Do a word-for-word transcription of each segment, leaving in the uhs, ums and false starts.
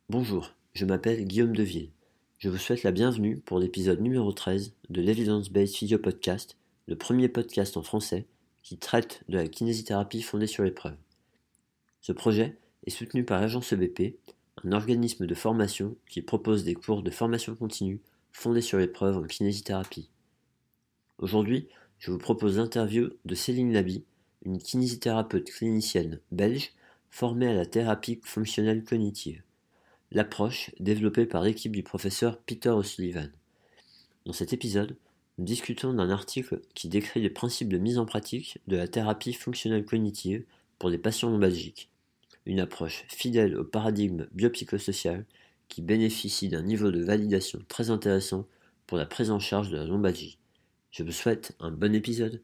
Bonjour, je m'appelle Guillaume Deville. Je vous souhaite la bienvenue pour l'épisode numéro treize de l'Evidence-Based Physio Podcast, le premier podcast en français qui traite de la kinésithérapie fondée sur l'épreuve. Ce projet est soutenu par l'Agence E B P, un organisme de formation qui propose des cours de formation continue fondés sur l'épreuve en kinésithérapie. Aujourd'hui, je vous propose l'interview de Céline Laby, une kinésithérapeute clinicienne belge formée à la thérapie fonctionnelle cognitive. L'approche développée par l'équipe du professeur Peter O'Sullivan. Dans cet épisode, nous discutons d'un article qui décrit les principes de mise en pratique de la thérapie fonctionnelle cognitive pour les patients lombalgiques, une approche fidèle au paradigme biopsychosocial qui bénéficie d'un niveau de validation très intéressant pour la prise en charge de la lombalgie. Je vous souhaite un bon épisode.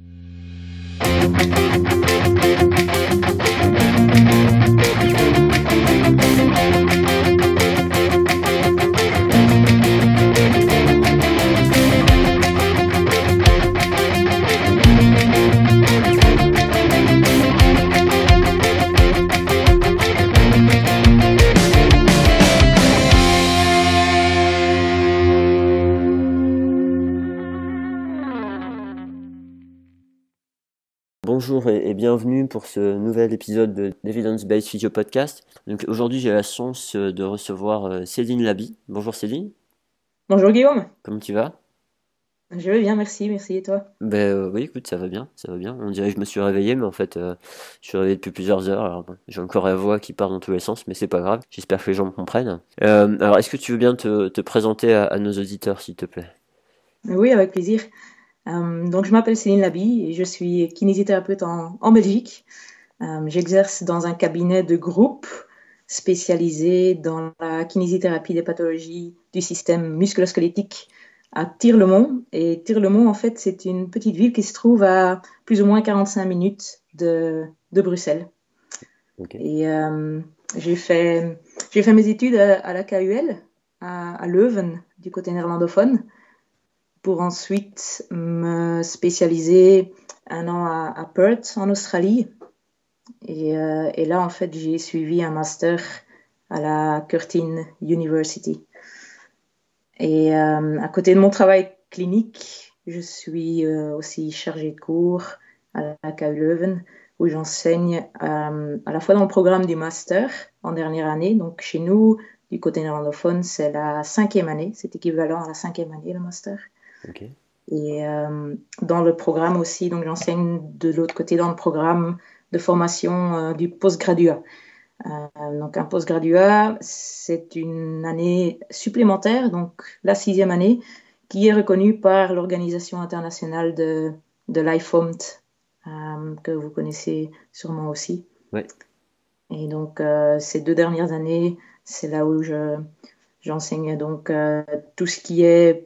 Bonjour et, et bienvenue pour ce nouvel épisode de l'Evidence-Based Physio Podcast. Donc aujourd'hui j'ai la chance de recevoir euh, Céline Laby. Bonjour Céline. Bonjour Guillaume. Comment tu vas? Je vais bien, merci, merci et toi? Ben euh, oui, écoute, ça va bien, ça va bien. On dirait que je me suis réveillé, mais en fait euh, je suis réveillé depuis plusieurs heures. Alors bon, j'ai encore la voix qui part dans tous les sens, mais c'est pas grave. J'espère que les gens me comprennent. Euh, alors est-ce que tu veux bien te, te présenter à, à nos auditeurs, s'il te plaît? Oui, avec plaisir. Euh, donc je m'appelle Céline Laby et je suis kinésithérapeute en, en Belgique. Euh, j'exerce dans un cabinet de groupe spécialisé dans la kinésithérapie des pathologies du système musculo-squelettique à Tir-le-Mont. Et Tir-le-Mont, en fait, c'est une petite ville qui se trouve à plus ou moins quarante-cinq minutes de, de Bruxelles. Okay. Et euh, j'ai fait, j'ai fait mes études à, à la K U L, à, à Leuven, du côté néerlandophone, pour ensuite me spécialiser un an à, à Perth, en Australie. Et, euh, et là, en fait, j'ai suivi un master à la Curtin University. Et euh, à côté de mon travail clinique, je suis euh, aussi chargée de cours à la K U Leuven, où j'enseigne euh, à la fois dans le programme du master en dernière année. Donc chez nous, du côté néerlandophone, c'est la cinquième année, c'est équivalent à la cinquième année, le master. Okay. Et euh, dans le programme aussi, donc j'enseigne de l'autre côté dans le programme de formation euh, du postgraduat. Euh, donc un postgraduat, c'est une année supplémentaire, donc la sixième année, qui est reconnue par l'Organisation internationale de, de l'I F O M T, euh, que vous connaissez sûrement aussi. Ouais. Et donc euh, ces deux dernières années, c'est là où je, j'enseigne donc euh, tout ce qui est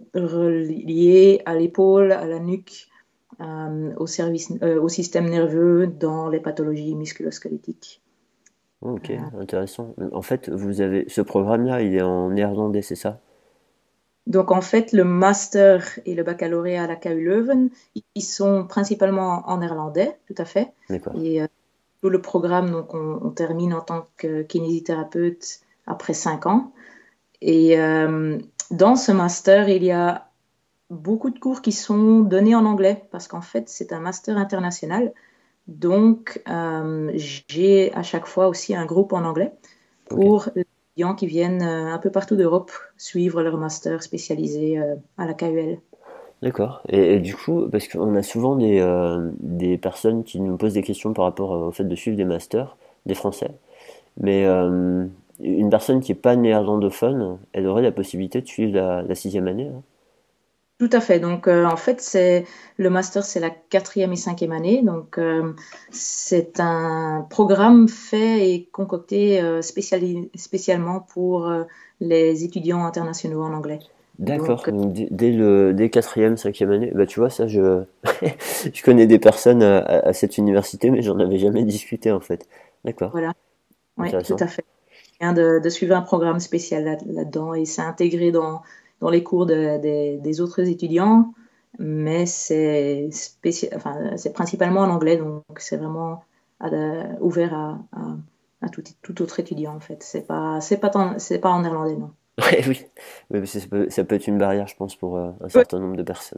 relié à l'épaule, à la nuque, euh, au, service, euh, au système nerveux dans les pathologies musculo-squelettiques. Oh, ok, intéressant. En fait, vous avez ce programme-là, il est en néerlandais, c'est ça? Donc en fait, le master et le baccalauréat à la K U Leuven, ils sont principalement en néerlandais, tout à fait. D'accord. Et euh, tout le programme, donc on, on termine en tant que kinésithérapeute après cinq ans. Et euh, dans ce master, il y a beaucoup de cours qui sont donnés en anglais parce qu'en fait, c'est un master international. Donc, euh, j'ai à chaque fois aussi un groupe en anglais Ok. pour les étudiants qui viennent euh, un peu partout d'Europe suivre leur master spécialisé euh, à la K U L. D'accord. Et, et du coup, parce qu'on a souvent des, euh, des personnes qui nous posent des questions par rapport euh, au fait de suivre des masters, des Français, mais euh, une personne qui n'est pas néerlandophone, elle aurait la possibilité de suivre la, la sixième année, hein? Tout à fait. Donc, euh, en fait, c'est le master, c'est la quatrième et cinquième année. Donc, euh, c'est un programme fait et concocté euh, spéciali- spécialement pour euh, les étudiants internationaux en anglais. D'accord. Donc, Donc dès, dès le dès quatrième, cinquième année, bah tu vois ça, je je connais des personnes à, à- à cette université, mais j'en avais jamais discuté en fait. D'accord. voilà. Oui, tout Intéressant. à fait. Bien de, de suivre un programme spécial là- là-dedans et c'est intégré dans, dans les cours de- des des autres étudiants, mais c'est spéci- enfin, c'est principalement en anglais, donc c'est vraiment à- ouvert à, à- à tout, tout autre étudiant en fait. C'est pas, c'est pas, en, c'est pas en néerlandais, non. Ouais, oui, oui mais ça, peut, ça peut être une barrière, je pense, pour euh, un Ouais. certain nombre de personnes.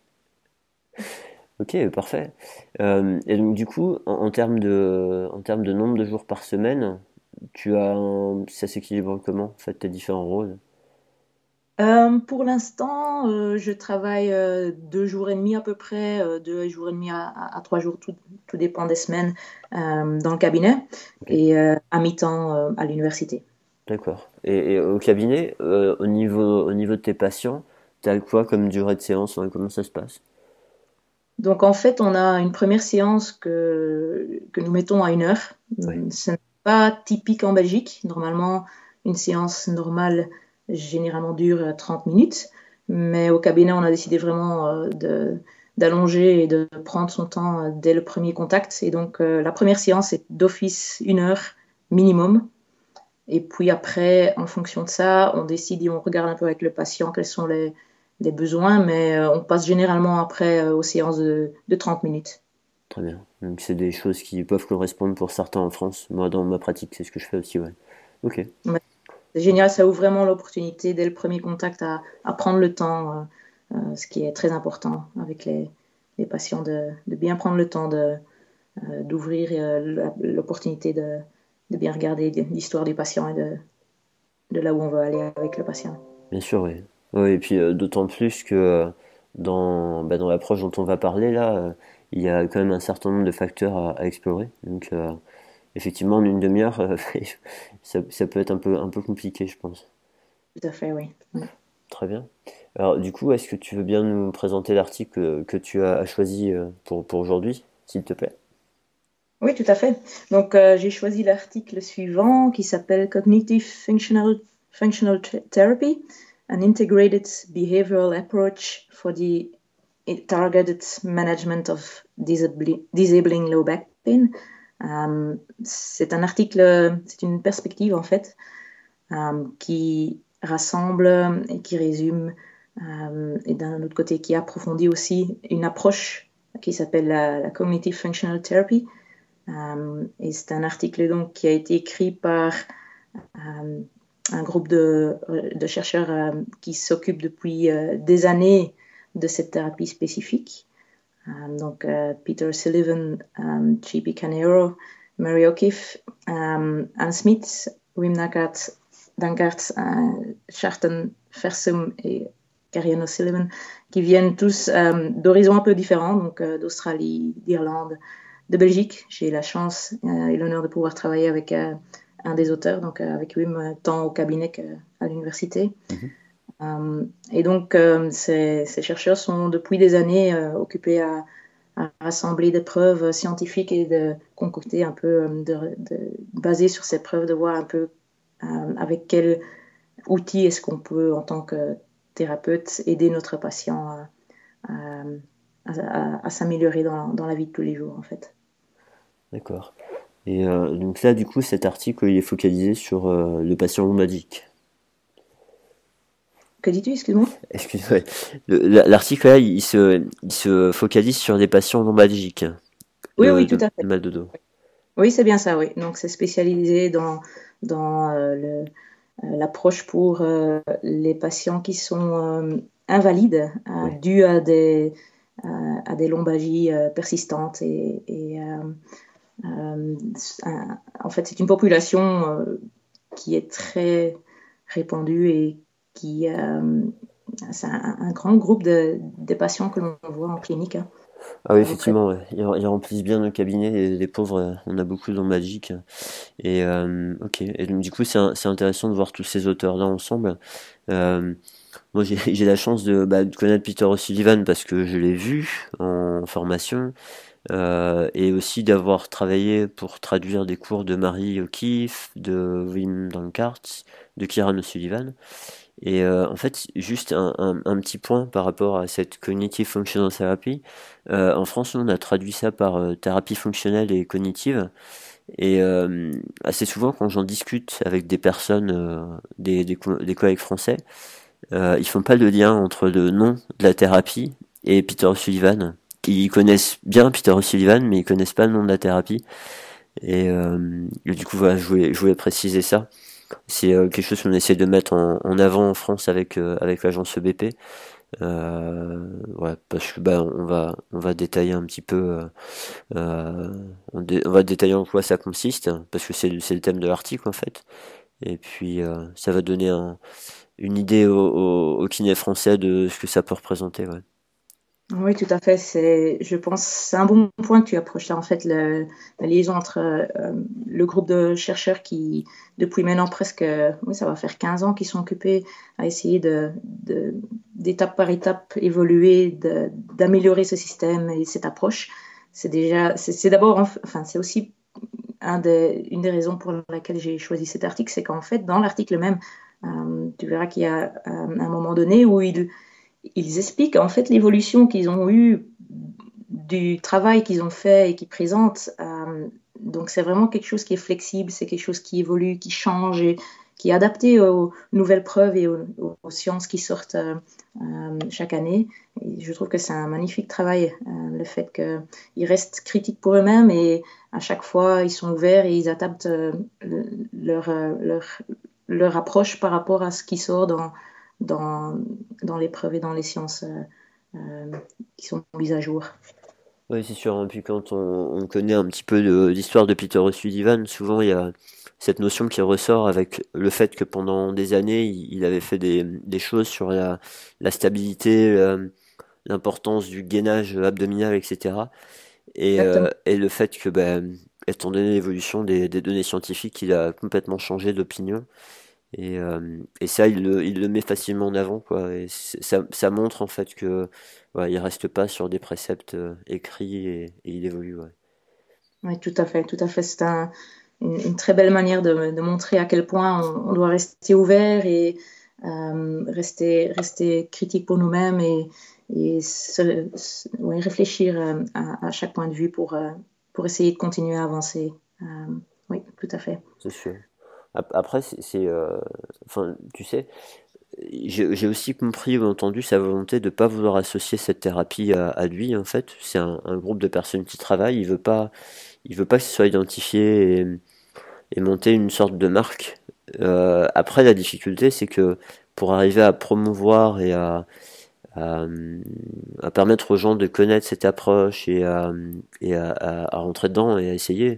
Ok, parfait. Euh, et donc du coup, en, en termes de, en termes de nombre de jours par semaine, tu as un- ça s'équilibre comment, en fait, tes différents rôles? Euh, pour l'instant, euh, je travaille euh, deux jours et demi à peu près, euh, deux jours et demi à, à- à trois jours, tout, tout dépend des semaines, euh, dans le cabinet Ok, et euh, à mi-temps euh, à l'université. d'accord. Et, et au cabinet, euh, au niveau, au niveau de tes patients, t'as quoi comme durée de séance, hein, comment ça se passe? Donc en fait, on a une première séance que, que nous mettons à une heure. Ouais, Ce n'est pas typique en Belgique. Normalement, une séance normale généralement dure trente minutes. Mais au cabinet, on a décidé vraiment euh, de, d'allonger et de prendre son temps euh, dès le premier contact. Et donc euh, la première séance est d'office une heure minimum. Et puis après, en fonction de ça, on décide et on regarde un peu avec le patient quels sont les, les besoins, mais euh, on passe généralement après euh, aux séances de, de trente minutes. très bien. Donc c'est des choses qui peuvent correspondre pour certains en France. Moi, dans ma pratique, c'est ce que je fais aussi, ouais. Ok, Ouais, c'est génial, ça ouvre vraiment l'opportunité dès le premier contact à, à prendre le temps, euh, euh, ce qui est très important avec les, les patients, de, de bien prendre le temps de, euh, d'ouvrir euh, la- l'opportunité de, de bien regarder l'histoire du patient et de, de là où on veut aller avec le patient. bien sûr, oui. Oui, et puis euh, d'autant plus que euh, dans, bah, dans l'approche dont on va parler là, euh, il y a quand même un certain nombre de facteurs à, à explorer. Donc euh, effectivement, en une demi-heure, euh, ça, ça peut être un peu, un peu compliqué, je pense. Tout à fait, oui. Oui. Très bien. Alors du coup, est-ce que tu veux bien nous présenter l'article que, que tu as choisi euh, pour, pour aujourd'hui, s'il te plaît? Oui, tout à fait. Donc, euh, j'ai choisi l'article suivant qui s'appelle Cognitive Functional, Functional Therapy, an integrated behavioral approach for the targeted management of disabling, disabling low back pain. Euh, c'est un article, c'est une perspective en fait, euh, qui rassemble et qui résume, euh, et d'un autre côté qui approfondit aussi une approche qui s'appelle la, la Cognitive Functional Therapy. Euh, et c'est un article donc qui a été écrit par euh, un groupe de, de chercheurs euh, qui s'occupent depuis euh, des années de cette thérapie spécifique. Euh, donc euh, Peter Sullivan, euh, J P Canero, Mary O'Keefe, euh, Anne Smith, Wim Dankert, Dankert euh, Sharton Fersum et Karian O'Sullivan, qui viennent tous euh, d'horizons un peu différents, donc euh, d'Australie, d'Irlande, de Belgique. J'ai la chance euh, et l'honneur de pouvoir travailler avec euh, un des auteurs, donc euh, avec Wim, euh, tant au cabinet qu'à l'université. Mhm. Euh, et donc, euh, ces, ces, chercheurs sont depuis des années euh, occupés à, à, rassembler des preuves scientifiques et de concocter un peu, de, de baser sur ces preuves, de voir un peu euh, avec quels outils est-ce qu'on peut, en tant que thérapeute, aider notre patient à, à, à, à s'améliorer dans, dans la vie de tous les jours, en fait. D'accord. Et euh, donc là, du coup, cet article, il est focalisé sur euh, le patient lombalgique. Que dis-tu, excuse-moi? Excuse-moi. Le- L'article là, il se, il se focalise sur des patients lombalgiques, Oui, de, oui, tout de, à fait. de mal de dos. Oui, c'est bien ça, oui. Donc, c'est spécialisé dans, dans euh, le, euh, l'approche pour euh, les patients qui sont euh, invalides euh, Ouais. dus à des, euh, à des lombalgies euh, persistantes. Et, et euh, euh, un- en fait, c'est une population euh, qui est très répandue et qui, euh, c'est un, un grand groupe de, de patients que l'on voit en clinique. Hein. Ah oui, Donc, euh, effectivement, ouais. Ils, ils remplissent bien le cabinet, les, les pauvres, euh, on a beaucoup de lombalgiques. Et euh, ok, et donc du coup, c'est un- c'est intéressant de voir tous ces auteurs-là ensemble. Euh, moi, j'ai j'ai la chance de, bah, de connaître Peter O'Sullivan parce que je l'ai vu en formation. Euh, et aussi d'avoir travaillé pour traduire des cours de Mary O'Keefe, de Wim Dankart, de Kieran O'Sullivan. Et euh, en fait, juste un, un, un petit point par rapport à cette cognitive functional therapy. Euh, en France, on a traduit ça par euh, thérapie fonctionnelle et cognitive. Et euh, assez souvent, quand j'en discute avec des personnes, euh, des, des, co- des collègues français, euh, ils font pas le lien entre le nom de la thérapie et Peter O'Sullivan. Ils connaissent bien Peter O'Sullivan, mais ils connaissent pas le nom de la thérapie. Et, euh, et du coup, voilà, je voulais, je voulais préciser ça. C'est euh, quelque chose qu'on essaie de mettre en, en avant en France avec euh, avec l'agence E B P. Euh, ouais, parce que bah on va on va détailler un petit peu. Euh, euh, on, dé- on va détailler en quoi ça consiste, parce que c'est le- c'est le thème de l'article en fait. Et puis euh, ça va donner un, une idée aux au, au kinés français de ce que ça peut représenter. Ouais. Oui, tout à fait. C'est, je pense, c'est un bon point que tu approches là, en fait, le- la liaison entre euh, le groupe de chercheurs qui, depuis maintenant presque, oui, ça va faire quinze ans, qui sont occupés à essayer de, de- d'étape par étape évoluer, de- d'améliorer ce système et cette approche. C'est déjà, c'est, c'est d'abord, enf- enfin, c'est aussi un des- une des raisons pour laquelle j'ai choisi cet article, c'est qu'en fait, dans l'article même, euh, tu verras qu'il y a euh, un moment donné où il ils expliquent en fait l'évolution qu'ils ont eue du travail qu'ils ont fait et qu'ils présentent. Euh, donc c'est vraiment quelque chose qui est flexible, c'est quelque chose qui évolue, qui change et qui est adapté aux nouvelles preuves et aux, aux sciences qui sortent euh, euh, chaque année. Et je trouve que c'est un magnifique travail, euh, le fait qu'ils restent critiques pour eux-mêmes et à chaque fois ils sont ouverts et ils adaptent euh, leur, leur, leur approche par rapport à ce qui sort dans, dans, dans les preuves et dans les sciences euh, euh, qui sont mises à jour. Oui, c'est sûr. Et puis quand on, on connaît un petit peu de l'histoire de Peter O'Sullivan, souvent il y a cette notion qui ressort avec le fait que pendant des années, il, il avait fait des, des choses sur la, la stabilité, euh, l'importance du gainage abdominal, et cetera. Et, euh, Exactement. et le fait que, ben, étant donné l'évolution des, des données scientifiques, il a complètement changé d'opinion. Et, euh, et ça, il le, il le met facilement en avant, quoi. Et c'est- ça, ça montre en fait que, ouais, il reste pas sur des préceptes euh, écrits et, et il évolue, ouais. Oui, tout à fait, tout à fait. C'est un, une, une, très belle manière de, de, montrer à quel point on, on doit rester ouvert et euh, rester, rester critique pour nous-mêmes et, et se, se, ouais, réfléchir à, à, chaque point de vue pour, euh, pour essayer de continuer à avancer. Euh, oui, tout à fait. C'est sûr. Après, c'est, c'est, euh, enfin, tu sais, j'ai, j'ai aussi compris ou entendu sa volonté de pas vouloir associer cette thérapie à, à lui. En fait, c'est un, un groupe de personnes qui travaillent. Il veut pas, il veut pas que ce soit identifié et, et monter une sorte de marque. Euh, après, la difficulté, c'est que pour arriver à promouvoir et à, à, à permettre aux gens de connaître cette approche et à, et à, à, à rentrer dedans et à essayer,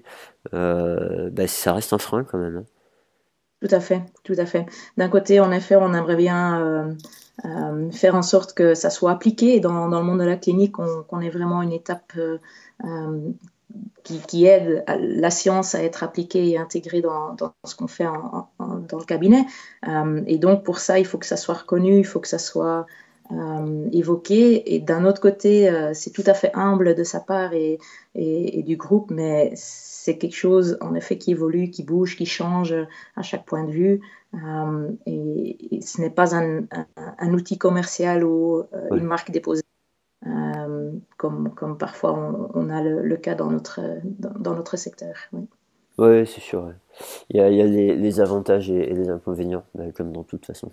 euh, bah, ça reste un frein quand même. Hein. Tout à fait, tout à fait. D'un côté, en effet, on aimerait bien euh, euh, faire en sorte que ça soit appliqué dans, dans le monde de la clinique, qu'on, qu'on ait vraiment une étape euh, euh, qui, qui aide à la science à être appliquée et intégrée dans, dans ce qu'on fait en, en, dans le cabinet. Euh, et donc, pour ça, il faut que ça soit reconnu, il faut que ça soit euh, évoqué. Et d'un autre côté, euh, c'est tout à fait humble de sa part et, et, et du groupe, mais c'est quelque chose, en effet, qui évolue, qui bouge, qui change à chaque point de vue. Euh, et, et ce n'est pas un, un, un outil commercial ou euh, Ouais. une marque déposée euh, comme, comme parfois on, on a le, le cas dans notre, dans, dans notre secteur. Oui. Ouais, c'est sûr. Ouais. Il y a, il y a les, les avantages et, et les inconvénients, bah, comme dans toute façon.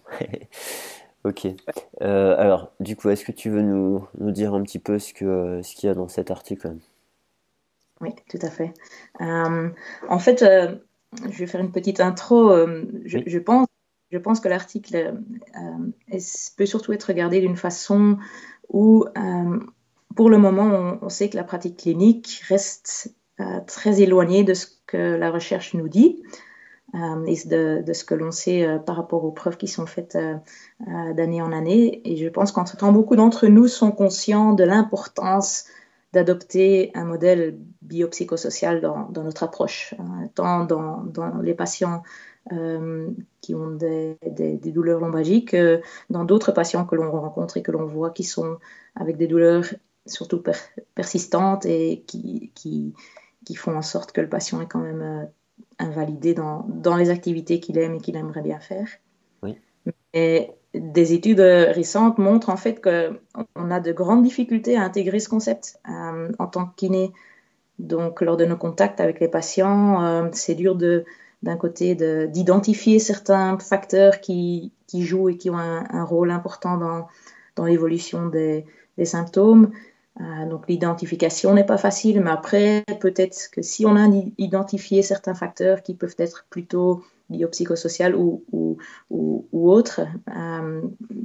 Ok. Euh, alors, du coup, est-ce que tu veux nous, nous dire un petit peu ce que, ce qu'il y a dans cet article? Oui, tout à fait. Euh, en fait, euh, je vais faire une petite intro. Euh, je, Oui. je pense, je pense que l'article euh, est- peut surtout être regardé d'une façon où, euh, pour le moment, on, on sait que la pratique clinique reste euh, très éloignée de ce que la recherche nous dit. Euh, et de, de, ce que l'on sait euh, par rapport aux preuves qui sont faites euh, euh, d'année en année. Et je pense qu'entre-temps, beaucoup d'entre nous sont conscients de l'importance d'adopter un modèle biopsychosocial dans, dans notre approche, hein, tant dans, dans, les patients euh, qui ont des, des, des douleurs lombalgiques que dans d'autres patients que l'on rencontre et que l'on voit qui sont avec des douleurs surtout per, persistantes et qui, qui, qui font en sorte que le patient est quand même euh, invalidé dans, dans les activités qu'il aime et qu'il aimerait bien faire. Oui. Et des études récentes montrent en fait qu'on a de grandes difficultés à intégrer ce concept euh, en tant que kiné. Donc, lors de nos contacts avec les patients, euh, c'est dur de, d'un côté de, d'identifier certains facteurs qui, qui jouent et qui ont un, un rôle important dans, dans l'évolution des, des symptômes. Euh, donc l'identification n'est pas facile, mais après, peut-être que si on a identifié certains facteurs qui peuvent être plutôt biopsychosociaux ou, ou, ou, ou autres, euh,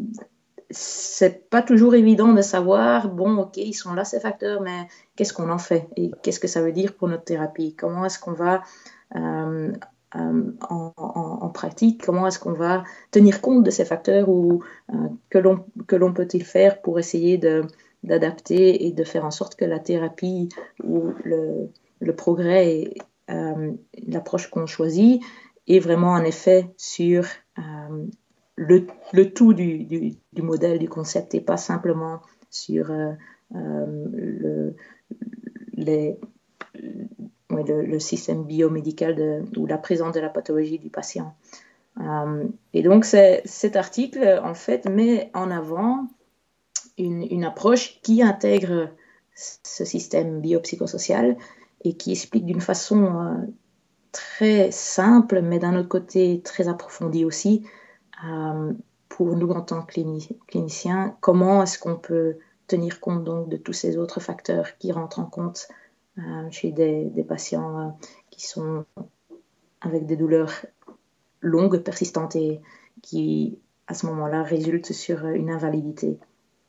c'est pas toujours évident de savoir, bon, ok, ils sont là ces facteurs, mais qu'est-ce qu'on en fait et qu'est-ce que ça veut dire pour notre thérapie? Comment est-ce qu'on va euh, euh, en, en, en, pratique, comment est-ce qu'on va tenir compte de ces facteurs ou euh, que l'on que l'on peut-il faire pour essayer de, d'adapter et de faire en sorte que la thérapie ou le, le progrès et euh, l'approche qu'on choisit ait vraiment un effet sur euh, le, le tout du, du, du modèle, du concept et pas simplement sur euh, euh, le, les, oui, le, le système biomédical de, ou la présence de la pathologie du patient. Euh, et donc, cet article, en fait, met en avant une, une approche qui intègre ce système biopsychosocial et qui explique d'une façon euh, très simple, mais d'un autre côté très approfondie aussi, euh, pour nous en tant que clini- cliniciens, comment est-ce qu'on peut tenir compte donc de tous ces autres facteurs qui rentrent en compte euh, chez des, des patients euh, qui sont avec des douleurs longues, persistantes et qui, à ce moment-là, résultent sur une invalidité.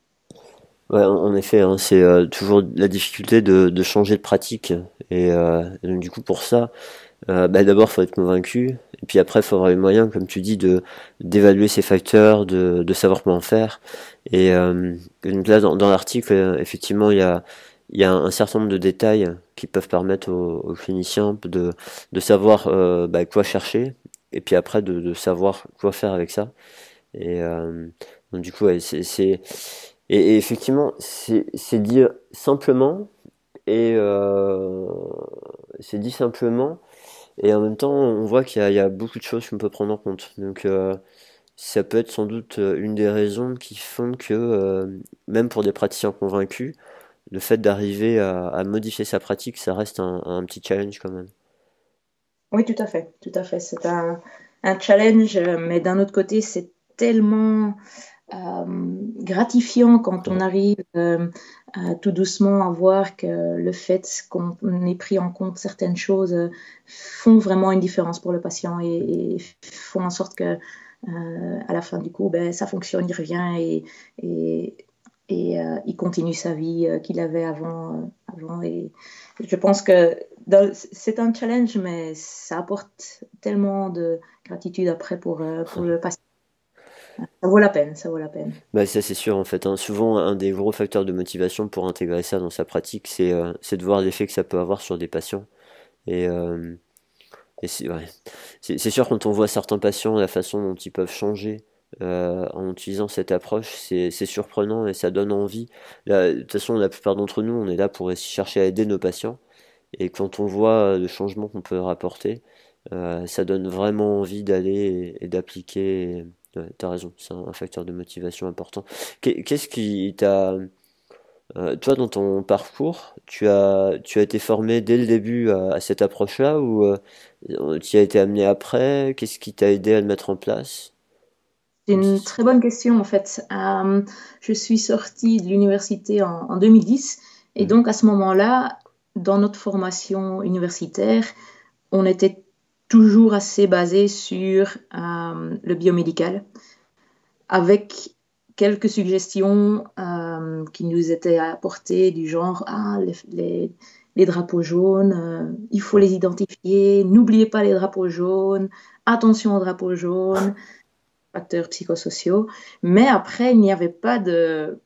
Ouais, en en effet, hein, c'est euh, toujours la difficulté de, de changer de pratique. Et, euh, et donc du coup, pour ça, euh, bah, d'abord, faut être convaincu. Et puis après, faut avoir les moyens, comme tu dis, de d'évaluer ces facteurs, de, de savoir comment faire. Et, euh, et donc là, dans, dans l'article, euh, effectivement, il y a il y a un certain nombre de détails qui peuvent permettre aux, aux cliniciens de de savoir euh, bah, quoi chercher. Et puis après, de, de savoir quoi faire avec ça. Et euh, donc du coup, ouais, c'est, c'est et, et effectivement, c'est, c'est dit simplement et euh, c'est dit simplement et en même temps, on voit qu'il y a, il y a beaucoup de choses qu'on peut prendre en compte. Donc euh, ça peut être sans doute une des raisons qui font que euh, même pour des praticiens convaincus, le fait d'arriver à, à modifier sa pratique, ça reste un, un petit challenge quand même. Oui, tout à fait, tout à fait. C'est un, un challenge, mais d'un autre côté, c'est tellement euh, gratifiant quand on Ouais. arrive euh, à, tout doucement à voir que le fait qu'on ait pris en compte certaines choses euh, font vraiment une différence pour le patient et, et font en sorte que euh, à la fin du coup, ben, ça fonctionne, il revient et, et, et euh, il continue sa vie euh, qu'il avait avant, euh, avant. Et je pense que dans- c'est un challenge, mais ça apporte tellement de gratitude après pour, euh, pour le patient. Ça vaut la peine, ça vaut la peine. Bah ça c'est sûr en fait, hein. Souvent un des gros facteurs de motivation pour intégrer ça dans sa pratique, c'est euh, c'est de voir l'effet que ça peut avoir sur des patients. Et, euh, et c'est ouais. C'est c'est sûr quand on voit certains patients, la façon dont ils peuvent changer euh, en utilisant cette approche, c'est c'est surprenant et ça donne envie. Là, de toute façon, la plupart d'entre nous, on est là pour essayer- chercher à aider nos patients. Et quand on voit le changement qu'on peut rapporter, euh, ça donne vraiment envie d'aller et, et d'appliquer. et- Ouais, t'as raison, c'est un, un facteur de motivation important. Qu'est- Qu'est-ce qui t'a, euh, toi, dans ton parcours, tu as, tu as été formé dès le début à, à cette approche-là ou euh, tu y as été amené après? Qu'est-ce qui t'a aidé à le mettre en place? C'est Même si une très bonne question en fait. Euh, je suis sortie de l'université en, en deux mille dix et Hmm. donc à ce moment-là, dans notre formation universitaire, on était toujours assez basé sur euh, le biomédical avec quelques suggestions euh, qui nous étaient apportées du genre ah, les, les, les drapeaux jaunes, euh, il faut Ouais. les identifier, n'oubliez pas les drapeaux jaunes, attention aux drapeaux jaunes, facteurs psychosociaux. Mais après, il n'y avait pas de,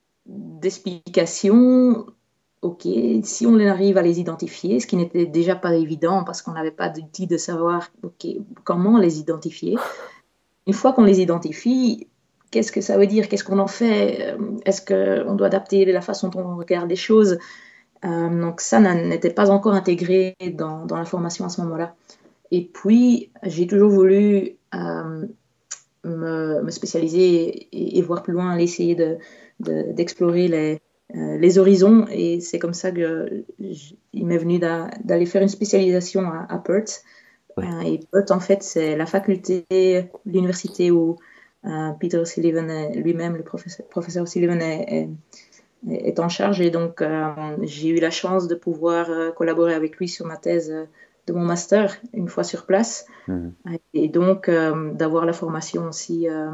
d'explication. Ok, si on arrive à les identifier, ce qui n'était déjà pas évident parce qu'on n'avait pas d'outil de savoir ok, comment les identifier. Une fois qu'on les identifie, qu'est-ce que ça veut dire? Qu'est-ce qu'on en fait? Est-ce qu'on doit adapter la façon dont on regarde les choses? Euh, donc ça n'était pas encore intégré dans, dans la formation à ce moment-là. Et puis, j'ai toujours voulu euh, me, me, spécialiser et, et, voir plus loin, aller essayer de, de, d'explorer les, euh, les horizons. Et c'est comme ça que je, il m'est venu d'a, d'aller faire une spécialisation à, à Perth. Ouais. Euh, et Perth, en fait, c'est la faculté, l'université où euh, Peter Sullivan est, lui-même, le professeur, professeur Sullivan est, est, est en charge. Et donc, euh, j'ai eu la chance de pouvoir euh, collaborer avec lui sur ma thèse euh, de mon master une fois sur place. Mmh. Et donc, euh, d'avoir la formation aussi euh,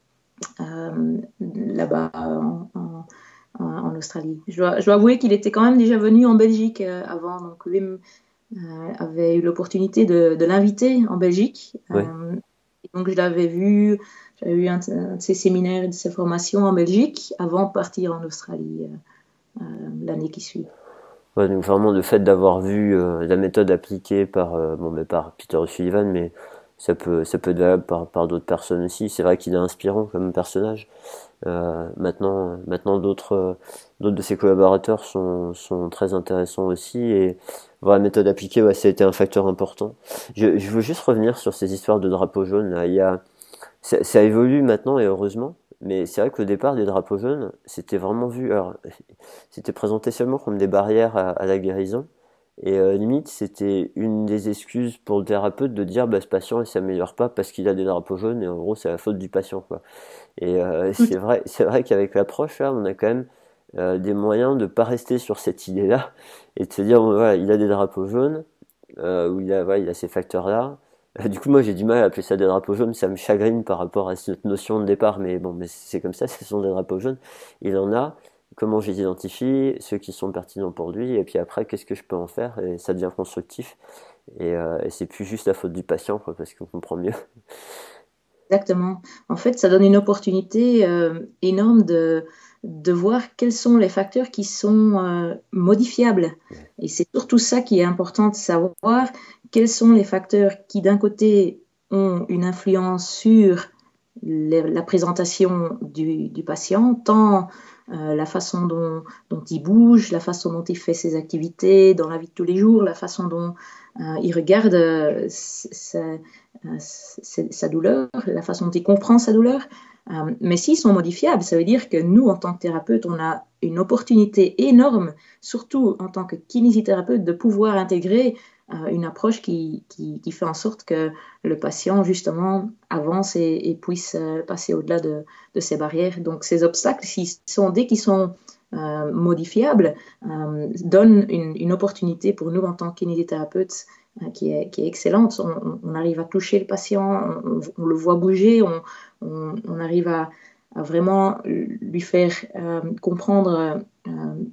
euh, là-bas en, en, en Australie. Je dois, je dois avouer qu'il était quand même déjà venu en Belgique euh, avant. Donc, lui euh, avait eu l'opportunité de, de l'inviter en Belgique. Ouais. Euh, et donc, je l'avais vu, j'avais eu un, un de ses séminaires et de ses formations en Belgique avant de partir en Australie euh, euh, l'année qui suit. Ouais, donc vraiment le fait d'avoir vu euh, la méthode appliquée par euh, bon mais par Peter O'Sullivan, mais ça peut ça peut être valable par par d'autres personnes aussi. C'est vrai qu'il est inspirant comme personnage. Euh, maintenant maintenant d'autres euh, d'autres de ses collaborateurs sont sont très intéressants aussi et voir la méthode appliquée, ouais, ça a été un facteur important. Je je veux juste revenir sur ces histoires de drapeaux jaunes là. Il y a ça, ça évolue maintenant et heureusement. Mais c'est vrai qu'au départ, les drapeaux jaunes, c'était vraiment vu. Alors, c'était présenté seulement comme des barrières à, à la guérison. Et euh, limite, c'était une des excuses pour le thérapeute de dire bah, ce patient il s'améliore pas parce qu'il a des drapeaux jaunes et en gros c'est la faute du patient quoi. Et euh, Tout c'est vrai, c'est vrai qu'avec l'approche là, on a quand même euh, des moyens de pas rester sur cette idée-là et de se dire bon, voilà, il a des drapeaux jaunes euh, ou il a, voilà, il a ces facteurs-là. Euh, du coup, moi j'ai du mal à appeler ça des drapeaux jaunes, ça me chagrine par rapport à cette notion de départ, mais bon, mais c'est comme ça, ce sont des drapeaux jaunes. Il en a. Comment je les identifie, ceux qui sont pertinents pour lui, et puis après, qu'est-ce que je peux en faire, et ça devient constructif, et, euh, et c'est plus juste la faute du patient, quoi, parce qu'on comprend mieux. Exactement. En fait, ça donne une opportunité euh, énorme de, de voir quels sont les facteurs qui sont euh, modifiables. Et c'est surtout ça qui est important de savoir quels sont les facteurs qui, d'un côté, ont une influence sur les- la présentation du, du patient, tant euh, la façon dont, dont il bouge, la façon dont il fait ses activités dans la vie de tous les jours, la façon dont euh, il regarde euh, sa, sa, sa douleur, la façon dont il comprend sa douleur. Euh, mais s'ils sont modifiables, ça veut dire que nous, en tant que thérapeute, on a une opportunité énorme, surtout en tant que kinésithérapeute, de pouvoir intégrer euh, une approche qui, qui, qui fait en sorte que le patient, justement, avance et, et puisse euh, passer au-delà de, de ces barrières. Donc, ces obstacles, s'ils sont, dès qu'ils sont euh, modifiables, euh, donnent une, une opportunité pour nous, en tant que kinésithérapeutes, euh, qui, est, qui est excellente. On, on, arrive à toucher le patient, on, on le voit bouger, on, on, on arrive à, à, vraiment lui faire euh, comprendre euh,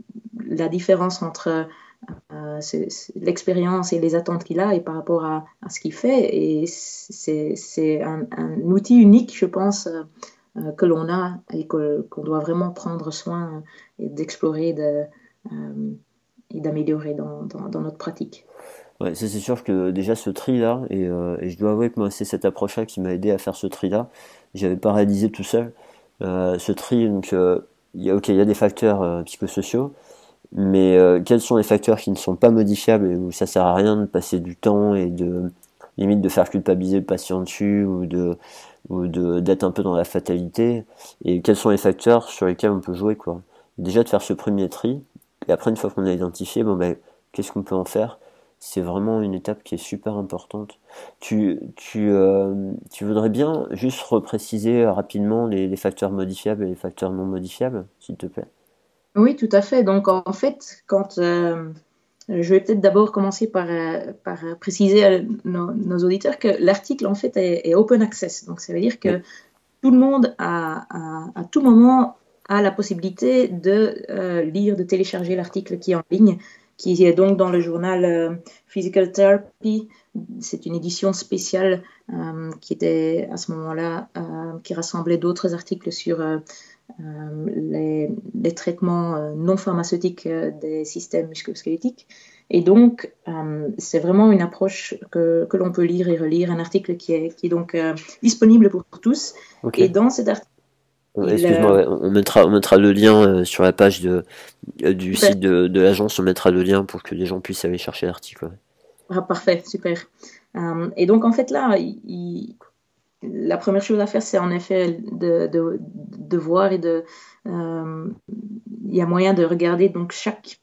la différence entre euh, c'est, c'est l'expérience et les attentes qu'il a et par rapport à, à ce qu'il fait. Et c'est, c'est un, un, outil unique, je pense, euh, que l'on a et que, qu'on doit vraiment prendre soin et d'explorer de, euh, et d'améliorer dans, dans, dans notre pratique. Ouais, ça c'est sûr que déjà ce tri-là, et, euh, et je dois avouer que moi c'est cette approche-là qui m'a aidé à faire ce tri-là. J'avais pas réalisé tout seul. Euh, ce tri, donc, euh, il y a, ok, il y a des facteurs euh, psychosociaux, mais euh, quels sont les facteurs qui ne sont pas modifiables et où ça sert à rien de passer du temps et de limite de faire culpabiliser le patient dessus ou de ou de d'être un peu dans la fatalité, et quels sont les facteurs sur lesquels on peut jouer quoi. Déjà de faire ce premier tri et après une fois qu'on a identifié bon ben qu'est-ce qu'on peut en faire, c'est vraiment une étape qui est super importante. Tu tu euh, tu voudrais bien juste repréciser rapidement les, les facteurs modifiables et les facteurs non modifiables s'il te plaît. Oui, tout à fait. Donc, en fait, quand euh, je vais peut-être d'abord commencer par, euh, par préciser à nos, nos auditeurs que l'article, en fait, est, est open access. Donc, ça veut dire Oui. que tout le monde, a, a, à tout moment, a la possibilité de euh, lire, de télécharger l'article qui est en ligne, qui est donc dans le journal euh, Physical Therapy. C'est une édition spéciale euh, qui était à ce moment-là, euh, qui rassemblait d'autres articles sur euh, euh, les, les, traitements euh, non pharmaceutiques euh, des systèmes musculo-squelettiques. Et donc, euh, c'est vraiment une approche que, que l'on peut lire et relire, un article qui est, qui est donc euh, disponible pour tous. Ok. Et dans cet article, il, Excuse-moi, euh, ouais, on mettra, on mettra le lien euh, sur la page de, euh, du super, site de, de l'agence, on mettra le lien pour que les gens puissent aller chercher l'article. Ouais. ah, parfait, super. Euh, et donc, en fait, là, il, la première chose à faire, c'est en effet de, de, de voir et de... Euh, il y a moyen de regarder donc chaque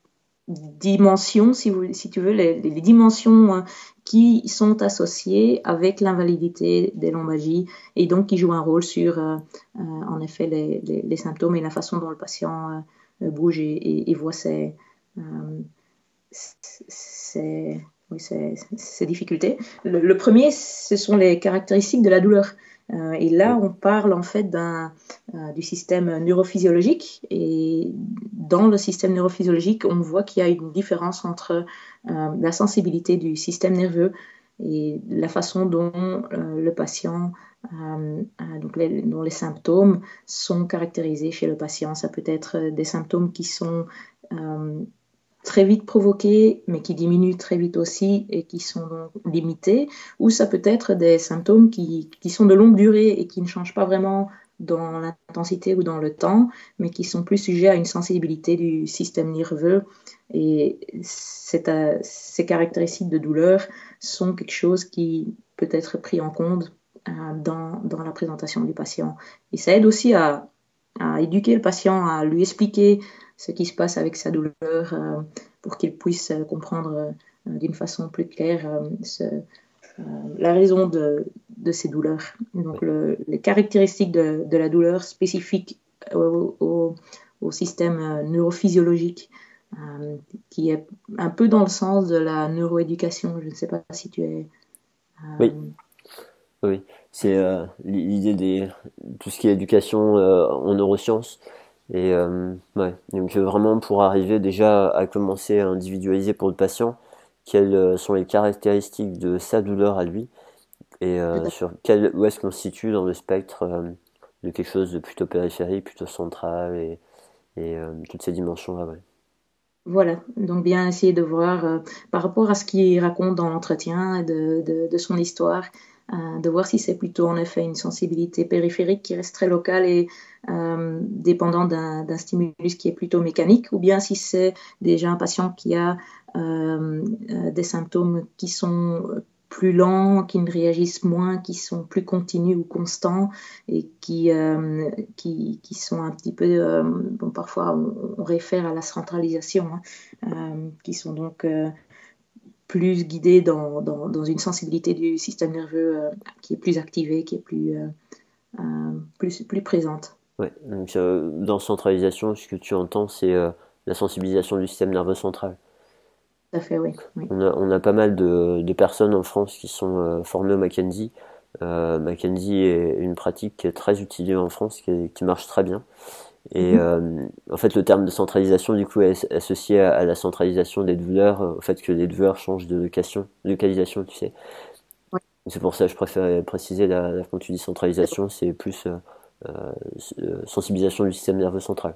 dimensions, si, vous, si tu veux, les, les dimensions hein, qui sont associées avec l'invalidité des lombalgies et donc qui jouent un rôle sur, euh, euh, en effet, les, les, les symptômes et la façon dont le patient bouge et, et, et voit ses, euh, ses, oui, ses, ses difficultés. Le, le premier, ce sont les caractéristiques de la douleur. Euh, et là, on parle en fait d'un, euh, du système neurophysiologique. Et dans le système neurophysiologique, on voit qu'il y a une différence entre euh, la sensibilité du système nerveux et la façon dont euh, le patient, euh, donc les, dont les symptômes sont caractérisés chez le patient. Ça peut être des symptômes qui sont euh, très vite provoqués, mais qui diminuent très vite aussi et qui sont donc limités, ou ça peut être des symptômes qui, qui sont de longue durée et qui ne changent pas vraiment dans l'intensité ou dans le temps, mais qui sont plus sujets à une sensibilité du système nerveux. Et cette, euh, ces caractéristiques de douleur sont quelque chose qui peut être pris en compte euh, dans, dans la présentation du patient. Et ça aide aussi à, à éduquer le patient, à lui expliquer ce qui se passe avec sa douleur euh, pour qu'il puisse euh, comprendre euh, d'une façon plus claire euh, ce, euh, la raison de, de ces douleurs. Donc, le, les caractéristiques de, de la douleur spécifiques au, au, au système euh, neurophysiologique, euh, qui est un peu dans le sens de la neuroéducation. Je ne sais pas si tu es... Euh... Oui, oui. C'est euh, l'idée des tout ce qui est éducation euh, en neurosciences. Et euh, ouais, donc vraiment pour arriver déjà à commencer à individualiser pour le patient quelles sont les caractéristiques de sa douleur à lui et euh, sur quel, où est-ce qu'on se situe dans le spectre euh, de quelque chose de plutôt périphérique, plutôt central et, et euh, toutes ces dimensions-là. Ouais. Voilà, donc bien essayer de voir euh, par rapport à ce qu'il raconte dans l'entretien de, de, de son histoire, euh, de voir si c'est plutôt en effet une sensibilité périphérique qui reste très locale et euh, dépendant d'un, d'un stimulus qui est plutôt mécanique, ou bien si c'est déjà un patient qui a euh, euh, des symptômes qui sont plus lents, qui ne réagissent moins, qui sont plus continus ou constants et qui, euh, qui, qui sont un petit peu, euh, bon, parfois on, on réfère à la centralisation, hein, euh, qui sont donc euh, plus guidés dans, dans, dans une sensibilité du système nerveux euh, qui est plus activée, qui est plus, euh, euh, plus, plus présente. Ouais, donc euh, dans centralisation, ce que tu entends, c'est euh, la sensibilisation du système nerveux central. Tout à fait, oui. oui. On a, on a pas mal de, de personnes en France qui sont euh, formées au Mackenzie. Euh, Mackenzie est une pratique qui est très utilisée en France, qui, est, qui marche très bien. Et mm-hmm. euh, en fait, le terme de centralisation, du coup, est associé à, à la centralisation des douleurs, au fait que les douleurs changent de location, de localisation, tu sais. Ouais. C'est pour ça que je préfère préciser, là, là, quand tu dis centralisation, c'est plus euh, euh, sensibilisation du système nerveux central.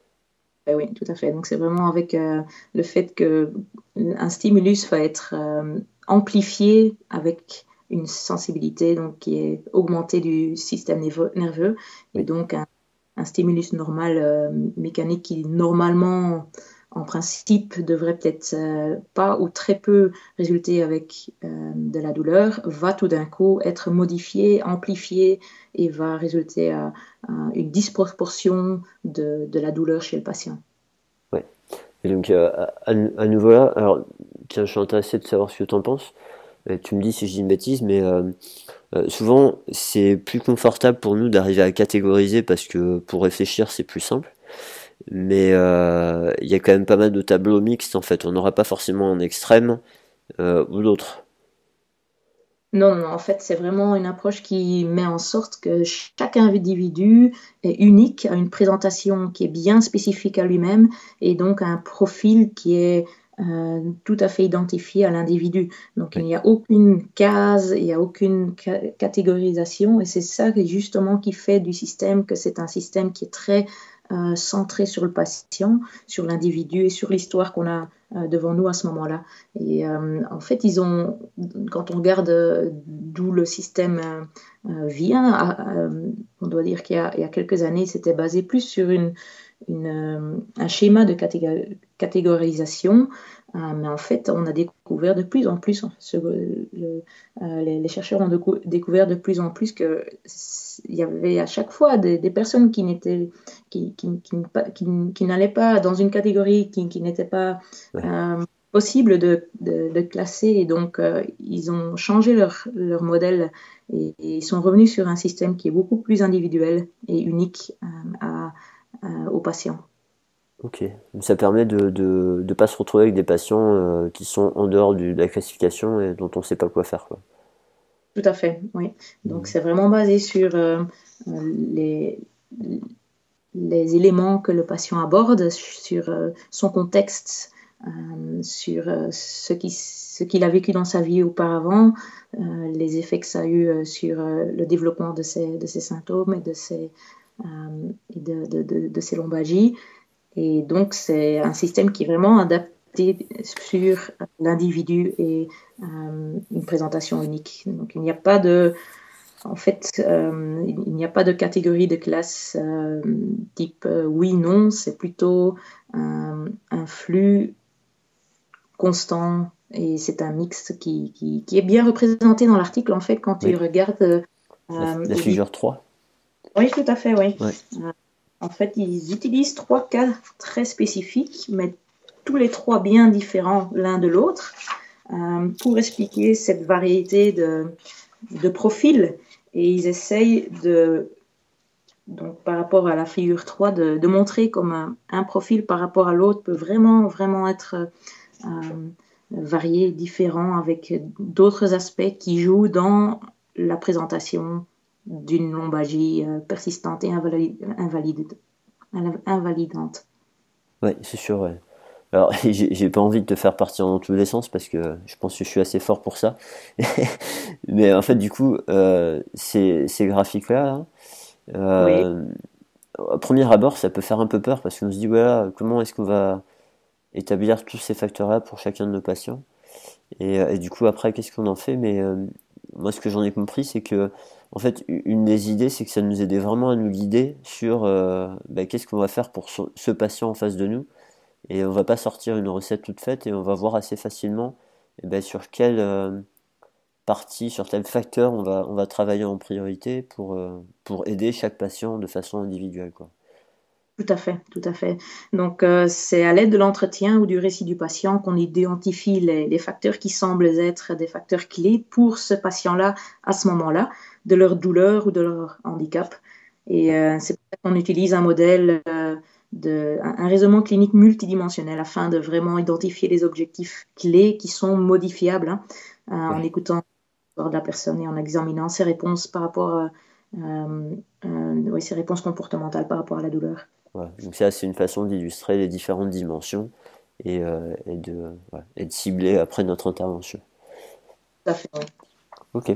Oui, tout à fait. Donc c'est vraiment avec euh, le fait qu'un stimulus va être euh, amplifié avec une sensibilité donc, qui est augmentée du système nerveux. Et oui. donc un, un stimulus normal euh, mécanique qui normalement, en principe, devrait peut-être euh, pas ou très peu résulter avec euh, de la douleur, va tout d'un coup être modifié, amplifié et va résulter à, à une disproportion de, de la douleur chez le patient. Ouais. Et donc euh, à, à nouveau là, alors tiens, je suis intéressé de savoir ce que tu en penses. Euh, tu me dis si je dis une bêtise, mais euh, euh, souvent c'est plus confortable pour nous d'arriver à catégoriser parce que pour réfléchir c'est plus simple. Mais il euh, y a quand même pas mal de tableaux mixtes en fait. On n'aura pas forcément un extrême euh, ou l'autre. Non, non, en fait, c'est vraiment une approche qui met en sorte que chaque individu est unique, a une présentation qui est bien spécifique à lui-même et donc un profil qui est euh, tout à fait identifié à l'individu. Donc, oui. Il n'y a aucune case, il n'y a aucune ca- catégorisation et c'est ça justement qui fait du système que c'est un système qui est très euh, centré sur le patient, sur l'individu et sur l'histoire qu'on a euh, devant nous à ce moment-là. Et euh, en fait, ils ont, quand on regarde euh, d'où le système euh, vient, euh, on doit dire qu'il y a, il y a quelques années, c'était basé plus sur une, une, euh, un schéma de catég- catégorisation. Euh, mais en fait, on a découvert de plus en plus, ce, le, euh, les, les chercheurs ont décou- découvert de plus en plus qu'il y avait à chaque fois des, des personnes qui n'étaient, qui, qui, qui, qui, qui n'allaient pas dans une catégorie, qui, qui n'étaient pas ouais. euh, possible de, de, de classer. Et donc, euh, ils ont changé leur, leur modèle et, et ils sont revenus sur un système qui est beaucoup plus individuel et unique euh, à, à, aux patients. Ok. Ça permet de de de pas se retrouver avec des patients euh, qui sont en dehors du, de la classification et dont on sait pas quoi faire, quoi. Tout à fait, oui. Donc Mhm. c'est vraiment basé sur euh, les, les éléments que le patient aborde, sur euh, son contexte, euh, sur euh, ce qui, ce qu'il a vécu dans sa vie auparavant, euh, les effets que ça a eu euh, sur euh, le développement de ses, de ses symptômes et de ses, euh, et de, de, de, de ses lombalgies. Et donc, c'est un système qui est vraiment adapté sur l'individu et euh, une présentation unique. Donc, il n'y a pas de, en fait, euh, il n'y a pas de catégorie de classe euh, type euh, oui, non, c'est plutôt un, un flux constant et c'est un mix qui, qui, qui est bien représenté dans l'article, en fait, quand tu Oui. regardes euh, La, la les... figure trois. Oui, tout à fait, oui. Ouais. Euh, en fait, ils utilisent trois cas très spécifiques, mais tous les trois bien différents l'un de l'autre, euh, pour expliquer cette variété de, de profils. Et ils essayent de, donc par rapport à la figure trois, de, de montrer comme un, un profil par rapport à l'autre peut vraiment, vraiment être euh, varié, différent, avec d'autres aspects qui jouent dans la présentation d'une lombalgie euh, persistante et invalide, invalide, invalidante. Ouais, c'est sûr, ouais. Alors, j'ai j'ai pas envie de te faire partir dans tous les sens parce que je pense que je suis assez fort pour ça. Mais en fait, du coup, euh, ces, ces graphiques-là, là, Oui, euh, à premier abord, ça peut faire un peu peur parce qu'on se dit, voilà, comment est-ce qu'on va établir tous ces facteurs-là pour chacun de nos patients? Et, euh, et du coup, après, qu'est-ce qu'on en fait? Mais euh, moi, ce que j'en ai compris, c'est que, en fait, une des idées, c'est que ça nous aidait vraiment à nous guider sur euh, bah, qu'est-ce qu'on va faire pour ce, ce patient en face de nous. Et on va pas sortir une recette toute faite et on va voir assez facilement eh ben, sur quelle euh, partie, sur quel facteur on va, on va travailler en priorité pour, euh, pour aider chaque patient de façon individuelle, quoi. tout à fait, tout à fait. Donc, euh, c'est à l'aide de l'entretien ou du récit du patient qu'on identifie les, les facteurs qui semblent être des facteurs clés pour ce patient-là à ce moment-là, de leur douleur ou de leur handicap. Et euh, c'est pour ça qu'on utilise un modèle, euh, de, un, un raisonnement clinique multidimensionnel afin de vraiment identifier les objectifs clés qui sont modifiables, hein, euh, en Ouais, écoutant l'histoire de la personne et en examinant ses réponses par rapport à, euh, euh, oui, ses réponses comportementales par rapport à la douleur. voilà. Donc ça, c'est une façon d'illustrer les différentes dimensions et, euh, et de, ouais, et de cibler après notre intervention. Tout à fait, oui. Ok,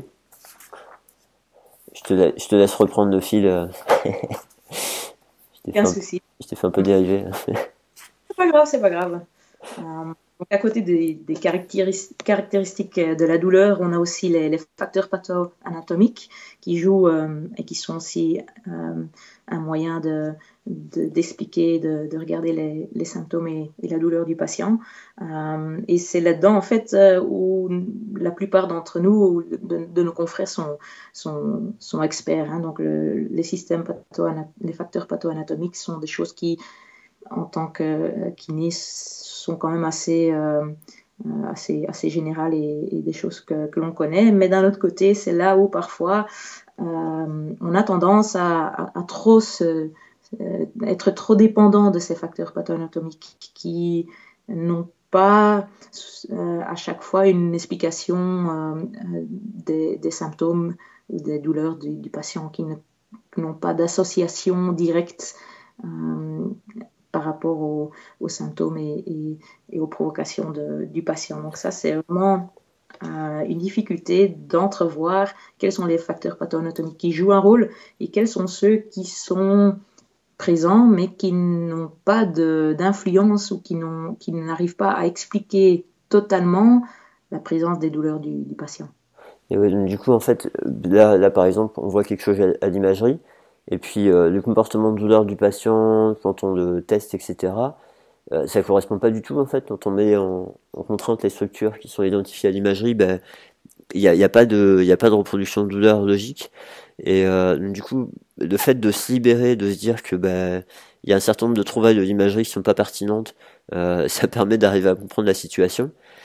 je te, la- je te laisse reprendre le fil. euh, je t'ai fait Aucun un, souci. je t'ai fait un peu dériver. C'est pas grave, c'est pas grave. Euh, donc à côté des, des caractéris- caractéristiques de la douleur, on a aussi les, les facteurs patho-anatomiques qui jouent euh, et qui sont aussi euh, un moyen de, de- d'expliquer, de, de regarder les, les symptômes et, et la douleur du patient. Euh, et c'est là-dedans, en fait, euh, où la plupart d'entre nous, ou de, de nos confrères, sont, sont, sont experts, hein. Donc le- les systèmes patho les facteurs patho-anatomiques sont des choses qui en tant que kiné sont quand même assez, euh, assez, assez générales et, et des choses que, que l'on connaît. Mais d'un autre côté, c'est là où parfois euh, on a tendance à, à, à trop se, euh, être trop dépendant de ces facteurs patho-anatomiques qui n'ont pas euh, à chaque fois une explication euh, des, des, symptômes ou des douleurs du, du patient qui ne, n'ont pas d'association directe euh, par rapport aux, aux symptômes et, et, et, aux provocations de, du patient. Donc ça, c'est vraiment euh, une difficulté d'entrevoir quels sont les facteurs patho-anatomiques qui jouent un rôle et quels sont ceux qui sont présents mais qui n'ont pas d'influence ou qui, qui n'arrivent pas à expliquer totalement la présence des douleurs du, du patient. Et ouais, donc du coup, en fait, là, là, par exemple, on voit quelque chose à, à l'imagerie, et puis euh, le comportement de douleur du patient, quand on le teste, et cetera, euh, ça correspond pas du tout, en fait, quand on met en, en contrainte les structures qui sont identifiées à l'imagerie, ben, il n'y a, y a, pas de, y a pas de reproduction de douleur logique. Et euh, donc, du coup, le fait de se libérer, de se dire que ben, il y a un certain nombre de trouvailles de l'imagerie qui sont pas pertinentes, euh, ça permet d'arriver à comprendre la situation.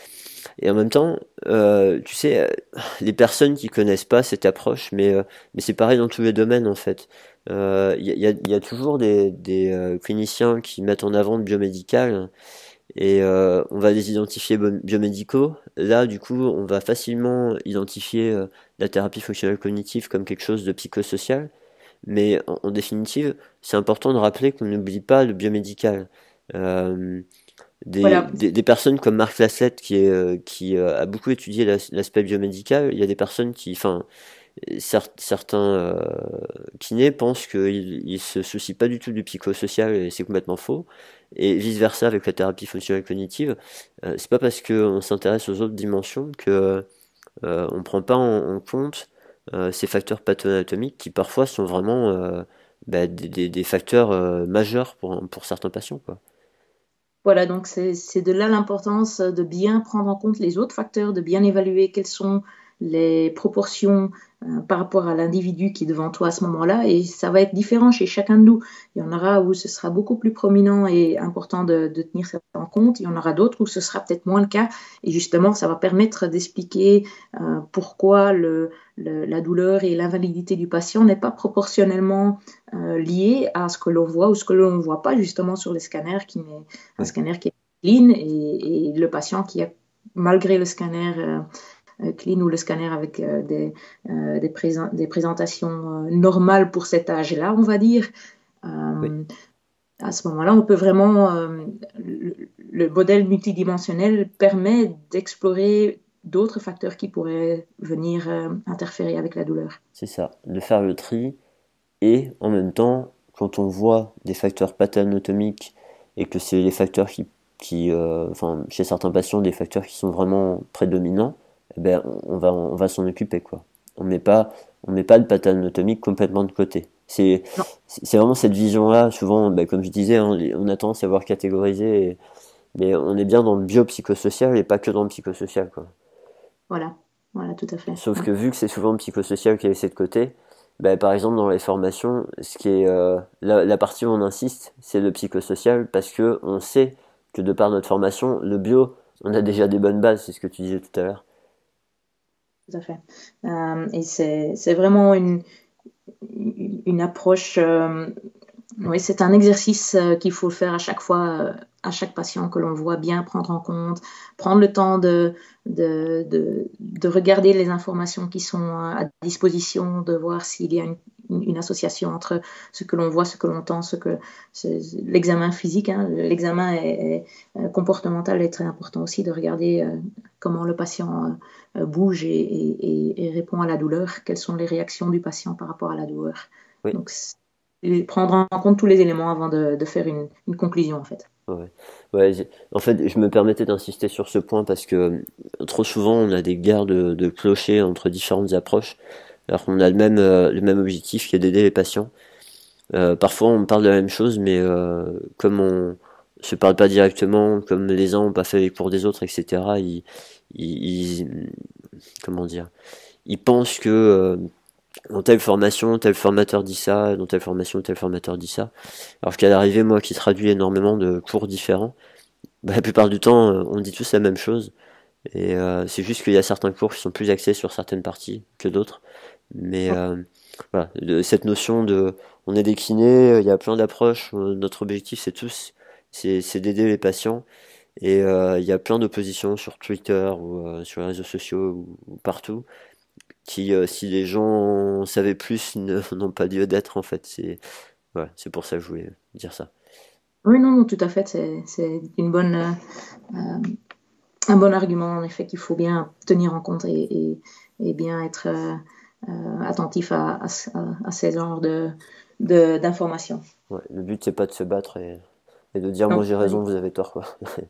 Et en même temps, euh, tu sais, euh, les personnes qui connaissent pas cette approche, mais, euh, mais c'est pareil dans tous les domaines en fait. Euh, Il y, a, il y a il y a toujours des, des euh, cliniciens qui mettent en avant le biomédical et euh, on va les identifier bo- biomédicaux. Là, du coup, on va facilement identifier euh, la thérapie fonctionnelle cognitive comme quelque chose de psychosocial. Mais en, en définitive, c'est important de rappeler qu'on n'oublie pas le biomédical. Euh, des, Voilà, des, des personnes comme Marc Laslett qui, est, euh, qui euh, a beaucoup étudié l'as- l'aspect biomédical, il y a des personnes qui, enfin, cer- certains euh, kinés pensent qu'ils ils se soucient pas du tout du psychosocial et c'est complètement faux. Et vice versa avec la thérapie fonctionnelle cognitive, euh, c'est pas parce qu'on s'intéresse aux autres dimensions que euh, on prend pas en, en compte euh, ces facteurs patho-anatomiques qui parfois sont vraiment euh, bah, des, des, des facteurs euh, majeurs pour, pour certains patients, quoi. voilà, donc c'est c'est de là l'importance de bien prendre en compte les autres facteurs, de bien évaluer quelles sont les proportions euh, par rapport à l'individu qui est devant toi à ce moment-là. Et ça va être différent chez chacun de nous. Il y en aura où ce sera beaucoup plus prominent et important de, de tenir ça en compte. Il y en aura d'autres où ce sera peut-être moins le cas. Et justement, ça va permettre d'expliquer euh, pourquoi le, le, la douleur et l'invalidité du patient n'est pas proportionnellement euh, liée à ce que l'on voit ou ce que l'on ne voit pas justement sur les scanners qui n'est un Ouais. scanner qui est clean et, et le patient qui a, malgré le scanner euh, clean ou le scanner avec euh, des, euh, des, présen- des présentations euh, normales pour cet âge-là, on va dire, Oui. euh, à ce moment-là, on peut vraiment, euh, le, le modèle multidimensionnel permet d'explorer d'autres facteurs qui pourraient venir euh, interférer avec la douleur. C'est ça, de faire le tri et en même temps, quand on voit des facteurs pathognomoniques et que c'est les facteurs qui, qui euh, enfin, chez certains patients, des facteurs qui sont vraiment prédominants, eh ben, on va, on va s'en occuper, quoi. On met pas, on met pas le pathognomique complètement de côté. C'est, Non, c'est vraiment cette vision-là, souvent, ben, comme je disais, hein, on a tendance à voir catégoriser, et- mais on est bien dans le biopsychosocial et pas que dans le psychosocial, quoi. voilà, voilà, tout à fait. Sauf Ouais. que vu que c'est souvent le psychosocial qui est laissé de côté, bah, par exemple dans les formations, ce qui est euh, la, la partie où on insiste, c'est le psychosocial parce que on sait que de par notre formation, le bio, on a déjà des bonnes bases, c'est ce que tu disais tout à l'heure. Tout à fait. Euh, et c'est c'est vraiment une, une approche. Euh, oui, c'est un exercice euh, qu'il faut faire à chaque fois, euh, à chaque patient que l'on voit bien prendre en compte, prendre le temps de, de, de, de regarder les informations qui sont à disposition, de voir s'il y a une, une association entre ce que l'on voit, ce que l'on entend, ce que l'examen physique, hein, l'examen est, est, comportemental est très important aussi, de regarder euh, comment le patient euh, bouge et, et, et répond à la douleur, quelles sont les réactions du patient par rapport à la douleur. Oui, Donc, et prendre en compte tous les éléments avant de, de faire une, une, conclusion en fait. ouais. Ouais, j'ai- en fait, je me permettais d'insister sur ce point parce que euh, trop souvent on a des guerres de, de clochers entre différentes approches, alors qu'on a le même, euh, le même objectif qui est d'aider les patients. Euh, parfois on parle de la même chose, mais euh, comme on se parle pas directement, comme les uns ont pas fait les cours des autres, et cetera. Ils, ils, ils- comment dire, ils pensent que euh, dans telle formation, tel formateur dit ça, dans telle formation, tel formateur dit ça. Alors qu'à l'arrivée, moi qui traduis énormément de cours différents, bah, la plupart du temps, euh, on dit tous la même chose. Et euh, c'est juste qu'il y a certains cours qui sont plus axés sur certaines parties que d'autres. Mais euh, voilà, de- cette notion de, on est des kinés, il y a plein d'approches. euh, Notre objectif, c'est tous, c'est, c'est d'aider les patients. Et euh, il y a plein d'oppositions sur Twitter ou euh, sur les réseaux sociaux ou, ou partout, qui, euh, si les gens savaient plus, ne- n'ont pas lieu d'être en fait. C'est, voilà, c'est pour ça que je voulais dire ça. Oui, non, non, tout à fait, c'est, c'est une bonne, euh, un bon argument en effet qu'il faut bien tenir en compte et, et, et bien être euh, euh, attentif à, à, à ces genres de, de, d'informations. Ouais, le but, c'est pas de se battre et, et de dire moi Non, j'ai pas du raison, tout. vous avez tort, quoi.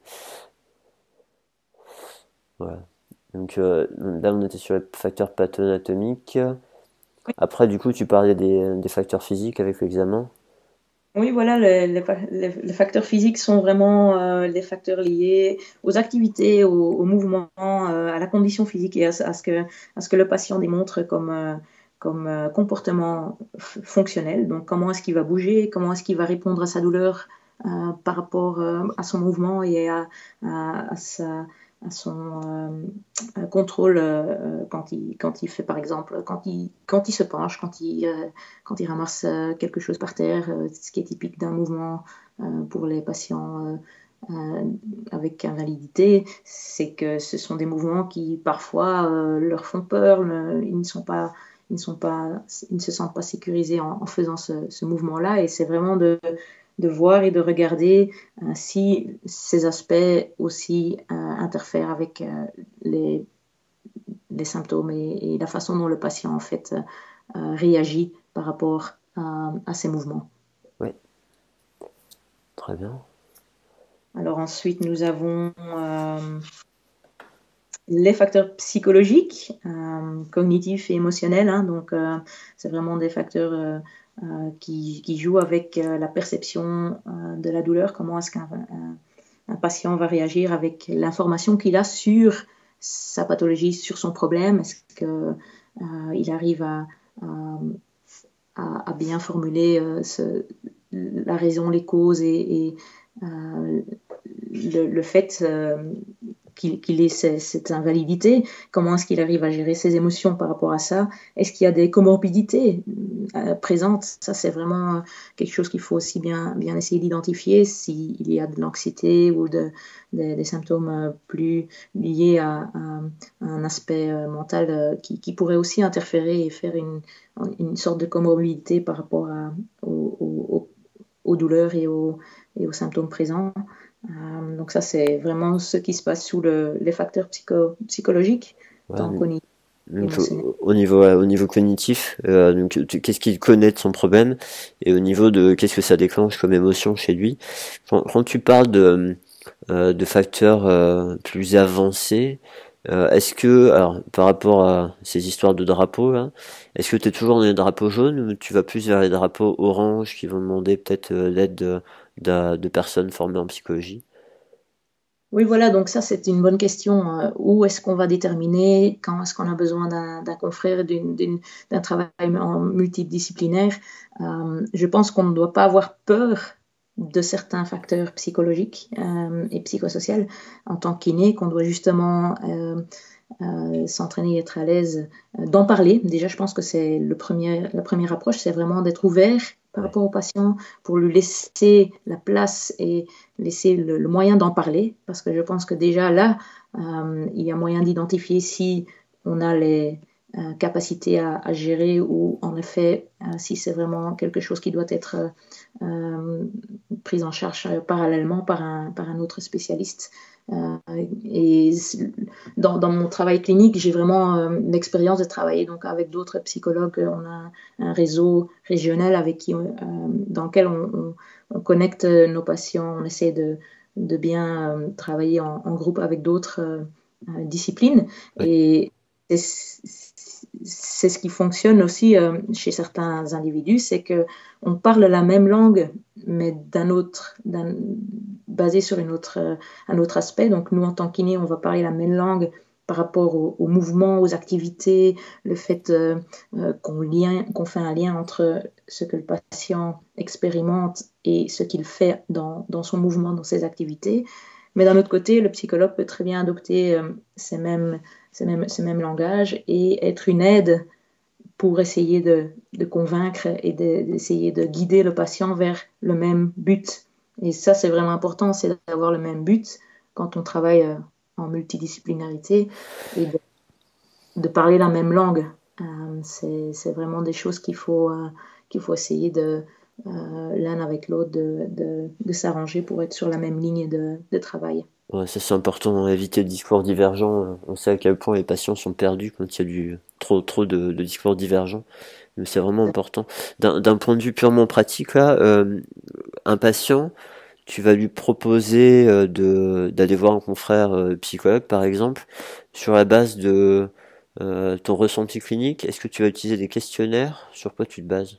Voilà. Donc euh, là, on était sur les facteurs pathonatomiques. Oui. Après, du coup, tu parlais des, des facteurs physiques avec l'examen. Oui, voilà, les, les, les, les facteurs physiques sont vraiment euh, les facteurs liés aux activités, au, au mouvement, euh, à la condition physique et à, à, ce que, à ce que le patient démontre comme, euh, comme euh, comportement f- fonctionnel. Donc, comment est-ce qu'il va bouger, comment est-ce qu'il va répondre à sa douleur euh, par rapport euh, à son mouvement et à, à, à sa, à son euh, contrôle euh, quand, il, quand il fait, par exemple, quand il, quand il se penche, quand il, euh, quand il ramasse euh, quelque chose par terre, euh, ce qui est typique d'un mouvement euh, pour les patients euh, euh, avec invalidité, c'est que ce sont des mouvements qui parfois euh, leur font peur, le, ils ne sont pas ils ne, sont pas, ils ne se sentent pas sécurisés en, en faisant ce, ce mouvement-là. Et c'est vraiment de, de voir et de regarder euh, si ces aspects aussi euh, interfèrent avec euh, les, les symptômes et, et la façon dont le patient en fait euh, réagit par rapport à, à ces mouvements. Oui, très bien. Alors ensuite, nous avons euh, les facteurs psychologiques, euh, cognitifs et émotionnels. Hein, donc, euh, c'est vraiment des facteurs euh, euh, qui, qui jouent avec euh, la perception euh, de la douleur. Comment est-ce qu'un un, un patient va réagir avec l'information qu'il a sur sa pathologie, sur son problème? Est-ce qu'il euh, arrive à, à, à, bien formuler euh, ce, la raison, les causes et, et euh, le, le fait euh, qu'il, qu'il ait cette, cette invalidité, comment est-ce qu'il arrive à gérer ses émotions par rapport à ça? Est-ce qu'il y a des comorbidités euh, présentes? Ça, c'est vraiment quelque chose qu'il faut aussi bien, bien essayer d'identifier, s'il y a de l'anxiété ou de, de, des symptômes plus liés à, à, à un aspect mental qui, qui pourrait aussi interférer et faire une, une sorte de comorbidité par rapport à, aux, aux, aux douleurs et aux, et aux symptômes présents. Euh, donc ça, c'est vraiment ce qui se passe sous le, les facteurs psycho, psychologiques, Ouais, tant cognitifs qu'émotionnels. au niveau, au niveau cognitif, euh, donc, qu'est-ce qu'il connaît de son problème et au niveau de qu'est-ce que ça déclenche comme émotion chez lui. Quand, quand tu parles de, euh, de facteurs euh, plus avancés, euh, est-ce que, alors par rapport à ces histoires de drapeaux là, est-ce que tu es toujours dans les drapeaux jaunes ou tu vas plus vers les drapeaux orange qui vont demander peut-être euh, l'aide de, de, de personnes formées en psychologie? Oui, voilà, donc ça, c'est une bonne question. Euh, où est-ce qu'on va déterminer quand est-ce qu'on a besoin d'un, d'un confrère, d'une, d'une, d'un travail en multidisciplinaire? Euh, je pense qu'on ne doit pas avoir peur de certains facteurs psychologiques euh, et psychosociaux en tant qu'kiné, qu'on doit justement euh, euh, s'entraîner et être à l'aise euh, d'en parler. Déjà, je pense que c'est le premier, la première approche, c'est vraiment d'être ouvert par rapport au patient pour lui laisser la place et laisser le, le moyen d'en parler, parce que je pense que déjà là, euh, il y a moyen d'identifier si on a les euh, capacités à, à gérer ou en effet, euh, si c'est vraiment quelque chose qui doit être euh, pris en charge parallèlement par un, par un autre spécialiste. Euh, et dans, dans, mon travail clinique, j'ai vraiment euh, l'expérience de travailler donc avec d'autres psychologues. On a un, un réseau régional avec qui, euh, dans lequel on, on, on, connecte nos patients. On essaie de, de bien euh, travailler en, en, groupe avec d'autres euh, disciplines. Oui. Et c'est, c'est ce qui fonctionne aussi euh, chez certains individus, c'est que on parle la même langue, mais d'un autre, d'un, basé sur une autre, euh, un autre aspect. Donc nous, en tant qu'kiné, on va parler la même langue par rapport au, au mouvement, aux activités, le fait euh, euh, qu'on, lien, qu'on fait un lien entre ce que le patient expérimente et ce qu'il fait dans, dans son mouvement, dans ses activités. Mais d'un autre côté, le psychologue peut très bien adopter euh, ces mêmes, ces mêmes, ces mêmes langages et être une aide pour essayer de, de convaincre et de, d'essayer de guider le patient vers le même but. Et ça, c'est vraiment important, c'est d'avoir le même but quand on travaille euh, en multidisciplinarité et de, de parler la même langue. Euh, c'est, c'est vraiment des choses qu'il faut, euh, qu'il faut essayer de, euh, l'un avec l'autre de, de, de s'arranger pour être sur la même ligne de, de travail. Ouais, ça c'est important, éviter le discours divergent. On sait à quel point les patients sont perdus quand il y a du trop trop de, de discours divergents. Mais c'est vraiment important. D'un, d'un point de vue purement pratique, là, euh, un patient, tu vas lui proposer euh, de d'aller voir un confrère euh, psychologue, par exemple, sur la base de euh, ton ressenti clinique. Est-ce que tu vas utiliser des questionnaires? Sur quoi tu te bases?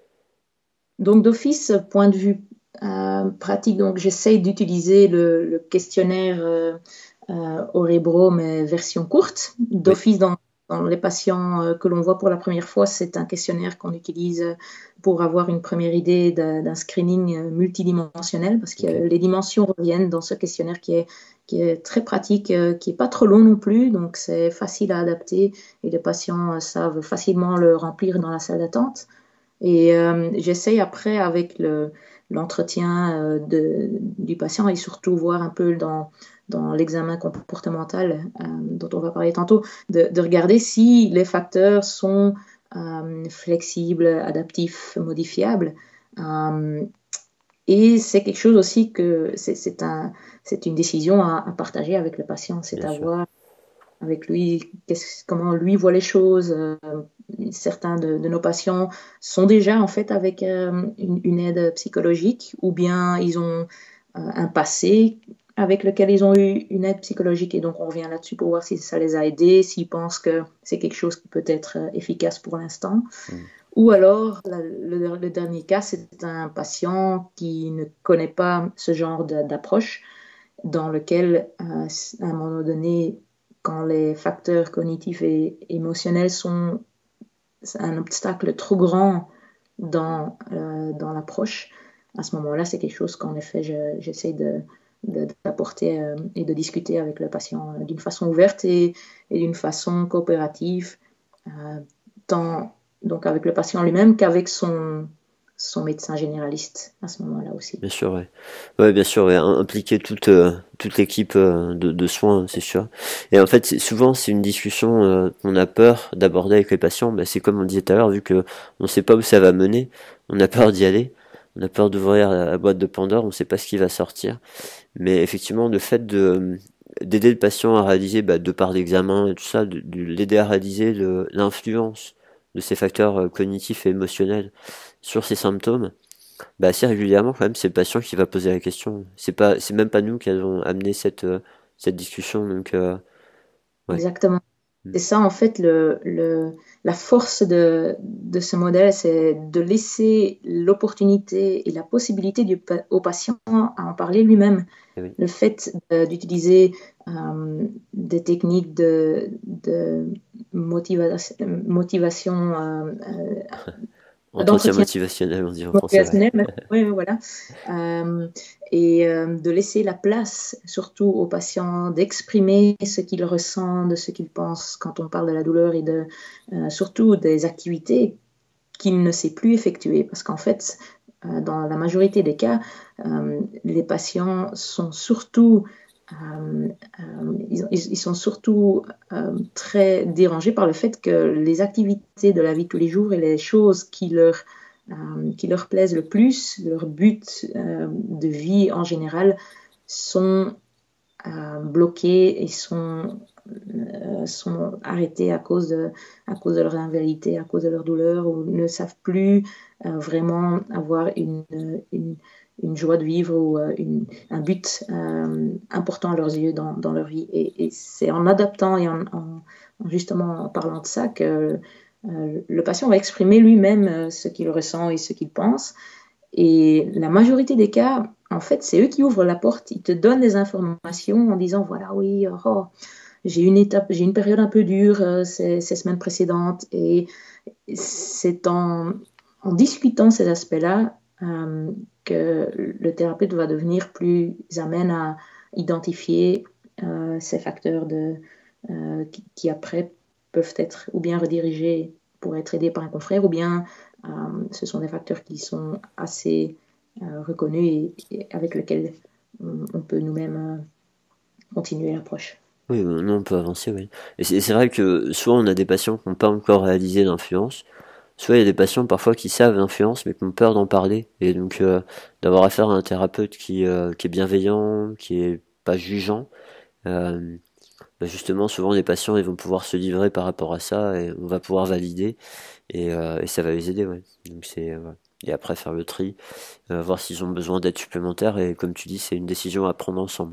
Donc d'office, point de vue euh, pratique, donc j'essaye d'utiliser le, le questionnaire euh, euh, Orebro, mais version courte. Oui. D'office, dans dans les patients euh, que l'on voit pour la première fois, c'est un questionnaire qu'on utilise pour avoir une première idée d'un, d'un screening euh, multidimensionnel, parce que Ok. les dimensions reviennent dans ce questionnaire qui est, qui est très pratique, euh, qui n'est pas trop long non plus, donc c'est facile à adapter et les patients euh, savent facilement le remplir dans la salle d'attente. Et euh, j'essaye après avec le, l'entretien euh, de, du patient et surtout voir un peu dans, dans l'examen comportemental euh, dont on va parler tantôt, de, de regarder si les facteurs sont euh, flexibles, adaptifs, modifiables. Euh, et c'est quelque chose aussi que c'est, c'est, un, c'est une décision à, à partager avec le patient, c'est Bien à sûr. voir avec lui, comment lui voit les choses. Euh, certains de, de, nos patients sont déjà en fait avec euh, une, une, aide psychologique ou bien ils ont euh, un passé avec lequel ils ont eu une aide psychologique et donc on revient là-dessus pour voir si ça les a aidés, s'ils pensent que c'est quelque chose qui peut être efficace pour l'instant. Mm. Ou alors, le, le dernier cas, c'est un patient qui ne connaît pas ce genre d'approche dans lequel, euh, à un moment donné, quand les facteurs cognitifs et émotionnels sont un obstacle trop grand dans, euh, dans l'approche, à ce moment-là, c'est quelque chose qu'en effet, je, j'essaie de, de, d'apporter euh, et de discuter avec le patient euh, d'une façon ouverte et, et d'une façon coopérative, euh, tant donc avec le patient lui-même qu'avec son, son médecin généraliste à ce moment-là aussi. Bien sûr, ouais. Ouais, bien sûr, ouais. Impliquer toute, euh, toute l'équipe euh, de, de soins, c'est sûr. Et en fait, c'est, souvent, c'est une discussion euh, qu'on a peur d'aborder avec les patients. Bah, c'est comme on disait tout à l'heure, vu que on sait pas où ça va mener, on a peur d'y aller, on a peur d'ouvrir la, la boîte de Pandore, on sait pas ce qui va sortir. Mais effectivement, le fait de d'aider le patient à réaliser, bah, de par l'examen et tout ça, de, de l'aider à réaliser le, l'influence de ces facteurs euh, cognitifs et émotionnels sur ses symptômes, bah assez régulièrement quand même, c'est le patient qui va poser la question. C'est pas, c'est même pas nous qui avons amené cette euh, cette discussion, donc euh, ouais. Exactement. Mm. C'est ça, en fait, le, le, la force de, de ce modèle, c'est de laisser l'opportunité et la possibilité du, au patient à en parler lui-même. Eh oui. Le fait de, d'utiliser euh, des techniques de, de motiva- motivation, euh, euh, Entretien d'entretien motivationnel, on dit en français, ouais. motivationnel, mais- oui, oui, voilà. Euh, et euh, de laisser la place, surtout aux patients, d'exprimer ce qu'ils ressentent, de ce qu'ils pensent quand on parle de la douleur et de, euh, surtout des activités qu'il ne sait plus effectuer. Parce qu'en fait, euh, dans la majorité des cas, euh, les patients sont surtout, euh, euh, ils, ils sont surtout euh, très dérangés par le fait que les activités de la vie de tous les jours et les choses qui leur, euh, qui leur plaisent le plus, leur but euh, de vie en général, sont euh, bloqués et sont, euh, sont arrêtés à cause, de, à cause de leur invalidité, à cause de leur douleur, ou ne savent plus euh, vraiment avoir une, une, une, joie de vivre ou euh, une, un but euh, important à leurs yeux dans, dans leur vie. Et, et c'est en adaptant et en, en, justement en parlant de ça que euh, le patient va exprimer lui-même ce qu'il ressent et ce qu'il pense. Et la majorité des cas, en fait, c'est eux qui ouvrent la porte. Ils te donnent des informations en disant, voilà, oui, oh, j'ai une étape, j'ai une période un peu dure euh, ces, ces semaines précédentes. Et c'est en, en discutant ces aspects-là euh, que le thérapeute va devenir plus amène à identifier euh, ces facteurs de, euh, qui, qui après peuvent être ou bien redirigés pour être aidés par un confrère, ou bien euh, ce sont des facteurs qui sont assez euh, reconnus et, et avec lesquels on, on peut nous-mêmes euh, continuer l'approche. Oui, euh, non, on peut avancer, oui. Et c'est, c'est vrai que soit on a des patients qui n'ont pas encore réalisé l'influence, soit il y a des patients parfois qui savent l'influence mais qui ont peur d'en parler. Et donc euh, d'avoir affaire à un thérapeute qui, euh, qui est bienveillant, qui est pas jugeant, euh, bah justement souvent les patients ils vont pouvoir se livrer par rapport à ça et on va pouvoir valider et, euh, et ça va les aider, ouais. Donc c'est euh, ouais. Et après faire le tri, euh, voir s'ils ont besoin d'aide supplémentaire et comme tu dis c'est une décision à prendre ensemble.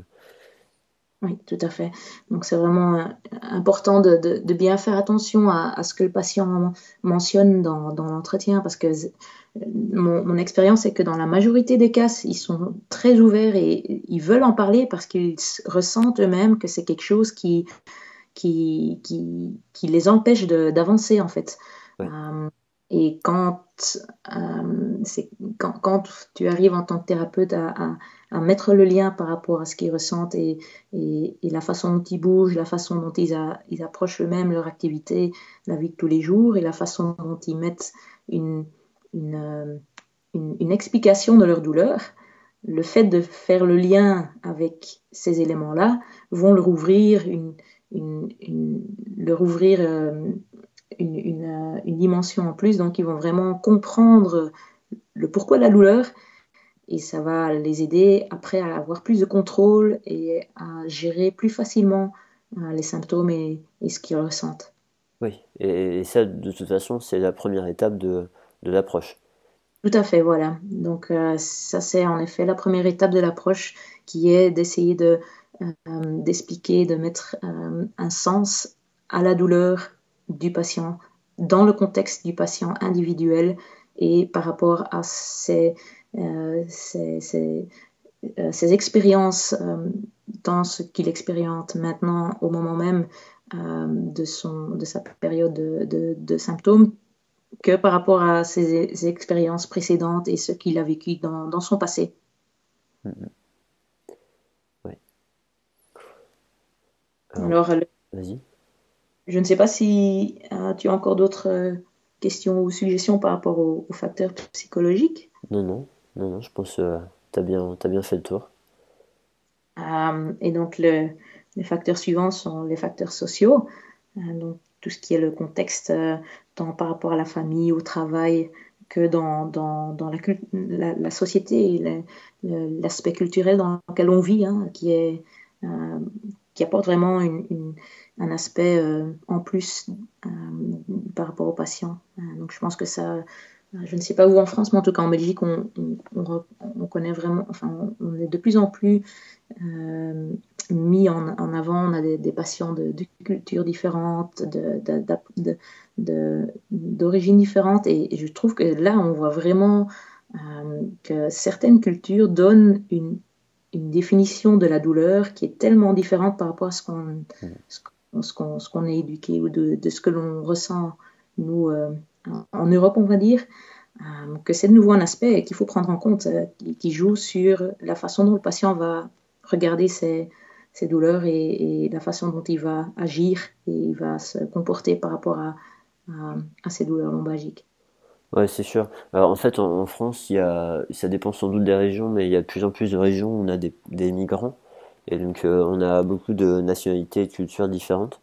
Oui, tout à fait. Donc, c'est vraiment euh, important de, de, de bien faire attention à, à ce que le patient mentionne dans, dans l'entretien, parce que euh, mon, mon expérience est que dans la majorité des cas, ils sont très ouverts et ils veulent en parler parce qu'ils ressentent eux-mêmes que c'est quelque chose qui, qui, qui, qui les empêche de, d'avancer en fait. Ouais. Euh, et quand, euh, c'est, quand, quand tu arrives en tant que thérapeute à, à, à mettre le lien par rapport à ce qu'ils ressentent et, et, et la façon dont ils bougent, la façon dont ils, a, ils approchent eux-mêmes leur activité, la vie de tous les jours, et la façon dont ils mettent une, une, une, une explication de leur douleur, le fait de faire le lien avec ces éléments-là vont leur ouvrir une, une, une, leur ouvrir euh, une, une, euh, une dimension en plus. Donc, ils vont vraiment comprendre le pourquoi de la douleur et ça va les aider après à avoir plus de contrôle et à gérer plus facilement euh, les symptômes et, et ce qu'ils ressentent. Oui, et, et ça, de toute façon, c'est la première étape de, de l'approche. Tout à fait, voilà. Donc, euh, ça, c'est en effet la première étape de l'approche qui est d'essayer de, euh, d'expliquer, de mettre euh, un sens à la douleur du patient dans le contexte du patient individuel et par rapport à ses, euh, ses, ses, euh, ses expériences euh, dans ce qu'il expérimente maintenant au moment même euh, de, son, de sa période de, de, de symptômes que par rapport à ses, ses expériences précédentes et ce qu'il a vécu dans, dans son passé. Mhm. Ouais. Alors, Alors, le- vas-y. je ne sais pas si euh, tu as encore d'autres euh, questions ou suggestions par rapport aux, aux facteurs psychologiques. Non, non, non, non, je pense que tu as bien, t'as bien fait le tour. Euh, et donc, le- les facteurs suivants sont les facteurs sociaux. Euh, donc, tout ce qui est le contexte, euh, tant par rapport à la famille, au travail, que dans, dans, dans la, la, la société et la- le- l'aspect culturel dans lequel on vit, hein, qui, est, euh, qui apporte vraiment une, une- un aspect euh, en plus euh, par rapport aux patients. Euh, donc, je pense que ça, je ne sais pas où en France, mais en tout cas en Belgique, on, on, on, on connaît vraiment, enfin, on est de plus en plus euh, mis en, en avant. On a des, des patients de, de cultures différentes, de, de, de, de, d'origines différentes. Et, et je trouve que là, on voit vraiment euh, que certaines cultures donnent une, une définition de la douleur qui est tellement différente par rapport à ce qu'on, Mhm. ce qu'on, ce qu'on, ce qu'on est éduqué ou de, de ce que l'on ressent, nous, euh, en Europe, on va dire. Euh, que c'est de nouveau un aspect qu'il faut prendre en compte, euh, qui, qui joue sur la façon dont le patient va regarder ses, ses douleurs et, et la façon dont il va agir et il va se comporter par rapport à, à, à ces douleurs lombalgiques. Ouais, c'est sûr. Alors, en fait, en, en France, il y a, ça dépend sans doute des régions, mais il y a de plus en plus de régions où on a des, des migrants. Et donc, euh, on a beaucoup de nationalités et de cultures différentes.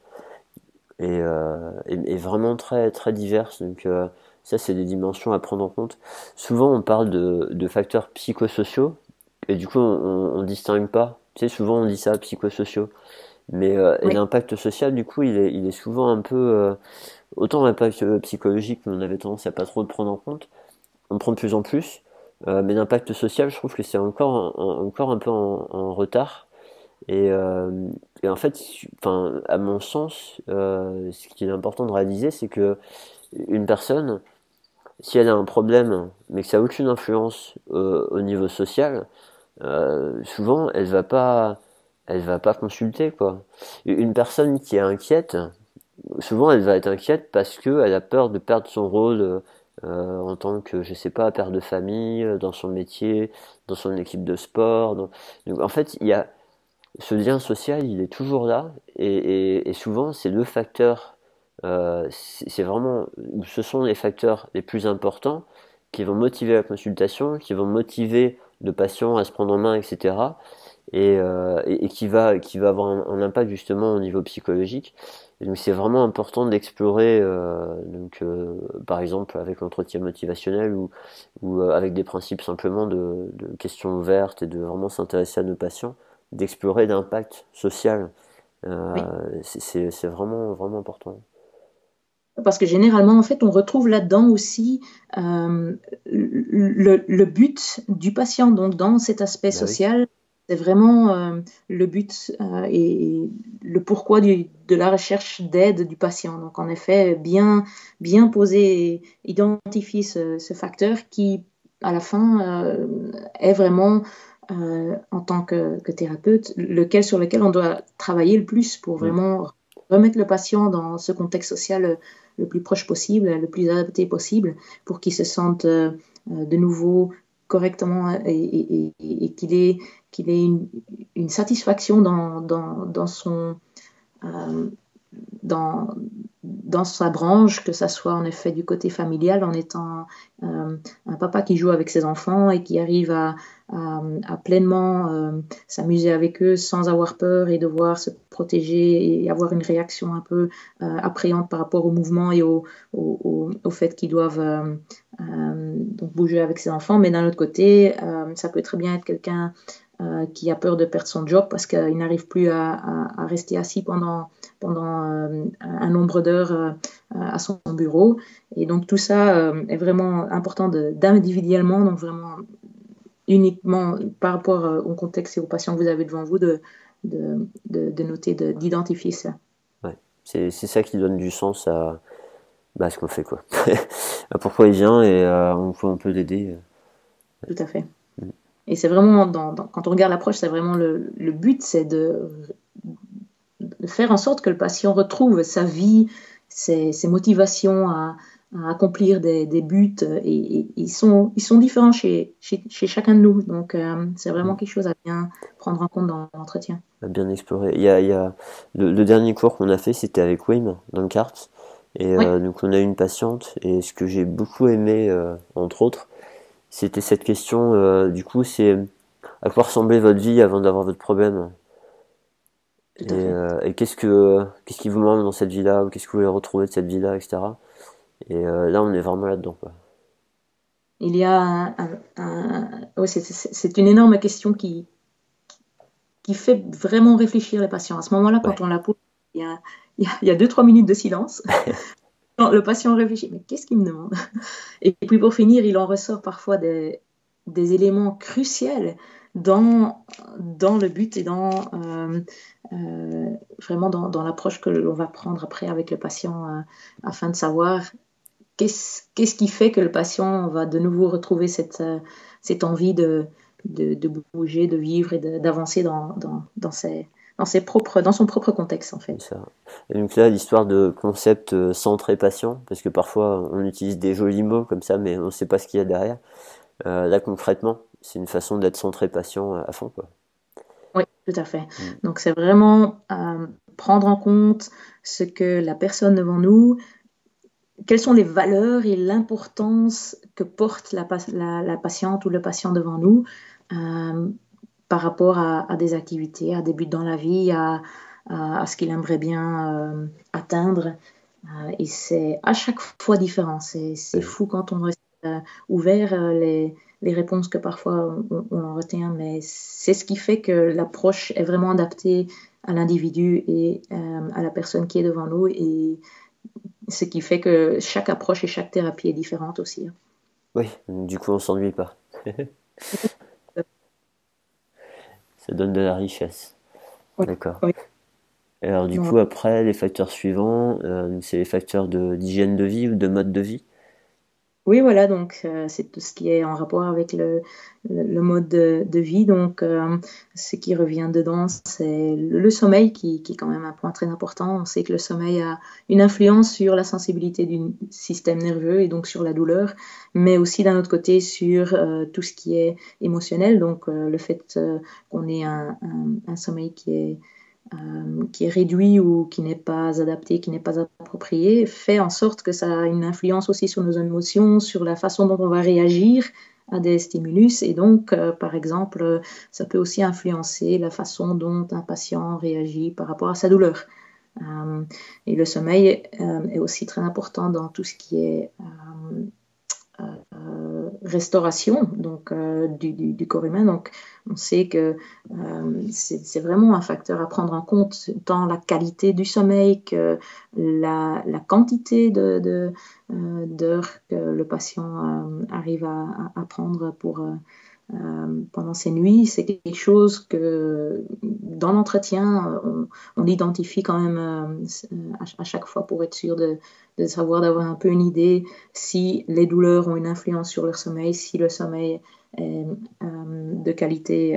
Et, euh, et, et vraiment très, très diverses. Donc, euh, ça, c'est des dimensions à prendre en compte. Souvent, on parle de, de facteurs psychosociaux. Et du coup, on, on distingue pas. Tu sais, souvent, on dit ça, psychosociaux. Mais euh, et Oui, l'impact social, du coup, il est, il est souvent un peu... euh, autant l'impact euh, psychologique, on avait tendance à pas trop le prendre en compte. On le prend de plus en plus. Euh, mais l'impact social, je trouve que c'est encore, en- encore un peu en, en retard. Et, euh, et en fait, enfin, à mon sens, euh, ce qui est important de réaliser, c'est que une personne, si elle a un problème, mais que ça n'a aucune influence euh, au niveau social, euh, souvent, elle va pas, elle va pas consulter, quoi. Une personne qui est inquiète, souvent, elle va être inquiète parce que elle a peur de perdre son rôle euh, en tant que, je sais pas, père de famille, euh, dans son métier, dans son équipe de sport. dans- Donc, en fait, il y a ce lien social, il est toujours là, et, et- et souvent, c'est le facteur, euh, c'est c'est vraiment, ce sont les facteurs les plus importants qui vont motiver la consultation, qui vont motiver le patient à se prendre en main, et cetera. Et, euh, et, et qui va, qui va avoir un, un impact justement au niveau psychologique. Et donc c'est vraiment important d'explorer, euh, donc euh, par exemple avec l'entretien motivationnel ou, ou euh, avec des principes simplement de, de questions ouvertes et de vraiment s'intéresser à nos patients, d'explorer l'impact social. Euh, oui. c'est c'est- c'est vraiment, vraiment important. Parce que généralement, en fait, on retrouve là-dedans aussi euh, le, le but du patient. Donc, dans cet aspect Bah oui. social, c'est vraiment euh, le but euh, et le pourquoi du- de la recherche d'aide du patient. Donc, en effet, bien, bien poser et identifier ce, ce facteur qui, à la fin, euh, est vraiment, euh, en tant que, que thérapeute, lequel sur lequel on doit travailler le plus pour Mm. vraiment remettre le patient dans ce contexte social le, le plus proche possible, le plus adapté possible, pour qu'il se sente euh, de nouveau correctement et, et, et, et qu'il ait, qu'il ait une, une satisfaction dans, dans, dans son... Euh, dans, dans sa branche, que ça soit en effet du côté familial, en étant euh, un papa qui joue avec ses enfants et qui arrive à, à, à pleinement euh, s'amuser avec eux sans avoir peur et devoir se protéger et avoir une réaction un peu euh, appréhende par rapport au mouvement et au, au, au, au fait qu'ils doivent euh, euh, donc bouger avec ses enfants. Mais d'un autre côté, euh, ça peut très bien être quelqu'un euh, qui a peur de perdre son job parce qu'il n'arrive plus à, à, à rester assis pendant pendant euh, un nombre d'heures euh, à son bureau. Et donc tout ça euh, est vraiment important de, d'individuellement, donc vraiment uniquement par rapport euh, au contexte et aux patients que vous avez devant vous, de, de, de, de noter, de, d'identifier ça. Ouais. C'est, c'est ça qui donne du sens à, bah, à ce qu'on fait, quoi. À pourquoi il vient et euh, on, peut, on peut l'aider. Tout à fait. Mm. Et c'est vraiment, dans, dans, quand on regarde l'approche, c'est vraiment le, le but, c'est de, de faire en sorte que le patient retrouve sa vie, ses, ses motivations à, à accomplir des, des buts. Et, et ils, sont, ils sont différents chez, chez, chez chacun de nous. Donc, euh, c'est vraiment quelque chose à bien prendre en compte dans l'entretien. À bien explorer. Il y a, il y a le, le dernier cours qu'on a fait, c'était avec Wim dans le kart. Et Oui. euh, donc on a une patiente. Et ce que j'ai beaucoup aimé, euh, entre autres, c'était cette question. Euh, du coup, c'est à quoi ressemblait votre vie avant d'avoir votre problème. Tout Et, à fait. euh, et qu'est-ce que qu'est-ce qui vous manque dans cette vie-là, ou qu'est-ce que vous voulez retrouver de cette vie-là, et cetera. Et euh, là, on est vraiment là-dedans, quoi. Il y a un, un, un... Oui, c'est, c'est, c'est une énorme question qui, qui fait vraiment réfléchir les patients. À ce moment-là, Ouais. quand on la pose, il y a, il y a, il y a deux, trois minutes de silence. Le patient réfléchit, mais qu'est-ce qu'il me demande? Et puis pour finir, il en ressort parfois des, des éléments cruciaux dans, dans le but et dans euh, euh, vraiment dans, dans l'approche que l'on va prendre après avec le patient euh, afin de savoir qu'est-ce, qu'est-ce qui fait que le patient va de nouveau retrouver cette, euh, cette envie de, de, de bouger, de vivre et de, d'avancer dans, dans, dans, ses, dans, ses propres, dans son propre contexte en C'est fait. ça. Et donc là, l'histoire de concept euh, centré patient, parce que parfois on utilise des jolis mots comme ça, mais on ne sait pas ce qu'il y a derrière. Euh, là, concrètement, c'est une façon d'être centré patient à fond, quoi. Oui, tout à fait. Mm. Donc c'est vraiment euh, prendre en compte ce que la personne devant nous, quelles sont les valeurs et l'importance que porte la, la, la patiente ou le patient devant nous euh, par rapport à, à des activités, à des buts dans la vie, à, à, à ce qu'il aimerait bien euh, atteindre. Euh, et c'est à chaque fois différent. C'est, c'est Ouais. fou quand on reste euh, ouvert euh, les, les réponses que parfois on, on en retient, mais c'est ce qui fait que l'approche est vraiment adaptée à l'individu et euh, à la personne qui est devant nous, et ce qui fait que chaque approche et chaque thérapie est différente aussi. Oui, du coup, on s'ennuie pas. Ça donne de la richesse. Oui, D'accord. oui. Et alors, du Donc, coup, après, les facteurs suivants, euh, c'est les facteurs de, d'hygiène de vie ou de mode de vie. oui, voilà, donc euh, c'est tout ce qui est en rapport avec le, le, le mode de, de vie. Donc, euh, ce qui revient dedans, c'est le sommeil qui, qui est quand même un point très important. On sait que le sommeil a une influence sur la sensibilité du système nerveux et donc sur la douleur, mais aussi d'un autre côté sur euh, tout ce qui est émotionnel. Donc, euh, le fait euh, qu'on ait un, un, un sommeil qui est euh, qui est réduit ou qui n'est pas adapté, qui n'est pas approprié, fait en sorte que ça a une influence aussi sur nos émotions, sur la façon dont on va réagir à des stimulus. Et donc, euh, par exemple, ça peut aussi influencer la façon dont un patient réagit par rapport à sa douleur. Euh, et le sommeil euh, est aussi très important dans tout ce qui est euh, euh, restauration donc, euh, du, du, du, corps humain. Donc, on sait que euh, c'est, c'est vraiment un facteur à prendre en compte, tant la qualité du sommeil que la, la quantité de, de, euh, d'heures que le patient euh, arrive à, à, prendre pour, euh, euh, pendant ces nuits. C'est quelque chose que dans l'entretien, on, on identifie quand même euh, à, à chaque fois pour être sûr de, de savoir, d'avoir un peu une idée si les douleurs ont une influence sur leur sommeil, si le sommeil est euh, de qualité euh,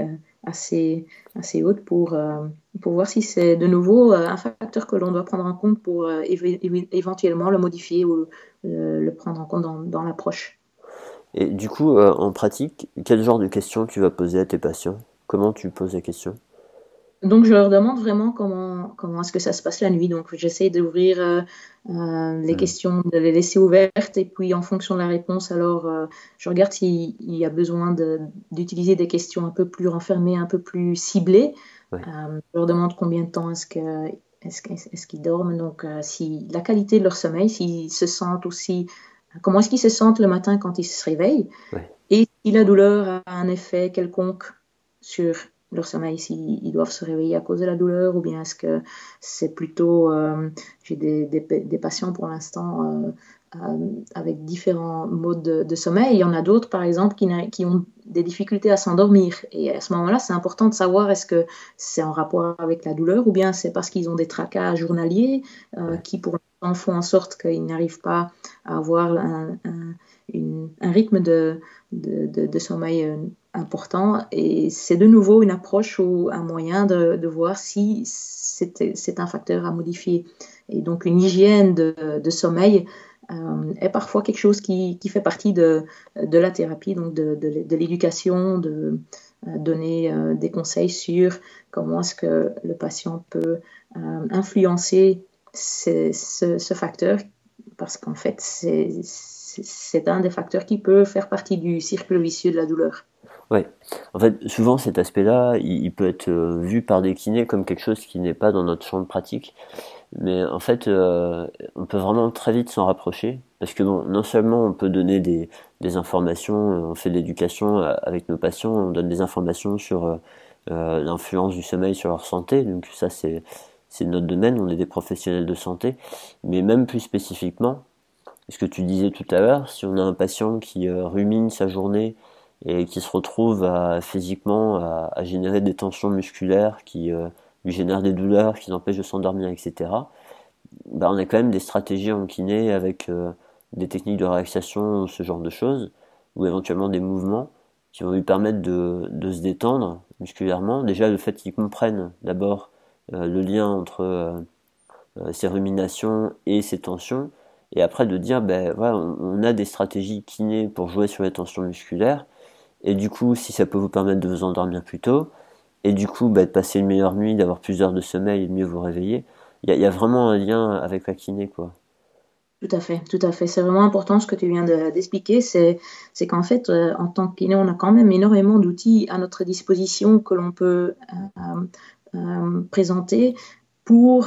assez, assez haute pour, euh, pour voir si c'est de nouveau euh, un facteur que l'on doit prendre en compte pour euh, éve- éve- éventuellement le modifier ou le, le prendre en compte dans, dans l'approche. Et du coup, euh, en pratique, quel genre de questions tu vas poser à tes patients? Comment tu poses la question? Donc, je leur demande vraiment comment, comment est-ce que ça se passe la nuit. Donc, j'essaie d'ouvrir euh, euh, les Hmm. questions, de les laisser ouvertes. Et puis, en fonction de la réponse, alors, euh, je regarde s'il y a besoin de- d'utiliser des questions un peu plus renfermées, un peu plus ciblées. Ouais. Euh, je leur demande combien de temps est-ce que, est-ce, que- est-ce qu'ils dorment. Donc, euh, si la qualité de leur sommeil, s'ils se sentent aussi, comment est-ce qu'ils se sentent le matin quand ils se réveillent. Ouais. Et si la douleur a un effet quelconque sur leur sommeil, s'ils doivent se réveiller à cause de la douleur, ou bien est-ce que c'est plutôt... euh, j'ai des, des, des patients pour l'instant euh, euh, avec différents modes de, de sommeil. Il y en a d'autres, par exemple, qui, qui ont des difficultés à s'endormir. Et à ce moment-là, c'est important de savoir est-ce que c'est en rapport avec la douleur, ou bien c'est parce qu'ils ont des tracas journaliers euh, Ouais. qui, pour l'instant, font en sorte qu'ils n'arrivent pas à avoir un, un, une, un rythme de de, de, de sommeil euh, important. Et c'est de nouveau une approche ou un moyen de, de voir si c'est, c'est un facteur à modifier. Et donc une hygiène de, de sommeil euh, est parfois quelque chose qui, qui fait partie de, de la thérapie, donc de, de, de l'éducation, de euh, donner euh, des conseils sur comment est-ce que le patient peut euh, influencer ce, ce, ce facteur, parce qu'en fait, c'est, c'est un des facteurs qui peut faire partie du cercle vicieux de la douleur. Ouais. En fait, souvent cet aspect-là, il, il peut être euh, vu par des kinés comme quelque chose qui n'est pas dans notre champ de pratique. Mais en fait, euh, on peut vraiment très vite s'en rapprocher. Parce que bon, non seulement on peut donner des, des informations, euh, on fait de l'éducation euh, avec nos patients, on donne des informations sur euh, euh, l'influence du sommeil sur leur santé. Donc ça, c'est, c'est notre domaine, on est des professionnels de santé. Mais même plus spécifiquement, ce que tu disais tout à l'heure, si on a un patient qui euh, rumine sa journée et qui se retrouve à, physiquement à, à générer des tensions musculaires qui euh, lui génèrent des douleurs, qui l'empêchent de s'endormir, et cetera. Bah, on a quand même des stratégies en kiné avec euh, des techniques de relaxation, ce genre de choses, ou éventuellement des mouvements qui vont lui permettre de, de se détendre musculairement. Déjà, le fait qu'il comprenne d'abord euh, le lien entre euh, euh, ses ruminations et ses tensions, et après de dire, ben voilà, on, on a des stratégies kiné pour jouer sur les tensions musculaires, et du coup, si ça peut vous permettre de vous endormir plus tôt, et du coup, bah, de passer une meilleure nuit, d'avoir plus d'heures de sommeil et de mieux vous réveiller, il y a, y a vraiment un lien avec la kiné, quoi. Tout à fait, tout à fait. C'est vraiment important ce que tu viens de, d'expliquer. C'est, c'est qu'en fait, euh, en tant que kiné, on a quand même énormément d'outils à notre disposition que l'on peut euh, euh, présenter pour,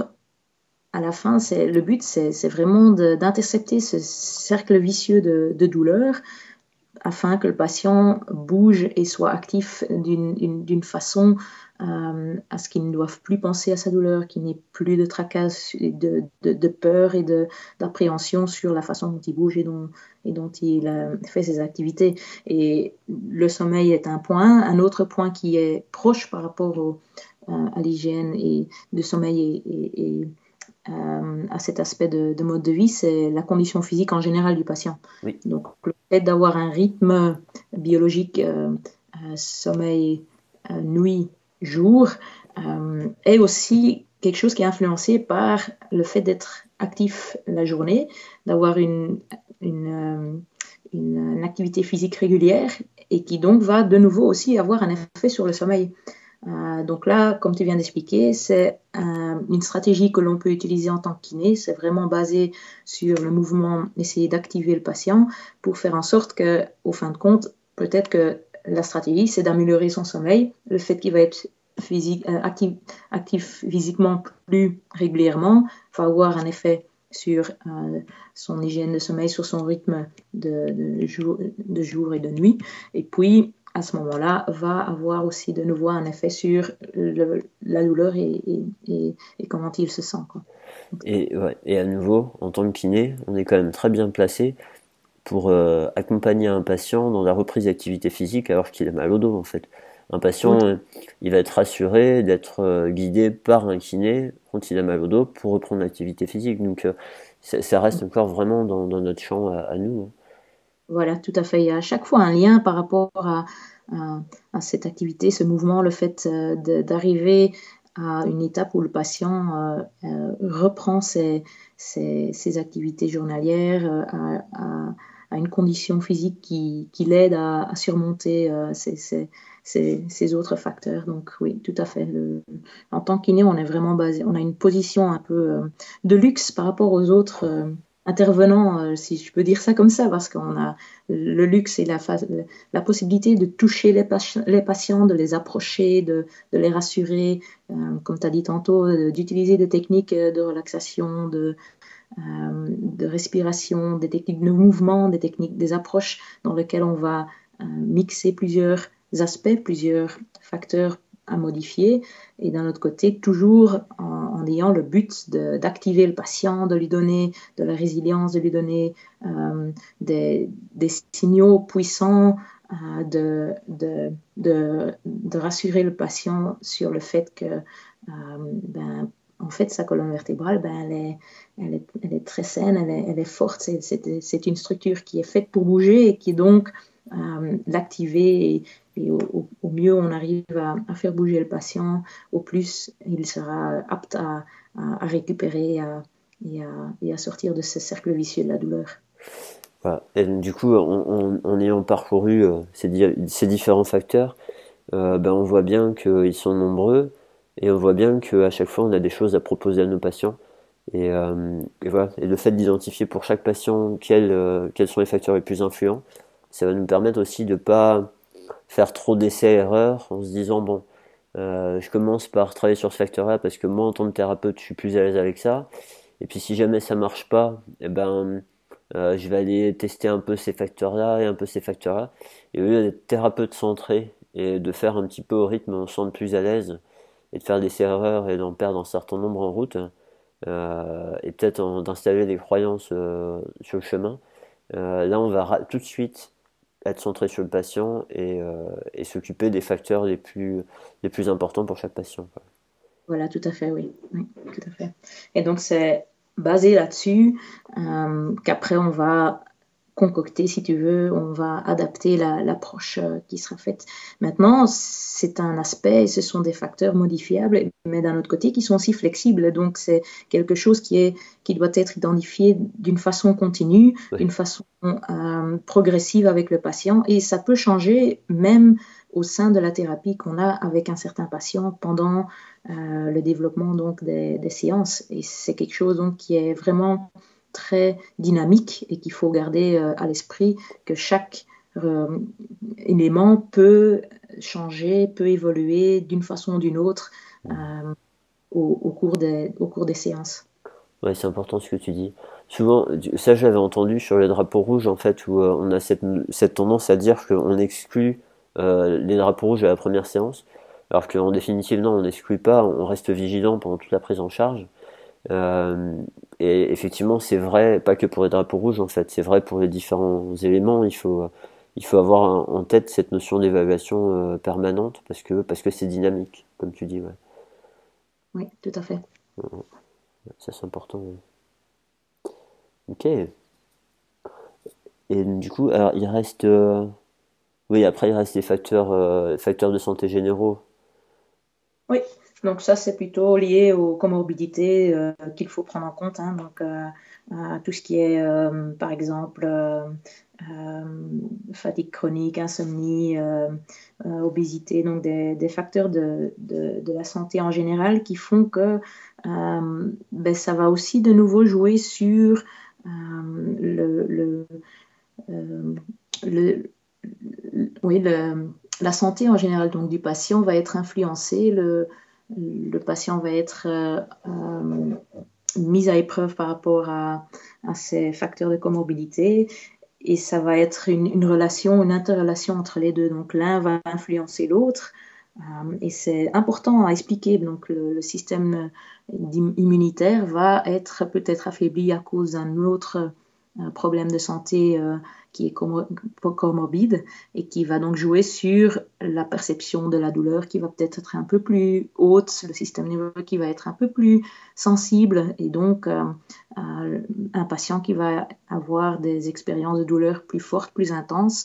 à la fin, c'est, le but, c'est, c'est vraiment de, d'intercepter ce cercle vicieux de, de douleur afin que le patient bouge et soit actif d'une, d'une, d'une façon euh, à ce qu'il ne doive plus penser à sa douleur, qu'il n'ait plus de tracas, de, de, de peur et de, d'appréhension sur la façon dont il bouge et dont, et dont il euh, fait ses activités. Et le sommeil est un point. Un autre point qui est proche par rapport au, euh, à l'hygiène et de sommeil et, et, et euh, à cet aspect de, de, mode de vie, c'est la condition physique en général du patient. Oui. Donc, le fait d'avoir un rythme biologique, euh, euh, sommeil, euh, nuit, jour, euh, est aussi quelque chose qui est influencé par le fait d'être actif la journée, d'avoir une, une, euh, une, une activité physique régulière et qui donc va de nouveau aussi avoir un effet sur le sommeil. Euh, donc là, comme tu viens d'expliquer, c'est un, une stratégie que l'on peut utiliser en tant que kiné. C'est vraiment basé sur le mouvement, essayer d'activer le patient pour faire en sorte que, au fin de compte, peut-être que la stratégie, c'est d'améliorer son sommeil. Le fait qu'il va être physique, euh, actif, actif physiquement plus régulièrement va avoir un effet sur euh, son hygiène de sommeil, sur son rythme de, de, jour, de jour et de nuit. Et puis, à ce moment-là, va avoir aussi de nouveau un effet sur le, la douleur et, et, et, et, comment il se sent, quoi. Donc, Et, ouais, et à nouveau, en tant que kiné, on est quand même très bien placé pour euh, accompagner un patient dans la reprise d'activité physique alors qu'il a mal au dos, en fait. Un tout, patient, euh, il va être rassuré d'être euh, guidé par un kiné quand il a mal au dos pour reprendre l'activité physique. Donc euh, ça, ça reste encore vraiment dans, dans notre champ à, à nous, hein. voilà, tout à fait. Il y a à chaque fois un lien par rapport à, à, à cette activité, ce mouvement, le fait euh, de, d'arriver à une étape où le patient euh, euh, reprend ses, ses, ses activités journalières, euh, à, à, à une condition physique qui, qui l'aide à, à surmonter euh, ces, ces, ces, ces autres facteurs. Donc oui, tout à fait. Le, en tant qu'iné, on est vraiment basé, on a une position un peu euh, de luxe par rapport aux autres euh, intervenants, euh, si je peux dire ça comme ça, parce qu'on a le luxe et la, la possibilité de toucher les, pa- les patients, de les approcher, de, de les rassurer, euh, comme tu as dit tantôt, d'utiliser des techniques de relaxation, de, euh, de respiration, des techniques de mouvement, des techniques, des approches dans lesquelles on va euh, mixer plusieurs aspects, plusieurs facteurs à modifier, et d'un autre côté, toujours en, en ayant le but de, d'activer le patient, de lui donner de la résilience, de lui donner euh, des, des signaux puissants, euh, de, de, de, de rassurer le patient sur le fait que euh, ben, en fait, sa colonne vertébrale, ben, elle, est, elle, est, elle est très saine, elle est, elle est forte. C'est, c'est, c'est une structure qui est faite pour bouger et qui donc euh, l'activer. Et, et au, au mieux on arrive à, à faire bouger le patient, au plus il sera apte à, à, à récupérer à, et, à, et à sortir de ce cercle vicieux de la douleur. Voilà. Et du coup, en, en, en ayant parcouru euh, ces, di- ces différents facteurs, euh, ben, on voit bien qu'ils sont nombreux et on voit bien qu'à chaque fois, on a des choses à proposer à nos patients. Et, euh, et voilà. Et le fait d'identifier pour chaque patient quels, euh, quels sont les facteurs les plus influents, ça va nous permettre aussi de pas faire trop d'essais-erreurs en se disant bon, euh, je commence par travailler sur ce facteur-là parce que moi, en tant que thérapeute, je suis plus à l'aise avec ça. Et puis si jamais ça marche pas, eh ben, euh, je vais aller tester un peu ces facteurs-là et un peu ces facteurs-là. Et au lieu d'être thérapeute centré et de faire un petit peu au rythme, on se sent plus à l'aise et de faire des erreurs et d'en perdre un certain nombre en route, euh, et peut-être en- d'installer des croyances euh, sur le chemin. Euh, là, on va ra- tout de suite être centré sur le patient et, euh, et s'occuper des facteurs les plus, les plus importants pour chaque patient, quoi. Voilà, tout à fait, oui. Oui, tout à fait. Et donc, c'est basé là-dessus euh, qu'après, on va concocter, si tu veux, on va adapter la, l'approche euh, qui sera faite. Maintenant, c'est un aspect, ce sont des facteurs modifiables, mais d'un autre côté, qui sont aussi flexibles. Donc, c'est quelque chose qui, est, qui doit être identifié d'une façon continue, Ouais. d'une façon euh, progressive avec le patient, et ça peut changer même au sein de la thérapie qu'on a avec un certain patient pendant euh, le développement donc des, des séances. Et c'est quelque chose donc qui est vraiment très dynamique et qu'il faut garder euh, à l'esprit que chaque euh, élément peut changer, peut évoluer d'une façon ou d'une autre euh, au, au, cours des, au cours des séances. Ouais, c'est important ce que tu dis. Souvent, ça j'avais entendu sur les drapeaux rouges en fait, où euh, on a cette, cette tendance à dire qu'on exclut euh, les drapeaux rouges à la première séance, alors qu'en définitive non, on n'exclut pas, on reste vigilant pendant toute la prise en charge. Euh, et effectivement, c'est vrai, pas que pour les drapeaux rouges en fait, c'est vrai pour les différents éléments. Il faut, il faut avoir en tête cette notion d'évaluation euh, permanente parce que parce que c'est dynamique, comme tu dis. Ouais. Oui, tout à fait. Ça c'est important. Ouais. Ok. Et du coup, alors il reste, euh, oui, après il reste les facteurs, euh, facteurs de santé généraux. Oui, donc ça c'est plutôt lié aux comorbidités euh, qu'il faut prendre en compte. Hein, donc euh, à tout ce qui est, euh, par exemple, euh, euh, fatigue chronique, insomnie, euh, euh, obésité, donc des, des facteurs de, de, de, la santé en général qui font que euh, ben, ça va aussi de nouveau jouer sur euh, le, le, euh, le, oui, le, la santé en général donc, du patient va être influencée, le, le patient va être euh, euh, mis à épreuve par rapport à, à ces facteurs de comorbidité et ça va être une, une relation, une interrelation entre les deux. Donc l'un va influencer l'autre euh, et c'est important à expliquer. Donc le, le système immunitaire va être peut-être affaibli à cause d'un autre euh, problème de santé euh, qui est comorbide et qui va donc jouer sur la perception de la douleur qui va peut-être être un peu plus haute, le système nerveux qui va être un peu plus sensible et donc euh, euh, un patient qui va avoir des expériences de douleur plus fortes, plus intenses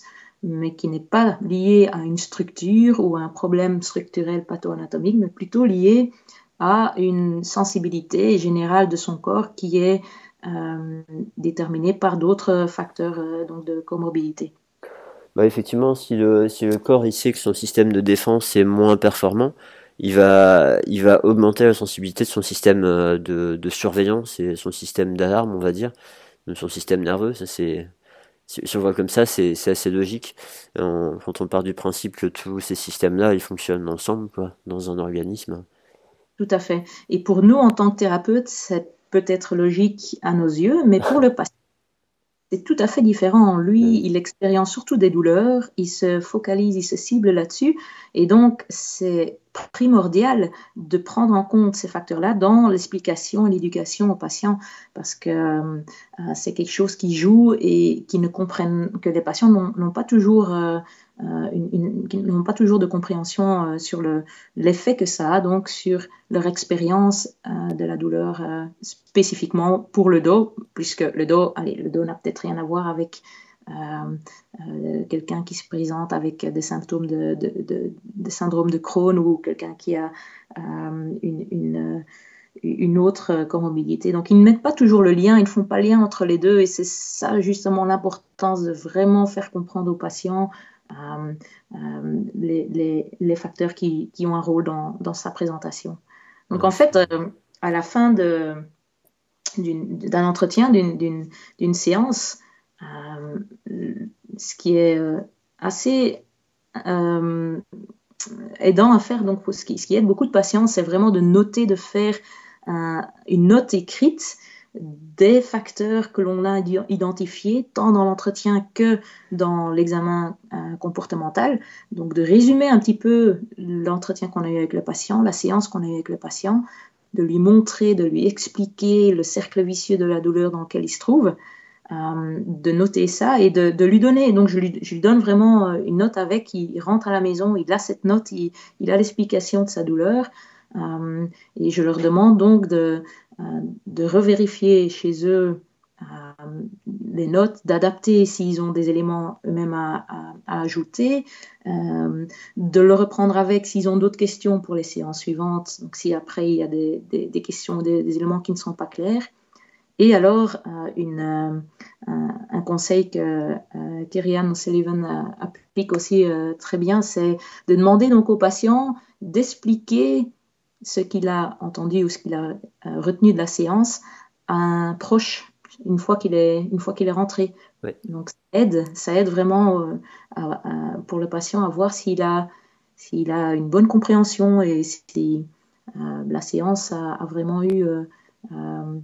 mais qui n'est pas lié à une structure ou à un problème structurel patho-anatomique, mais plutôt lié à une sensibilité générale de son corps qui est euh, déterminée par d'autres facteurs euh, donc de comorbidité. Bah effectivement, si le, si le corps il sait que son système de défense est moins performant, il va, il va augmenter la sensibilité de son système euh, de, de surveillance et son système d'alarme, on va dire, de son système nerveux. Ça c'est, si, si on voit comme ça, c'est, c'est assez logique. On- quand on part du principe que tous ces systèmes-là, ils fonctionnent ensemble, quoi, dans un organisme. Tout à fait. Et pour nous, en tant que thérapeute, c'est peut-être logique à nos yeux, mais pour le patient, c'est tout à fait différent. Lui, il expérience surtout des douleurs, il se focalise, il se cible là-dessus. Et donc, c'est primordial de prendre en compte ces facteurs-là dans l'explication et l'éducation aux patients parce que euh, c'est quelque chose qui joue et qui ne comprennent, que les patients n'ont, n'ont pas toujours, euh, une, une, qui n'ont pas toujours de compréhension euh, sur le, l'effet que ça a donc sur leur expérience euh, de la douleur euh, spécifiquement pour le dos, puisque le dos, allez, le dos n'a peut-être rien à voir avec euh, euh, quelqu'un qui se présente avec des symptômes de, de, de, de syndrome de Crohn ou quelqu'un qui a euh, une, une, une autre comorbidité. Donc, ils ne mettent pas toujours le lien, ils ne font pas le lien entre les deux et c'est ça justement l'importance de vraiment faire comprendre aux patients euh, euh, les, les, les facteurs qui, qui ont un rôle dans, dans sa présentation. Donc, Ouais, en c'est- fait, euh, à la fin de, d'une, d'un entretien, d'une, d'une, d'une séance, euh, ce qui est euh, assez euh, aidant à faire, donc ce qui, ce qui aide beaucoup de patients, c'est vraiment de noter, de faire un, une note écrite des facteurs que l'on a identifiés, tant dans l'entretien que dans l'examen euh, comportemental. Donc de résumer un petit peu l'entretien qu'on a eu avec le patient, la séance qu'on a eue avec le patient, de lui montrer, de lui expliquer le cercle vicieux de la douleur dans lequel il se trouve, euh, de noter ça et de, de lui donner. Donc je lui, je lui donne vraiment une note avec, il rentre à la maison, il a cette note, il, il a l'explication de sa douleur. Euh, et je leur demande donc de, euh, de revérifier chez eux euh, les notes, d'adapter s'ils ont des éléments eux-mêmes à, à, à ajouter, euh, de le reprendre avec s'ils ont d'autres questions pour les séances suivantes, donc si après il y a des, des, des questions, des, des éléments qui ne sont pas clairs. Et alors, euh, une, euh, un, un conseil que euh, Kerianne O'Sullivan euh, applique aussi euh, très bien, c'est de demander donc au patient d'expliquer ce qu'il a entendu ou ce qu'il a euh, retenu de la séance à un proche une fois qu'il est, une fois qu'il est rentré. ouais. Donc, ça aide, ça aide vraiment euh, à, à, pour le patient à voir s'il a, s'il a une bonne compréhension et si euh, la séance a, a vraiment eu euh, euh,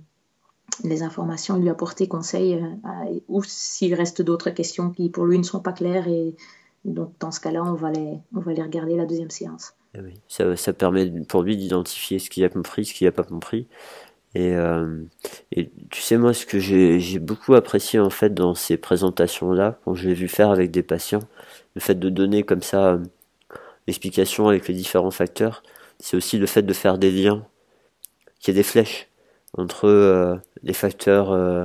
les informations lui apporter conseil euh, ou s'il reste d'autres questions qui pour lui ne sont pas claires et donc dans ce cas-là on va les, on va les regarder la deuxième séance. Ah oui. Ça, ça permet pour lui d'identifier ce qu'il a compris, ce qu'il n'a pas compris. Et, euh, et tu sais, moi, ce que j'ai, j'ai beaucoup apprécié en fait dans ces présentations-là, quand je l'ai vu faire avec des patients, le fait de donner comme ça euh, l'explication avec les différents facteurs, c'est aussi le fait de faire des liens, qu'il y ait des flèches entre euh, les facteurs, euh,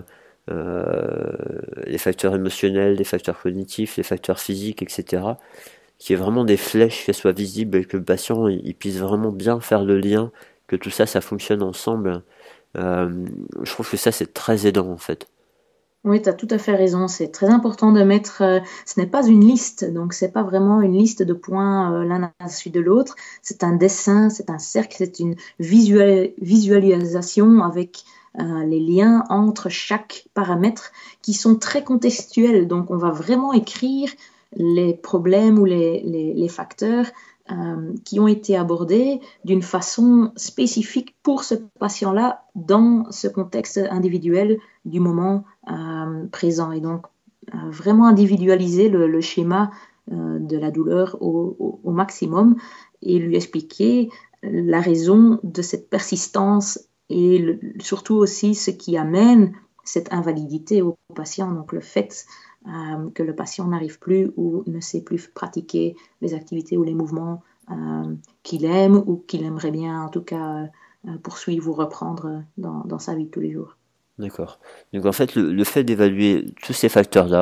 euh, les facteurs émotionnels, les facteurs cognitifs, les facteurs physiques, et cetera. Qu'il y ait vraiment des flèches qui soient visibles et que le patient il, il puisse vraiment bien faire le lien, que tout ça, ça fonctionne ensemble. Euh, je trouve que ça, c'est très aidant en fait. Oui, tu as tout à fait raison. C'est très important de mettre. Euh, ce n'est pas une liste, donc c'est pas vraiment une liste de points euh, l'un à la suite de l'autre. C'est un dessin, c'est un cercle, c'est une visual, visualisation avec euh, les liens entre chaque paramètre qui sont très contextuels. Donc on va vraiment écrire les problèmes ou les, les, les facteurs euh, qui ont été abordés d'une façon spécifique pour ce patient-là dans ce contexte individuel du moment euh, présent. Et donc, euh, vraiment individualiser le, le schéma euh, de la douleur au, au, au maximum et lui expliquer la raison de cette persistance et le, surtout aussi ce qui amène cette invalidité au patient. Donc, le fait euh, que le patient n'arrive plus ou ne sait plus pratiquer les activités ou les mouvements euh, qu'il aime ou qu'il aimerait bien en tout cas euh, poursuivre ou reprendre dans, dans sa vie de tous les jours. D'accord. Donc en fait, le, le fait d'évaluer tous ces facteurs-là,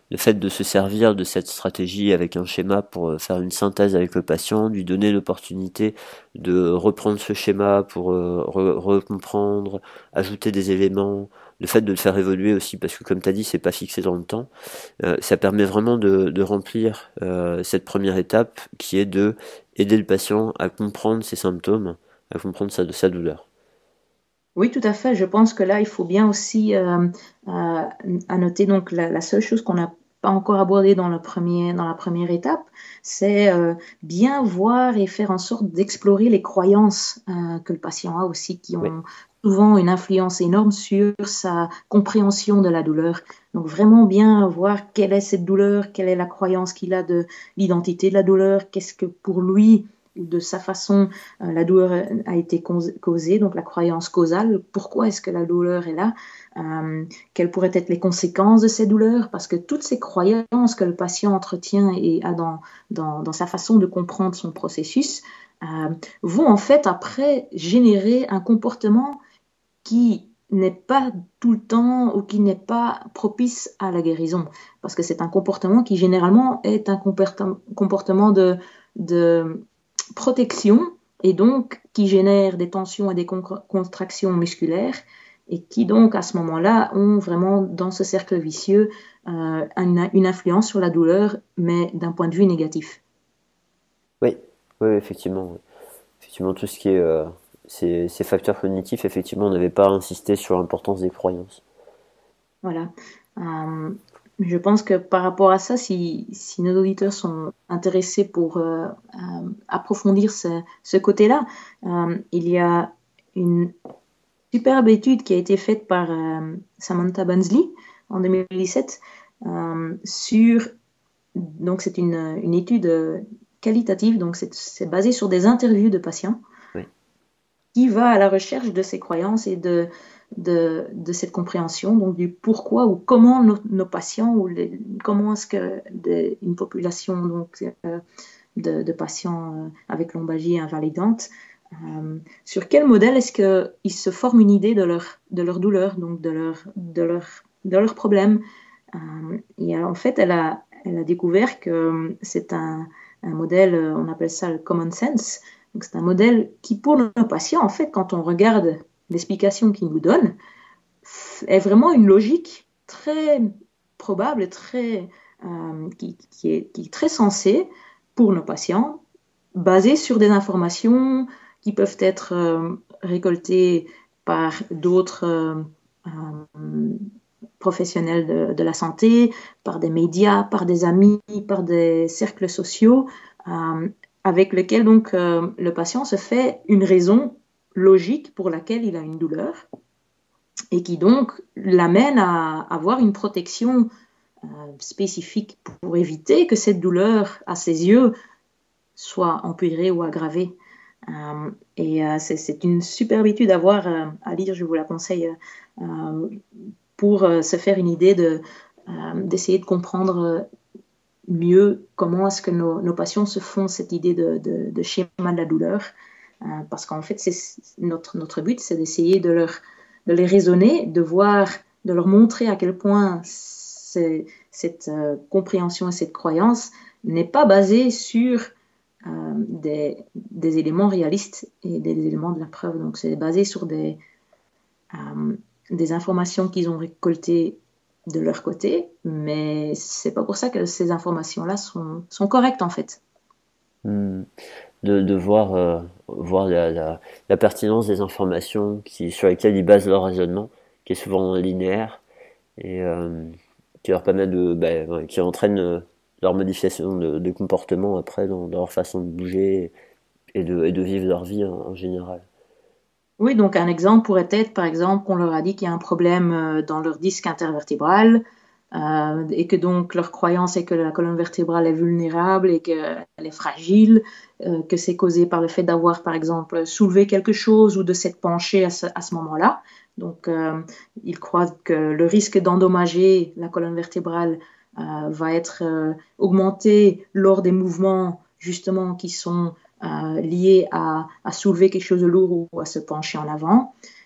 le fait de se servir de cette stratégie avec un schéma pour faire une synthèse avec le patient, lui donner l'opportunité de reprendre ce schéma pour euh, recomprendre, ajouter des éléments, le fait de le faire évoluer aussi, parce que comme tu as dit, c'est pas fixé dans le temps, euh, ça permet vraiment de, de remplir euh, cette première étape qui est de aider le patient à comprendre ses symptômes, à comprendre sa, sa douleur. Oui, tout à fait. Je pense que là, il faut bien aussi euh, euh, à noter donc la, la seule chose qu'on n'a pas encore abordée dans, le premier, dans la première étape, c'est euh, bien voir et faire en sorte d'explorer les croyances euh, que le patient a aussi, qui ont oui. souvent une influence énorme sur sa compréhension de la douleur. Donc vraiment bien voir quelle est cette douleur, quelle est la croyance qu'il a de l'identité de la douleur, qu'est-ce que pour lui ou de sa façon, euh, la douleur a été causée, donc la croyance causale. Pourquoi est-ce que la douleur est là? euh, Quelles pourraient être les conséquences de ces douleurs? Parce que toutes ces croyances que le patient entretient et a dans, dans, dans sa façon de comprendre son processus euh, vont en fait après générer un comportement qui n'est pas tout le temps ou qui n'est pas propice à la guérison. Parce que c'est un comportement qui généralement est un comportement de... de protection et donc qui génère des tensions et des contractions musculaires et qui donc à ce moment-là ont vraiment dans ce cercle vicieux euh, une, une influence sur la douleur mais d'un point de vue négatif. Oui, oui effectivement. Effectivement tout ce qui est euh, ces, ces facteurs cognitifs, effectivement on n'avait pas insisté sur l'importance des croyances. Voilà. Euh, Je pense que par rapport à ça, si, si nos auditeurs sont intéressés pour euh, euh, approfondir ce, ce côté-là, euh, il y a une superbe étude qui a été faite par euh, Samantha Bansley en deux mille dix-sept euh, sur, donc c'est une, une étude qualitative, donc c'est, c'est basé sur des interviews de patients oui. qui va à la recherche de ces croyances et de De, de cette compréhension, donc du pourquoi ou comment nos, nos patients, ou les, comment est-ce que de, une population donc, euh, de, de patients euh, avec lombalgie invalidante, euh, sur quel modèle est-ce qu'ils se forment une idée de leur, de leur douleur, donc de leur, de leur, de leur problème. Euh, et alors, en fait, elle a, elle a découvert que c'est un, un modèle, on appelle ça le common sense, donc c'est un modèle qui, pour nos patients, en fait, quand on regarde l'explication qu'il nous donne est vraiment une logique très probable, très, euh, qui, qui, est, qui est très sensée pour nos patients, basée sur des informations qui peuvent être euh, récoltées par d'autres euh, euh, professionnels de, de la santé, par des médias, par des amis, par des cercles sociaux, euh, avec lesquels donc euh, le patient se fait une raison logique pour laquelle il a une douleur et qui donc l'amène à avoir une protection euh, spécifique pour éviter que cette douleur, à ses yeux, soit empirée ou aggravée. Euh, et euh, c'est, c'est une superbe étude à voir, euh, à lire, je vous la conseille, euh, pour euh, se faire une idée de, euh, d'essayer de comprendre mieux comment est-ce que nos, nos patients se font cette idée de, de, de schéma de la douleur. Euh, parce qu'en fait, c'est, notre, notre but, c'est d'essayer de, leur, de les raisonner, de voir, de leur montrer à quel point c'est, cette euh, compréhension et cette croyance n'est pas basée sur euh, des, des éléments réalistes et des éléments de la preuve. Donc, c'est basé sur des, euh, des informations qu'ils ont récoltées de leur côté, mais c'est pas pour ça que ces informations-là sont, sont correctes en fait. Mmh. De, de voir, euh, voir la, la, la pertinence des informations qui, sur lesquelles ils basent leur raisonnement, qui est souvent linéaire et euh, qui leur permet de, bah, ouais, qui entraîne euh, leur modification de, de comportement après dans, dans leur façon de bouger et de, et de vivre leur vie en, en général. Oui, donc un exemple pourrait être, par exemple, qu'on leur a dit qu'il y a un problème dans leur disque intervertébral euh, et que donc leur croyance est que la colonne vertébrale est vulnérable et qu'elle est fragile, euh, que c'est causé par le fait d'avoir, par exemple, soulevé quelque chose ou de s'être penché à ce, à ce moment-là. Donc, euh, ils croient que le risque d'endommager la colonne vertébrale euh, va être euh, augmenté lors des mouvements justement qui sont Euh, lié à, à soulever quelque chose de lourd ou à se pencher en avant.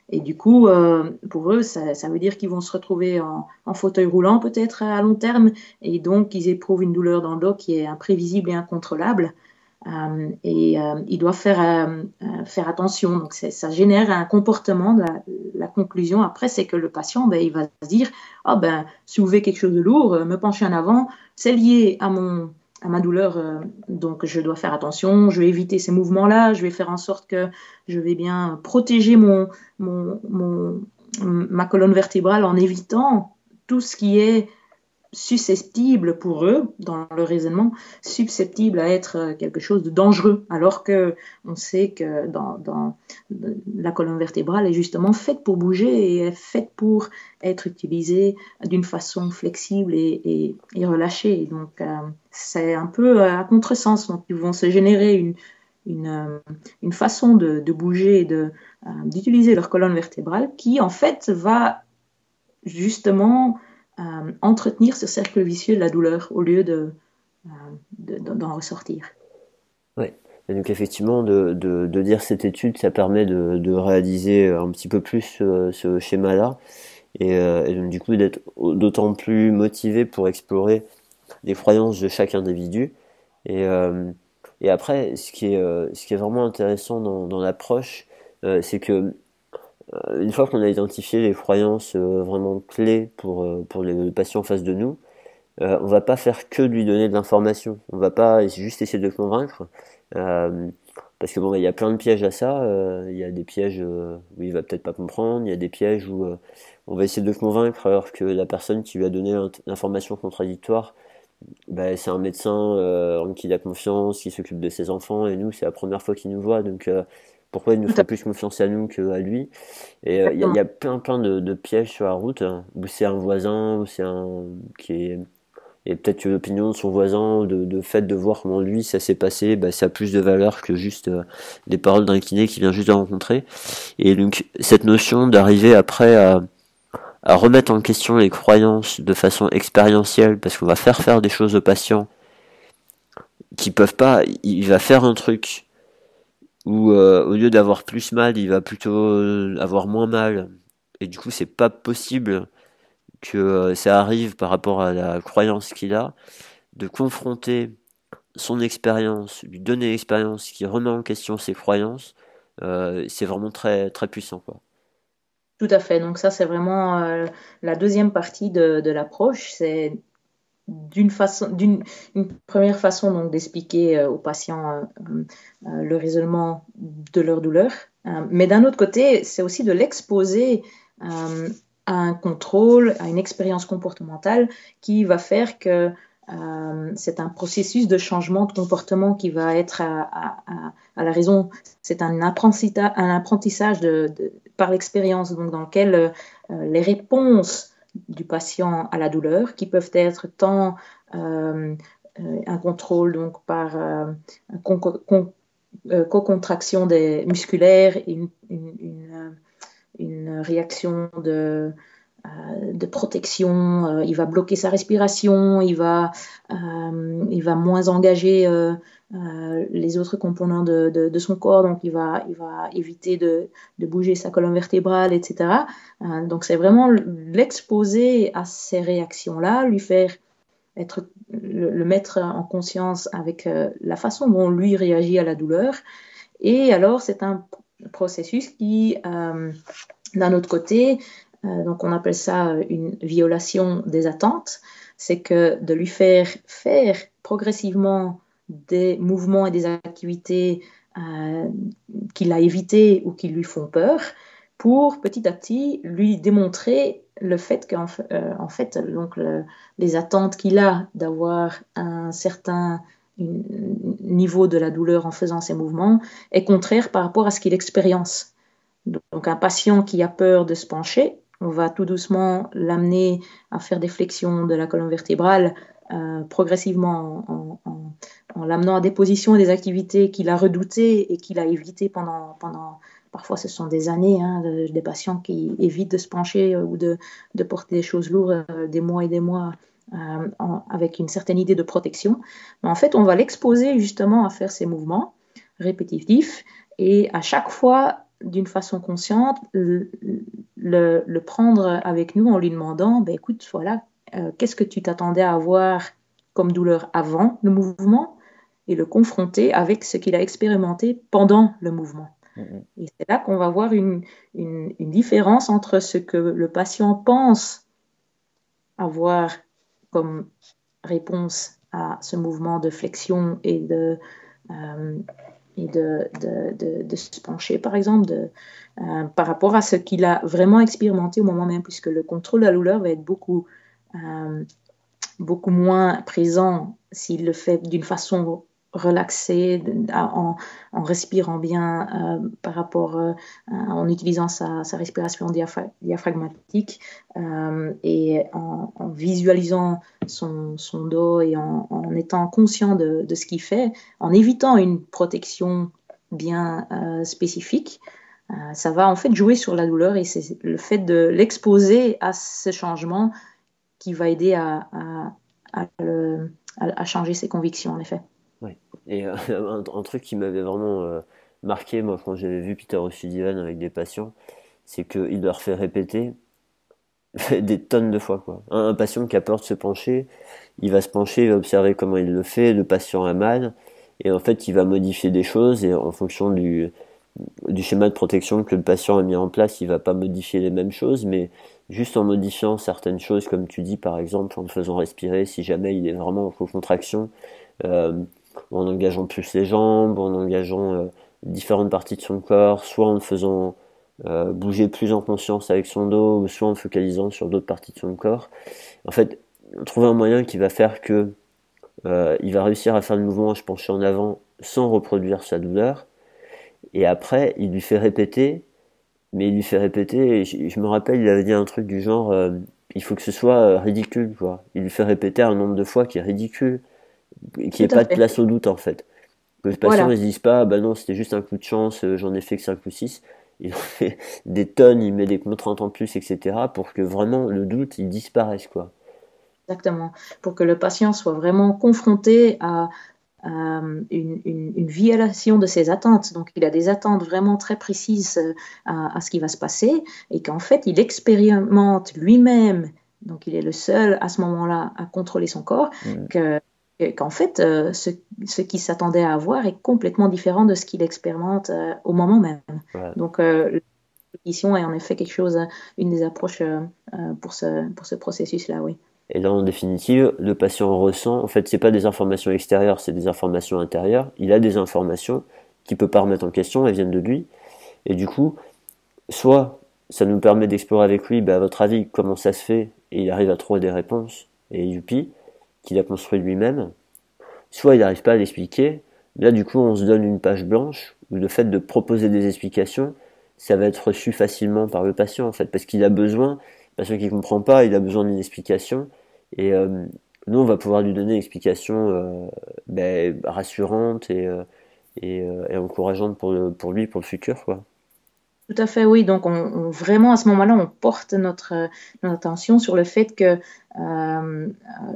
Et du coup, euh, pour eux, ça, ça veut dire qu'ils vont se retrouver en, en fauteuil roulant peut-être à long terme, et donc ils éprouvent une douleur dans le dos qui est imprévisible et incontrôlable. Euh, et euh, ils doivent faire, euh, euh, faire attention. Donc ça génère un comportement. La, la conclusion après, c'est que le patient, ben, il va se dire, ah oh, ben, soulever quelque chose de lourd, me pencher en avant, c'est lié à mon à ma douleur, euh, donc je dois faire attention, je vais éviter ces mouvements-là, je vais faire en sorte que je vais bien protéger mon, mon, mon, ma colonne vertébrale en évitant tout ce qui est susceptible pour eux, dans le raisonnement, susceptible à être quelque chose de dangereux, alors que on sait que dans, dans, la colonne vertébrale est justement faite pour bouger et est faite pour être utilisée d'une façon flexible et, et, et relâchée. Donc, euh, c'est un peu à contresens. Donc, ils vont se générer une, une, une façon de, de bouger et de, euh, d'utiliser leur colonne vertébrale qui, en fait, va justement Euh, entretenir ce cercle vicieux de la douleur au lieu de, euh, de, d'en ressortir. Ouais. Et donc effectivement, de, de, de lire cette étude, ça permet de, de réaliser un petit peu plus ce, ce schéma-là, et, euh, et donc du coup d'être d'autant plus motivé pour explorer les croyances de chaque individu. Et, euh, et après, ce qui est, euh, ce qui est vraiment intéressant dans, dans l'approche, euh, c'est que euh, une fois qu'on a identifié les croyances euh, vraiment clés pour, euh, pour le, le patient en face de nous, euh, on va pas faire que lui donner de l'information. On va pas juste essayer de le convaincre. Euh, parce que bon, il y a plein de pièges à ça. Euh, il y a des pièges euh, où il va peut-être pas comprendre. Il y a des pièges où euh, on va essayer de le convaincre alors que la personne qui lui a donné l'information contradictoire, bah, c'est un médecin euh, en qui il a confiance, qui s'occupe de ses enfants, et nous, c'est la première fois qu'il nous voit. Donc euh, pourquoi il nous ferait plus confiance à nous qu'à lui? Et il euh, y, a, y a plein plein de, de pièges sur la route, hein, où c'est un voisin, où c'est un qui est et peut-être que l'opinion de son voisin, de, de fait de voir comment lui ça s'est passé, bah, ça a plus de valeur que juste euh, des paroles d'un kiné qui vient juste de rencontrer. Et donc cette notion d'arriver après à, à remettre en question les croyances de façon expérientielle, parce qu'on va faire faire des choses aux patients qui peuvent pas, il va faire un truc où euh, au lieu d'avoir plus mal, il va plutôt avoir moins mal, et du coup c'est pas possible que euh, ça arrive par rapport à la croyance qu'il a, de confronter son expérience, lui donner l'expérience qui remet en question ses croyances, euh, c'est vraiment très très puissant, quoi. Tout à fait. Donc ça, c'est vraiment euh, la deuxième partie de, de l'approche. C'est d'une façon, d'une une première façon donc d'expliquer euh, aux patients euh, euh, le raisonnement de leur douleur, euh, mais d'un autre côté, c'est aussi de l'exposer euh, à un contrôle, à une expérience comportementale qui va faire que euh, c'est un processus de changement de comportement qui va être à, à, à la raison. C'est un apprentissage, un apprentissage de, de, par l'expérience, donc dans lequel euh, les réponses du patient à la douleur, qui peuvent être tant euh, un contrôle donc par euh, con, con, euh, co-contraction des musculaires, une, une, une, une réaction de, euh, de protection, euh, il va bloquer sa respiration, il va, euh, il va moins engager euh, euh, les autres composants de, de, de son corps, donc il va, il va éviter de, de bouger sa colonne vertébrale, et cetera. Euh, donc c'est vraiment l'exposer à ces réactions-là, lui faire être, le, le mettre en conscience avec euh, la façon dont lui réagit à la douleur. Et alors c'est un processus qui, euh, d'un autre côté, euh, donc on appelle ça une violation des attentes, c'est que de lui faire faire progressivement des mouvements et des activités euh, qu'il a évitées ou qui lui font peur, pour petit à petit lui démontrer le fait qu'en euh, en fait, donc le, les attentes qu'il a d'avoir un certain niveau de la douleur en faisant ces mouvements est contraire par rapport à ce qu'il expérience. Donc un patient qui a peur de se pencher, on va tout doucement l'amener à faire des flexions de la colonne vertébrale euh, progressivement en, en, en, en l'amenant à des positions et des activités qu'il a redoutées et qu'il a évitées pendant, pendant, parfois ce sont des années, hein, de, des patients qui évitent de se pencher ou de, de porter des choses lourdes euh, des mois et des mois euh, en, avec une certaine idée de protection. Mais en fait, on va l'exposer justement à faire ces mouvements répétitifs et à chaque fois d'une façon consciente, le, le, le prendre avec nous en lui demandant, ben, écoute, voilà, euh, qu'est-ce que tu t'attendais à avoir comme douleur avant le mouvement et le confronter avec ce qu'il a expérimenté pendant le mouvement. Mhm. Et c'est là qu'on va voir une, une, une différence entre ce que le patient pense avoir comme réponse à ce mouvement de flexion et de, euh, et de, de, de, de se pencher, par exemple, de, euh, par rapport à ce qu'il a vraiment expérimenté au moment même, puisque le contrôle de la douleur va être beaucoup, euh, beaucoup moins présent s'il le fait d'une façon relaxée, en, en respirant bien euh, par rapport, euh, en utilisant sa, sa respiration diaph- diaphragmatique euh, et en, en visualisant son, son dos et en, en étant conscient de, de ce qu'il fait, en évitant une protection bien euh, spécifique. Euh, ça va en fait jouer sur la douleur et c'est le fait de l'exposer à ce changement qui va aider à, à, à, le, à, à changer ses convictions, en effet. Ouais. Et euh, un, un truc qui m'avait vraiment euh, marqué, moi, quand j'avais vu Peter O'Sullivan avec des patients, c'est qu'il leur fait répéter des tonnes de fois, quoi. Un, un patient qui a peur de se pencher, il va se pencher, il va observer comment il le fait, le patient a mal, et en fait, il va modifier des choses, et en fonction du, du schéma de protection que le patient a mis en place, il va pas modifier les mêmes choses, mais juste en modifiant certaines choses, comme tu dis, par exemple, en le faisant respirer, si jamais il est vraiment en contraction, euh, en engageant plus les jambes, en engageant euh, différentes parties de son corps, soit en le faisant euh, bouger plus en conscience avec son dos, ou soit en focalisant sur d'autres parties de son corps. En fait, trouver un moyen qui va faire que euh, il va réussir à faire le mouvement, je pencher en avant, sans reproduire sa douleur. Et après, il lui fait répéter, mais il lui fait répéter, et je, je me rappelle, il avait dit un truc du genre, euh, il faut que ce soit euh, ridicule, quoi. Il lui fait répéter un nombre de fois qui est ridicule, et qui Tout ait à pas de fait. place au doute, en fait. Que le patient, Voilà, il se dise pas, bah non, c'était juste un coup de chance, euh, j'en ai fait que cinq ou six. Il en fait des tonnes, il met des contraintes en plus, et cetera, pour que vraiment le doute, il disparaisse, quoi. exactement. Pour que le patient soit vraiment confronté à, à une, une, une violation de ses attentes. Donc, il a des attentes vraiment très précises euh, à, à ce qui va se passer et qu'en fait, il expérimente lui-même. Donc, il est le seul à ce moment-là à contrôler son corps. Mm. Que, qu'en fait, euh, ce, ce qu'il s'attendait à avoir est complètement différent de ce qu'il expérimente euh, au moment même. Voilà. Donc, euh, la répétition est en effet quelque chose, une des approches euh, euh, pour ce, pour ce processus-là, oui. Et là, en définitive, le patient ressent, en fait, c'est pas des informations extérieures, c'est des informations intérieures. Il a des informations qu'il peut pas remettre en question, elles viennent de lui. Et du coup, soit ça nous permet d'explorer avec lui, bah, à votre avis, comment ça se fait, et il arrive à trouver des réponses, et youpi, qu'il a construit lui-même. Soit il n'arrive pas à l'expliquer. Là, du coup, on se donne une page blanche, où le fait de proposer des explications, ça va être reçu facilement par le patient, en fait, parce qu'il a besoin, le patient qui comprend pas, il a besoin d'une explication, et euh, nous, on va pouvoir lui donner une explication euh, ben, rassurante et, euh, et, euh, et encourageante pour, le, pour lui, pour le futur, quoi. Tout à fait, oui. Donc, on, on- vraiment, à ce moment-là, on porte notre, euh, notre attention sur le fait que euh, euh,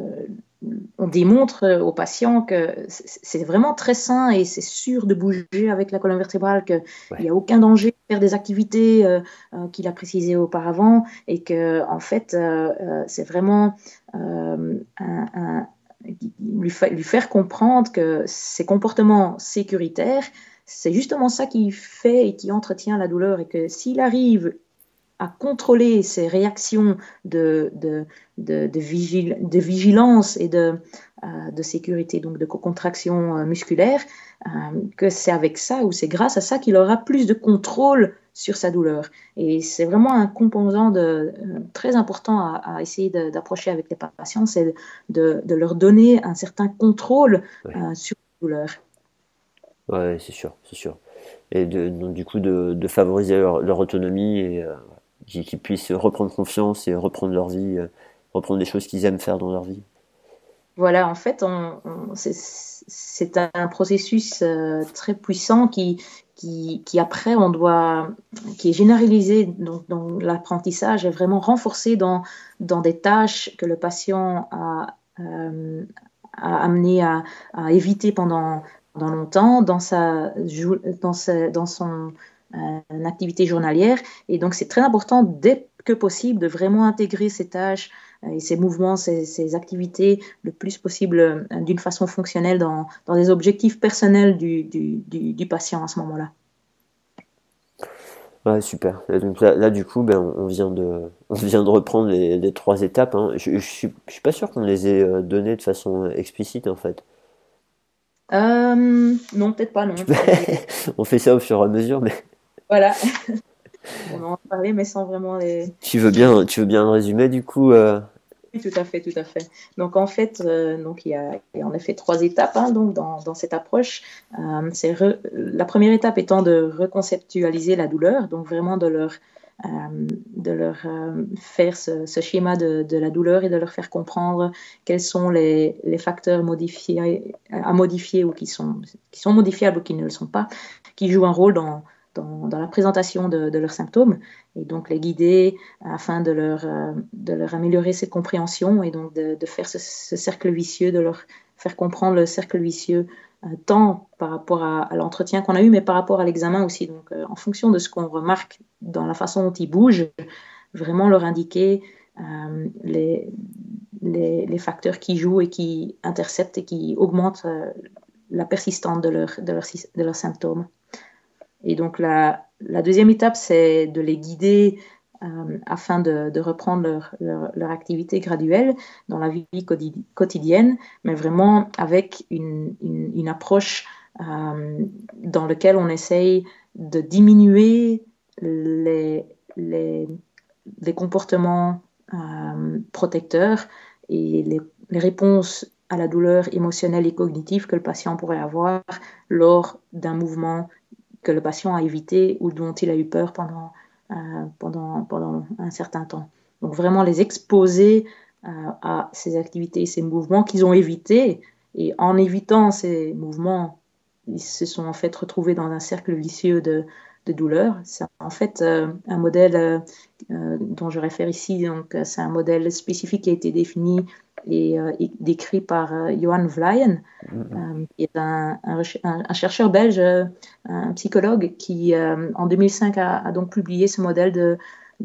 on démontre aux patients que c'est c'est vraiment très sain et c'est sûr de bouger avec la colonne vertébrale, qu'il n'y Ouais. a aucun danger de faire des activités euh, euh, qu'il a précisées auparavant et que, en fait, euh, euh, c'est vraiment euh, un, un- lui, fa- lui faire comprendre que ces comportements sécuritaires, c'est justement ça qui fait et qui entretient la douleur et que s'il arrive à contrôler ses réactions de, de, de, de, vigil, de vigilance et de, euh, de sécurité, donc de contraction euh, musculaire, euh, que c'est avec ça ou c'est grâce à ça qu'il aura plus de contrôle sur sa douleur. Et c'est vraiment un composant de, euh, très important à, à essayer d'approcher avec les patients, c'est de, de, leur donner un certain contrôle Ouais, euh, sur la douleur. ouais, c'est sûr, c'est sûr. Et de, donc, du coup, de, de favoriser leur, leur autonomie et euh, qu'ils qu'ils puissent reprendre confiance et reprendre leur vie, euh, reprendre des choses qu'ils aiment faire dans leur vie. Voilà, en fait, on, on- c'est c'est un processus euh, très puissant qui, qui, qui, après, on doit, qui est généralisé donc, dans l'apprentissage et vraiment renforcé dans, dans des tâches que le patient a, euh, a amené à, à éviter pendant, pendant longtemps, dans, sa, jou- dans, sa- dans son une activité journalière. Et donc, c'est très important, dès que possible, de vraiment intégrer ces tâches et ces mouvements, ces, ces activités le plus possible euh, d'une façon fonctionnelle dans, dans les objectifs personnels du, du, du, du patient à ce moment-là. Ouais, super. Et donc là, là, du coup, ben, on vient de, on vient de reprendre les, les trois étapes, hein. Je, je suis, je suis pas sûr qu'on les ait euh, données de façon explicite, en fait. Euh, non, peut-être pas, non. On fait ça au fur et à mesure, mais Voilà, on en a parlé, mais sans vraiment les... tu veux bien, tu veux bien le résumer, du coup, euh... Oui, tout à fait, tout à fait. Donc en fait, euh, donc il y, a, il y a en effet trois étapes hein, donc dans, dans cette approche. Euh, c'est re, la première étape étant de reconceptualiser la douleur, donc vraiment de leur, euh, de leur euh, faire ce, ce schéma de, de la douleur et de leur faire comprendre quels sont les, les facteurs modifiés, à modifier ou qui sont, qui sont modifiables ou qui ne le sont pas, qui jouent un rôle dans, dans, dans la présentation de, de leurs symptômes, et donc les guider afin de leur, euh, de leur améliorer cette compréhension et donc de, de faire ce, ce cercle vicieux, de leur faire comprendre le cercle vicieux, euh, tant par rapport à, à l'entretien qu'on a eu, mais par rapport à l'examen aussi. Donc, euh, en fonction de ce qu'on remarque dans la façon dont ils bougent, vraiment leur indiquer euh, les, les, les facteurs qui jouent et qui interceptent et qui augmentent euh, la persistance de, leur, de, leur, de leurs symptômes. Et donc, la, la deuxième étape, c'est de les guider euh, afin de, de reprendre leur, leur, leur activité graduelle dans la vie quotidienne, mais vraiment avec une, une, une approche euh, dans laquelle on essaye de diminuer les, les, les comportements euh, protecteurs et les, les réponses à la douleur émotionnelle et cognitive que le patient pourrait avoir lors d'un mouvement que le patient a évité ou dont il a eu peur pendant, euh, pendant, pendant un certain temps. Donc vraiment les exposer euh, à ces activités, ces mouvements qu'ils ont évités, et en évitant ces mouvements, ils se sont en fait retrouvés dans un cercle vicieux de, de douleur. C'est en fait euh, un modèle euh, euh, dont je réfère ici, donc c'est un modèle spécifique qui a été défini et, euh, et décrit par euh, Johan Vlaien, euh, qui est un, un, un, chercheur belge, un psychologue, qui euh, en deux mille cinq a, a donc publié ce modèle de,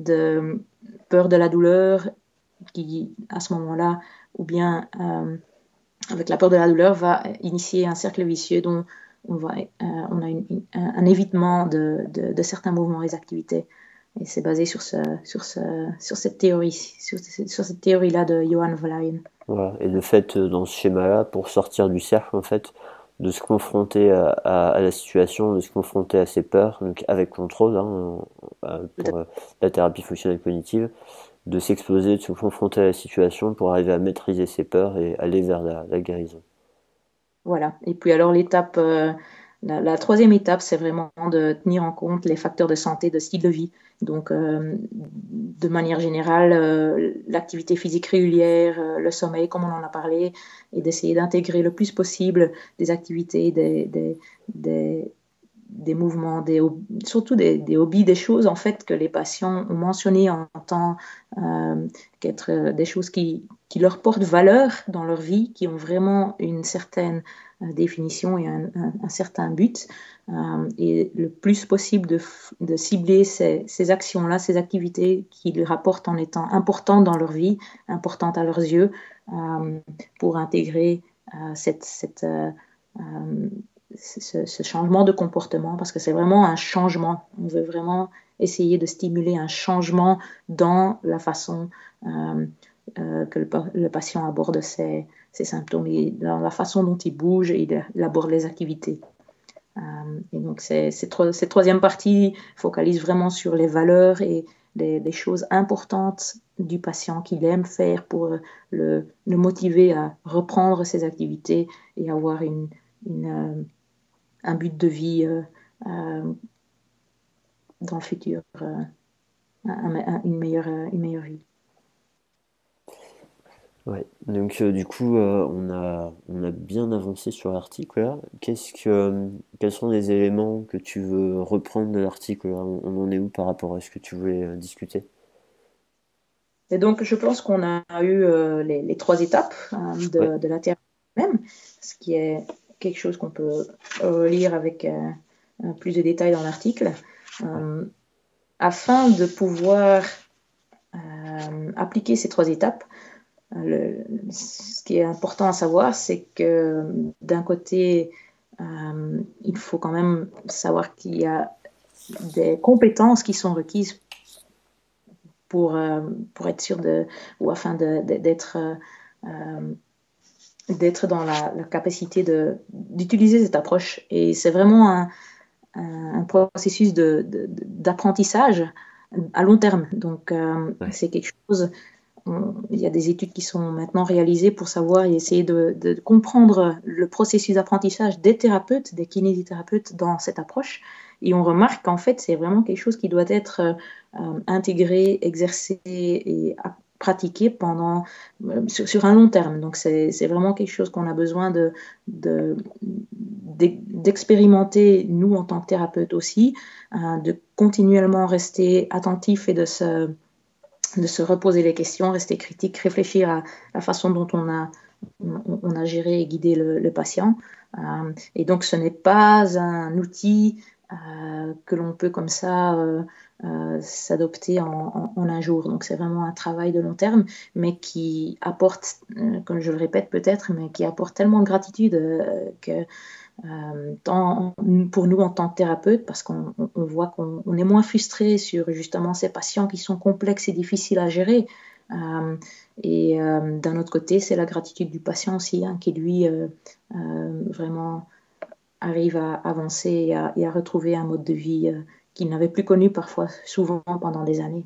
de peur de la douleur, qui à ce moment-là, ou bien euh, avec la peur de la douleur, va initier un cercle vicieux dont on, va, euh, on a une, une, un évitement de, de, de certains mouvements et activités. Et c'est basé sur, ce, sur, ce, sur cette théorie, sur, sur cette théorie-là de Johan Vlaien. Voilà. Et le fait, dans ce schéma-là, pour sortir du cercle, en fait, de se confronter à, à, à la situation, de se confronter à ses peurs, donc avec contrôle, hein, pour la thérapie fonctionnelle cognitive, de s'exposer, de se confronter à la situation pour arriver à maîtriser ses peurs et aller vers la, la guérison. Voilà. Et puis alors l'étape, euh, la, la troisième étape, c'est vraiment de tenir en compte les facteurs de santé, de style de vie. Donc, euh, de manière générale, euh, l'activité physique régulière, euh, le sommeil, comme on en a parlé, et d'essayer d'intégrer le plus possible des activités, des, des, des, des mouvements, des, surtout des, des hobbies, des choses en fait que les patients ont mentionnées en tant euh, qu'être des choses qui, qui leur portent valeur dans leur vie, qui ont vraiment une certaine euh, définition et un, un, un certain but, euh, et le plus possible de, de cibler ces, ces actions-là, ces activités qui les rapportent en étant importantes dans leur vie, importantes à leurs yeux, euh, pour intégrer euh, cette, cette euh, euh, Ce, ce, changement de comportement, parce que c'est vraiment un changement. On veut vraiment essayer de stimuler un changement dans la façon euh, euh, que le, le patient aborde ses, ses symptômes, et dans la façon dont il bouge et il aborde les activités. Euh, et donc, c'est, c'est tro- cette troisième partie focalise vraiment sur les valeurs et les, les choses importantes du patient qu'il aime faire pour le, le motiver à reprendre ses activités et avoir une, une un but de vie euh, euh, dans le futur, euh, un, un, une, meilleure, une meilleure vie. Ouais. Donc euh, du coup, euh, on a on a bien avancé sur l'article là. Qu'est-ce que euh, quels sont les éléments que tu veux reprendre de l'article là? On, on en est où par rapport à ce que tu voulais euh, discuter? Et donc, je pense qu'on a eu euh, les, les trois étapes hein, de, Ouais. de la thérapie même, ce qui est quelque chose qu'on peut relire avec euh, plus de détails dans l'article. Euh, afin de pouvoir euh, appliquer ces trois étapes, le, ce qui est important à savoir, c'est que d'un côté, euh, il faut quand même savoir qu'il y a des compétences qui sont requises pour, euh, pour être sûr de, ou afin de, de, d'être, euh, d'être dans la, la capacité de, d'utiliser cette approche. Et c'est vraiment un, un, un processus de, de, d'apprentissage à long terme. Donc, euh, Ouais. c'est quelque chose. On, il y a des études qui sont maintenant réalisées pour savoir et essayer de, de comprendre le processus d'apprentissage des thérapeutes, des kinésithérapeutes dans cette approche. Et on remarque qu'en fait, c'est vraiment quelque chose qui doit être euh, intégré, exercé et pratiqué pendant, euh, sur, sur un long terme. Donc, c'est, c'est vraiment quelque chose qu'on a besoin de, de, d'expérimenter, nous, en tant que thérapeutes aussi, euh, de continuellement rester attentif et de se de se reposer les questions, rester critique, réfléchir à la façon dont on a, on, on a géré et guidé le, le patient. Euh, et donc, ce n'est pas un outil euh, que l'on peut comme ça euh, euh, s'adopter en, en, en un jour. Donc, c'est vraiment un travail de long terme, mais qui apporte, euh, comme je le répète peut-être, mais qui apporte tellement de gratitude euh, que euh, tant pour nous en tant que thérapeute, parce qu'on on voit qu'on on est moins frustré sur justement ces patients qui sont complexes et difficiles à gérer. Euh, et euh, d'un autre côté, c'est la gratitude du patient aussi, hein, qui lui euh, euh, vraiment arrive à avancer et à, et à retrouver un mode de vie euh, qu'il n'avait plus connu parfois, souvent pendant des années.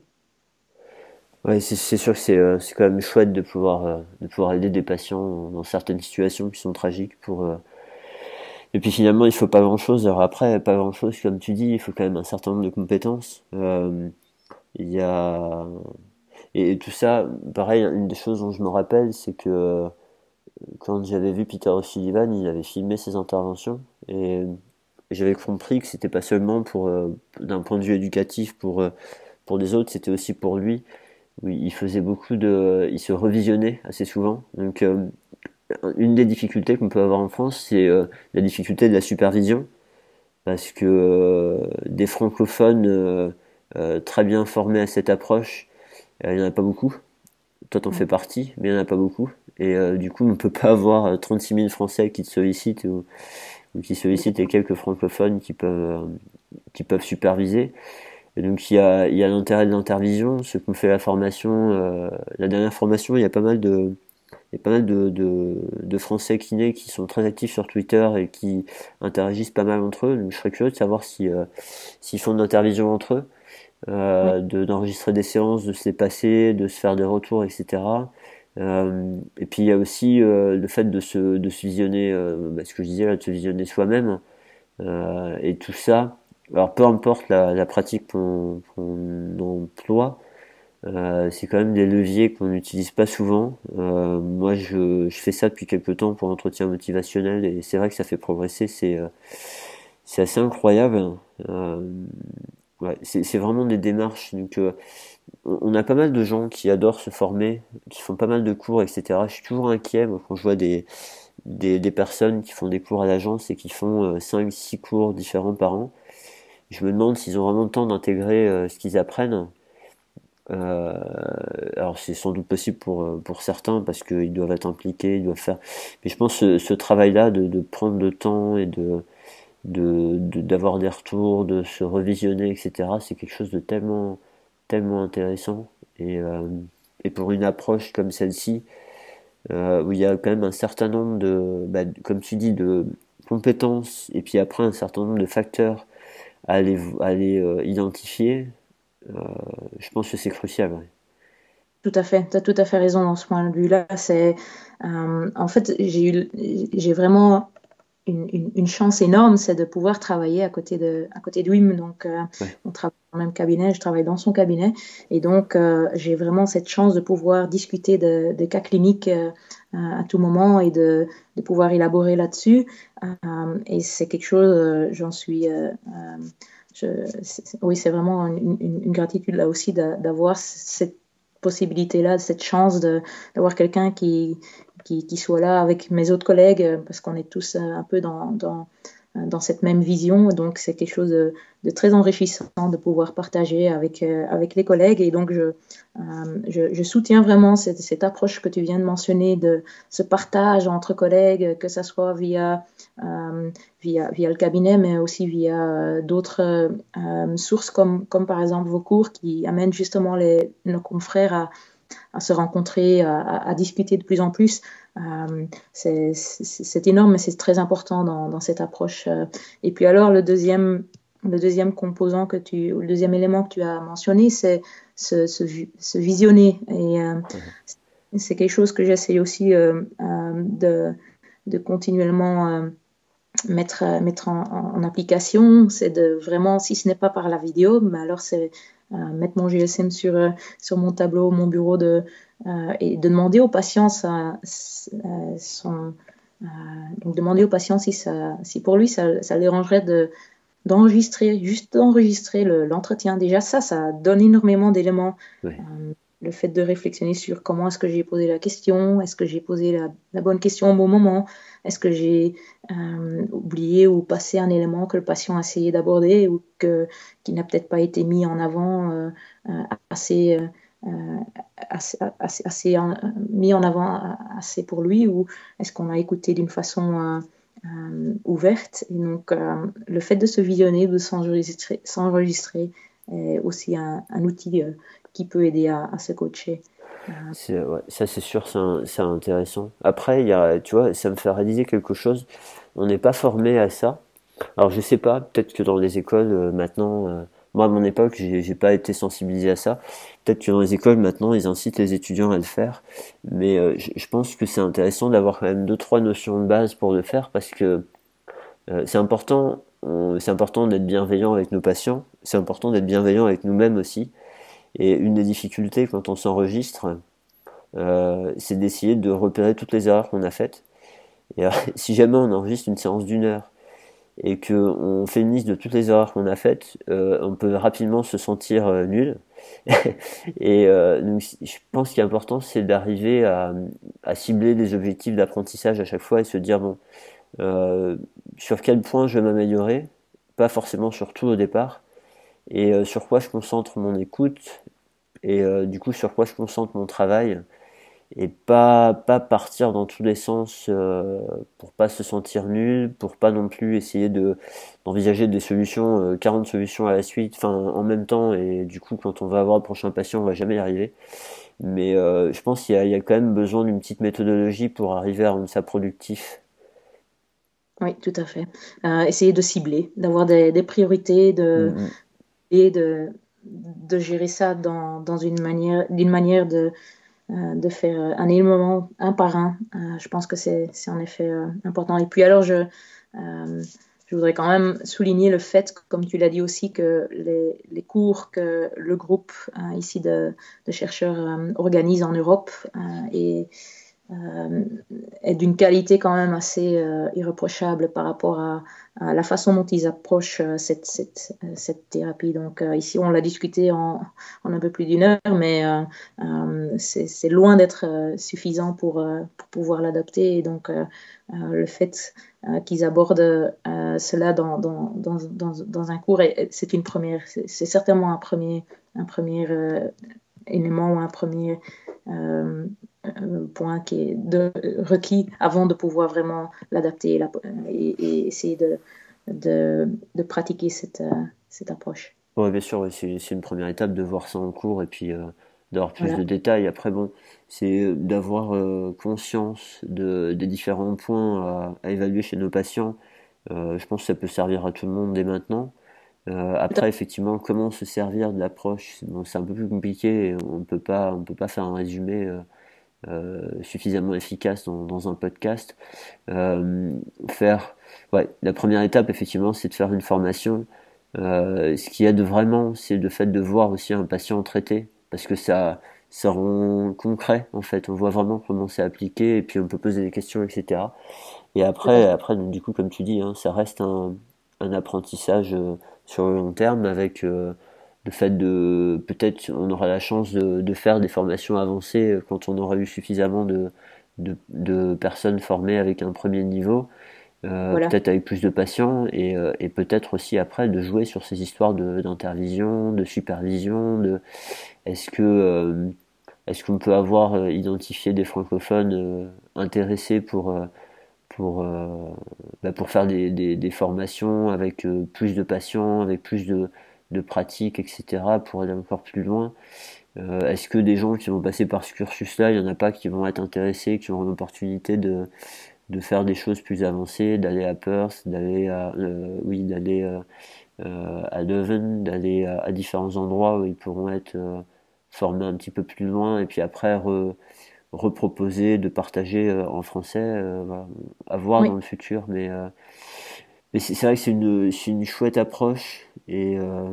Ouais, c'est, c'est sûr que c'est, euh, c'est quand même chouette de pouvoir, euh, de pouvoir aider des patients dans certaines situations qui sont tragiques pour, euh, et puis finalement, il faut pas grand-chose. Alors après, pas grand-chose, comme tu dis, il faut quand même un certain nombre de compétences. Euh, il y a et, et tout ça, pareil, une des choses dont je me rappelle, c'est que euh, quand j'avais vu Peter O'Sullivan, il avait filmé ses interventions et j'avais compris que c'était pas seulement pour euh, d'un point de vue éducatif pour euh, pour les autres, c'était aussi pour lui. Oui, il faisait beaucoup de, il se revisionnait assez souvent. Donc euh, une des difficultés qu'on peut avoir en France, c'est euh, la difficulté de la supervision. Parce que euh, des francophones euh, euh, très bien formés à cette approche, euh, il n'y en a pas beaucoup. Toi, t'en fais partie, mais il n'y en a pas beaucoup. Et euh, du coup, on ne peut pas avoir trente-six mille Français qui te sollicitent ou, ou qui sollicitent les quelques francophones qui peuvent, euh, qui peuvent superviser. Et donc, il y a, il y a l'intérêt de l'intervision. Ceux qui ont fait la formation, euh, la dernière formation, il y a pas mal de, il y a pas mal de, de, de Français kinés qui sont très actifs sur Twitter et qui interagissent pas mal entre eux. Donc, je serais curieux de savoir si, euh, s'ils font de l'intervision entre eux, Oui, euh, de, d'enregistrer des séances, de se les passer, de se faire des retours, et cetera. Euh, et puis il y a aussi euh, le fait de se, de se visionner, euh, bah, ce que je disais là, de se visionner soi-même, euh, et tout ça. Alors peu importe la, la pratique qu'on, qu'on emploie, euh, c'est quand même des leviers qu'on n'utilise pas souvent. Euh, moi, je, je fais ça depuis quelques temps pour l'entretien motivationnel et c'est vrai que ça fait progresser. C'est, euh, c'est assez incroyable. Euh, ouais, c'est, c'est vraiment des démarches. Donc, euh, on on a pas mal de gens qui adorent se former, qui font pas mal de cours, et cetera. Je suis toujours inquiet moi, quand je vois des, des, des personnes qui font des cours à l'agence et qui font euh, cinq six cours différents par an. Je me demande s'ils ont vraiment le temps d'intégrer euh, ce qu'ils apprennent. Euh, alors c'est sans doute possible pour euh, pour certains parce qu'ils doivent être impliqués, ils doivent faire. Mais je pense que ce, ce travail-là de, de prendre le temps et de de de- d'avoir des retours, de se revisionner, et cetera. C'est quelque chose de tellement tellement intéressant et euh, et pour une approche comme celle-ci euh, où il y a quand même un certain nombre de bah, comme tu dis de compétences et puis après un certain nombre de facteurs à aller à aller euh, identifier. euh, je pense que c'est crucial. Ouais. tout à fait. Tu as tout à fait raison dans ce point de vue-là. C'est, euh, en fait, j'ai eu, j'ai vraiment une, une, une chance énorme, c'est de pouvoir travailler à côté de, à côté de Wim. Donc, euh, Ouais. on travaille dans le même cabinet, je travaille dans son cabinet. Et donc, euh, j'ai vraiment cette chance de pouvoir discuter de, de cas cliniques euh, à tout moment et de, de pouvoir élaborer là-dessus. Euh, et c'est quelque chose, euh, j'en suis. Euh, euh, je, c'est, oui, c'est vraiment une, une, une gratitude là aussi d'avoir cette possibilité-là, cette chance de, d'avoir quelqu'un qui, qui, qui soit là avec mes autres collègues, parce qu'on est tous un peu dans, dans, dans cette même vision. Donc, c'est quelque chose de, de très enrichissant de pouvoir partager avec, euh, avec les collègues. Et donc, je, euh, je, je soutiens vraiment cette, cette approche que tu viens de mentionner de ce partage entre collègues, que ce soit via, euh, via, via le cabinet, mais aussi via d'autres euh, sources comme, comme par exemple vos cours qui amènent justement les, nos confrères à, à se rencontrer, à, à, discuter de plus en plus. Euh, c'est, c'est, c'est énorme, mais c'est très important dans, dans cette approche. Et puis alors, le deuxième, le deuxième composant que tu, le deuxième élément que tu as mentionné, c'est se, se, se visionner. Et euh, mmh. c'est quelque chose que j'essaie aussi euh, euh, de, de continuellement euh, mettre, mettre en, en, application. C'est de vraiment, si ce n'est pas par la vidéo, mais alors c'est euh, mettre mon G S M sur, euh, sur mon tableau, mon bureau, de, euh, et de demander aux patients ça, euh, son, euh, donc demander aux patients si, ça, si pour lui ça, ça le dérangerait de, d'enregistrer, juste d'enregistrer le, l'entretien. Déjà ça, ça donne énormément d'éléments. Oui. Euh, le fait de réflexionner sur comment est-ce que j'ai posé la question, est-ce que j'ai posé la, la bonne question au bon moment, est-ce que j'ai euh, oublié ou passé un élément que le patient a essayé d'aborder ou que, qui n'a peut-être pas été mis en avant euh, assez, euh, assez, assez, assez en, mis en avant assez pour lui, ou est-ce qu'on a écouté d'une façon euh, euh, ouverte. Et donc euh, le fait de se visionner, de s'enregistrer, s'enregistrer est aussi un, un outil euh, qui peut aider à, à se coacher. C'est, ouais, ça c'est sûr, c'est, un, c'est intéressant. Après, il y a, tu vois, ça me fait réaliser quelque chose. On n'est pas formé à ça. Alors je sais pas, peut-être que dans les écoles euh, maintenant, euh, moi à mon époque, j'ai, j'ai pas été sensibilisé à ça. Peut-être que dans les écoles maintenant, ils incitent les étudiants à le faire. Mais euh, je, je pense que c'est intéressant d'avoir quand même deux trois notions de base pour le faire parce que euh, c'est important. On, c'est important d'être bienveillant avec nos patients. C'est important d'être bienveillant avec nous-mêmes aussi. Et une des difficultés quand on s'enregistre, euh, c'est d'essayer de repérer toutes les erreurs qu'on a faites. Et euh, si jamais on enregistre une séance d'une heure et qu'on fait une liste de toutes les erreurs qu'on a faites, euh, on peut rapidement se sentir euh, nul. et euh, donc, je pense qu'il est important, c'est d'arriver à, à cibler des objectifs d'apprentissage à chaque fois et se dire, bon, euh, sur quel point je vais m'améliorer, pas forcément sur tout au départ, et euh, sur quoi je concentre mon écoute, et euh, du coup sur quoi je concentre mon travail, et pas pas partir dans tous les sens euh, pour pas se sentir nul, pour pas non plus essayer de d'envisager des solutions, euh, quarante solutions à la suite, enfin en même temps, et du coup quand on va avoir le prochain patient on va jamais y arriver. Mais euh, je pense qu'il y a, il y a quand même besoin d'une petite méthodologie pour arriver à rendre ça productif. Oui, tout à fait. Euh, essayer de cibler, d'avoir des, des priorités, de, Mm-hmm. et de, de gérer ça dans, dans une manière, d'une manière de, euh, de faire un élément un par un. Euh, je pense que c'est, c'est en effet euh, important. Et puis alors, je, euh, je voudrais quand même souligner le fait, comme tu l'as dit aussi, que les, les cours que le groupe euh, ici de, de chercheurs euh, organise en Europe euh, et euh, est d'une qualité quand même assez euh, irréprochable par rapport à, à la façon dont ils approchent euh, cette, cette, cette thérapie. Donc euh, ici, on l'a discuté en, en un peu plus d'une heure, mais euh, euh, c'est, c'est loin d'être euh, suffisant pour, euh, pour pouvoir l'adapter. Et donc, euh, euh, le fait euh, qu'ils abordent euh, cela dans, dans, dans, dans, dans un cours, et, c'est une première, c'est, c'est certainement un premier, un premier euh, élément ou un premier euh, point qui est de, requis avant de pouvoir vraiment l'adapter et, la, et, et essayer de, de, de pratiquer cette, cette approche. Ouais, bien sûr, ouais, c'est, c'est une première étape de voir ça en cours et puis euh, d'avoir plus Voilà. de détails. Après, bon, c'est d'avoir euh, conscience de, des différents points à, à évaluer chez nos patients. Euh, je pense que ça peut servir à tout le monde dès maintenant. Euh, après, effectivement, comment se servir de l'approche, c'est, bon, c'est un peu plus compliqué. Et on peut pas, on peut pas faire un résumé euh, euh, suffisamment efficace dans, dans un podcast. Euh, faire, ouais, la première étape, effectivement, c'est de faire une formation. Euh, ce qui aide vraiment, c'est le fait de voir aussi un patient traité, parce que ça, ça rend concret, en fait. On voit vraiment comment c'est appliqué, et puis on peut poser des questions, et cetera. Et après, après, donc, du coup, comme tu dis, hein, ça reste un, un apprentissage euh, sur le long terme, avec euh, le fait de, peut-être, on aura la chance de, de faire des formations avancées euh, quand on aura eu suffisamment de, de, de personnes formées avec un premier niveau. euh, Voilà. peut-être avec plus de patients, et, euh, et peut-être aussi après de jouer sur ces histoires de, d'intervision, de supervision, de est-ce que euh, est-ce qu'on peut avoir euh, identifié des francophones euh, intéressés pour euh, pour euh, bah, pour faire des, des, des formations avec euh, plus de patients, avec plus de de pratiques, et cetera, pour aller encore plus loin. Euh, est-ce que des gens qui vont passer par ce cursus-là, il y en a pas qui vont être intéressés, qui auront l'opportunité de de faire des choses plus avancées, d'aller à Perth, d'aller à euh, oui, d'aller euh, euh, à Leuven, d'aller à, à différents endroits où ils pourront être euh, formés un petit peu plus loin, et puis après re, reproposer, de partager euh, en français, euh, voilà, à voir dans Oui, le futur. Mais, euh, mais c'est, c'est vrai que c'est une, c'est une chouette approche, et euh,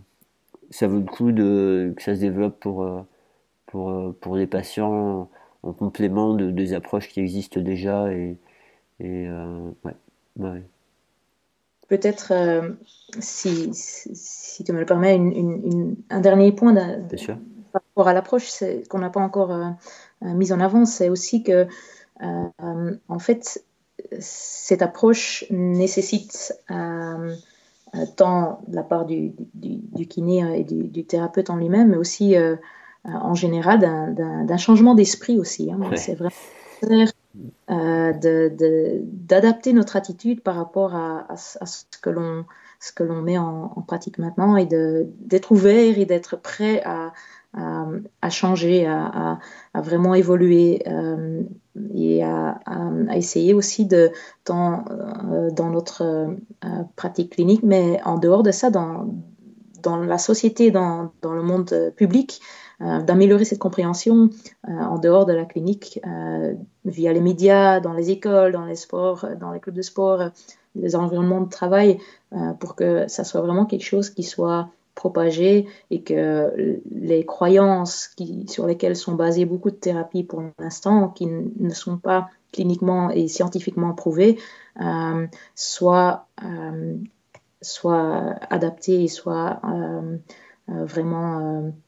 ça vaut le coup de, que ça se développe pour, euh, pour, euh, pour les patients en complément de, des approches qui existent déjà. Et, et euh, ouais, ouais, peut-être, euh, si, si, si tu me le permets, une, une, une, un dernier point de, de, bien sûr. par rapport à l'approche c'est, qu'on n'a pas encore euh, mise en avant, c'est aussi que, euh, en fait, cette approche nécessite euh, tant de la part du, du, du kiné et du, du, thérapeute en lui-même, mais aussi euh, en général d'un, d'un, d'un changement d'esprit aussi. Hein. Ouais, C'est vraiment nécessaire euh, de, de, d'adapter notre attitude par rapport à, à, à ce que l'on ce que l'on met en, en pratique maintenant et de, d'être ouvert et d'être prêt à, à, à changer, à, à, à, vraiment évoluer euh, et à, à, essayer aussi de, dans, euh, dans notre euh, pratique clinique, mais en dehors de ça, dans, dans la société, dans, dans le monde public, euh, d'améliorer cette compréhension euh, en dehors de la clinique, euh, via les médias, dans les écoles, dans les sports, dans les clubs de sport, les environnements de travail, euh, pour que ça soit vraiment quelque chose qui soit propagé et que les croyances qui, sur lesquelles sont basées beaucoup de thérapies pour l'instant, qui ne sont pas cliniquement et scientifiquement prouvées, euh, soient, euh, soient adaptées et soient euh, euh, vraiment euh,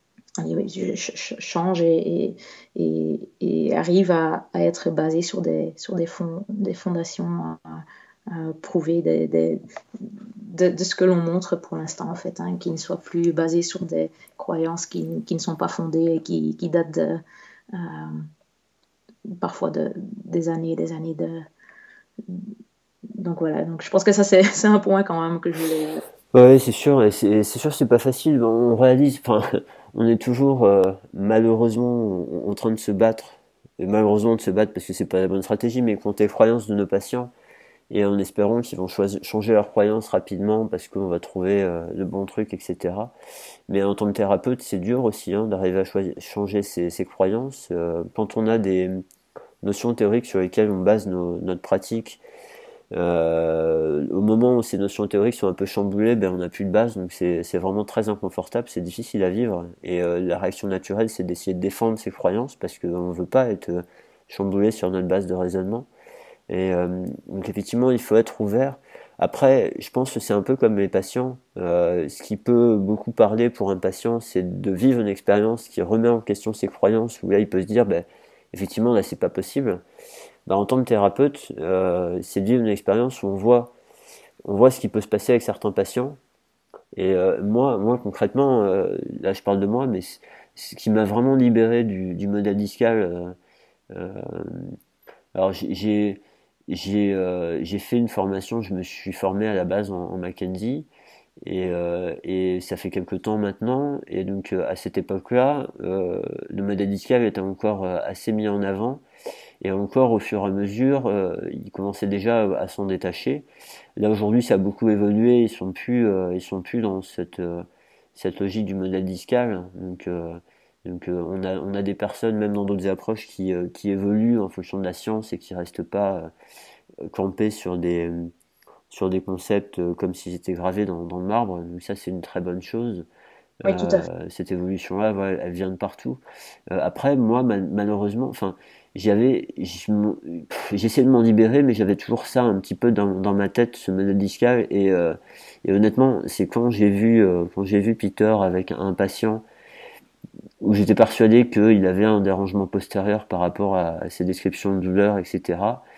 change et, et, et arrive à, à, être basé sur des, sur des, fonds, des fondations euh, prouvées des, des, de, de, ce que l'on montre pour l'instant, en fait, hein, qui ne soient plus basées sur des croyances qui, qui ne sont pas fondées et qui, qui datent de, euh, parfois de, des années et des années de. Donc voilà, donc je pense que ça, c'est, c'est un point quand même que je voulais. Ouais, c'est sûr, et c'est, c'est sûr, c'est pas facile. On réalise, enfin, on est toujours euh, malheureusement en en train de se battre, et malheureusement de se battre parce que c'est pas la bonne stratégie, mais contre les croyances de nos patients, et en espérant qu'ils vont choisir, changer leurs croyances rapidement parce qu'on va trouver euh, le bon truc, et cetera. Mais en tant que thérapeute, c'est dur aussi hein, d'arriver à choisir, changer ses, ses croyances. Euh, quand on a des notions théoriques sur lesquelles on base nos, notre pratique. Euh, au moment où ces notions théoriques sont un peu chamboulées, ben on n'a plus de base, donc c'est, c'est vraiment très inconfortable, c'est difficile à vivre. Et euh, la réaction naturelle, c'est d'essayer de défendre ses croyances parce qu'on ne veut pas être euh, chamboulé sur notre base de raisonnement. Et euh, donc effectivement, il faut être ouvert. Après, je pense que c'est un peu comme les patients. Euh, ce qui peut beaucoup parler pour un patient, c'est de vivre une expérience qui remet en question ses croyances, où là, il peut se dire, ben, effectivement, là, c'est pas possible. Bah, en tant que thérapeute, euh, c'est de vivre une expérience où on voit, on voit ce qui peut se passer avec certains patients. Et euh, moi, moi concrètement, euh, là je parle de moi, mais c- ce qui m'a vraiment libéré du, du modèle discal, euh, euh, alors j'ai j'ai j'ai euh, j'ai fait une formation, je me suis formé à la base en, en Mackenzie, et, euh, et ça fait quelque temps maintenant. Et donc euh, à cette époque-là, euh, le modèle discal était encore euh, assez mis en avant. Et encore, au fur et à mesure, euh, ils commençaient déjà à s'en détacher. Là aujourd'hui, ça a beaucoup évolué. Ils sont plus, euh, ils sont plus dans cette euh, cette logique du modèle discal. Donc, euh, donc euh, on a on a des personnes même dans d'autres approches qui euh, qui évoluent en fonction de la science et qui restent pas euh, campées sur des sur des concepts euh, comme s'ils étaient gravés dans dans le marbre. Donc ça, c'est une très bonne chose. Oui, tout à fait. Euh, cette évolution-là, voilà, elle vient de partout. Euh, après, moi, mal- malheureusement, enfin, j'avais, je m'en- pff, j'essayais de m'en libérer, mais j'avais toujours ça un petit peu dans, dans ma tête, ce modèle discal. Et, euh, et honnêtement, c'est quand j'ai vu, euh, quand j'ai vu Peter avec un patient où j'étais persuadé qu'il avait un dérangement postérieur par rapport à, à ses descriptions de douleur, et cetera.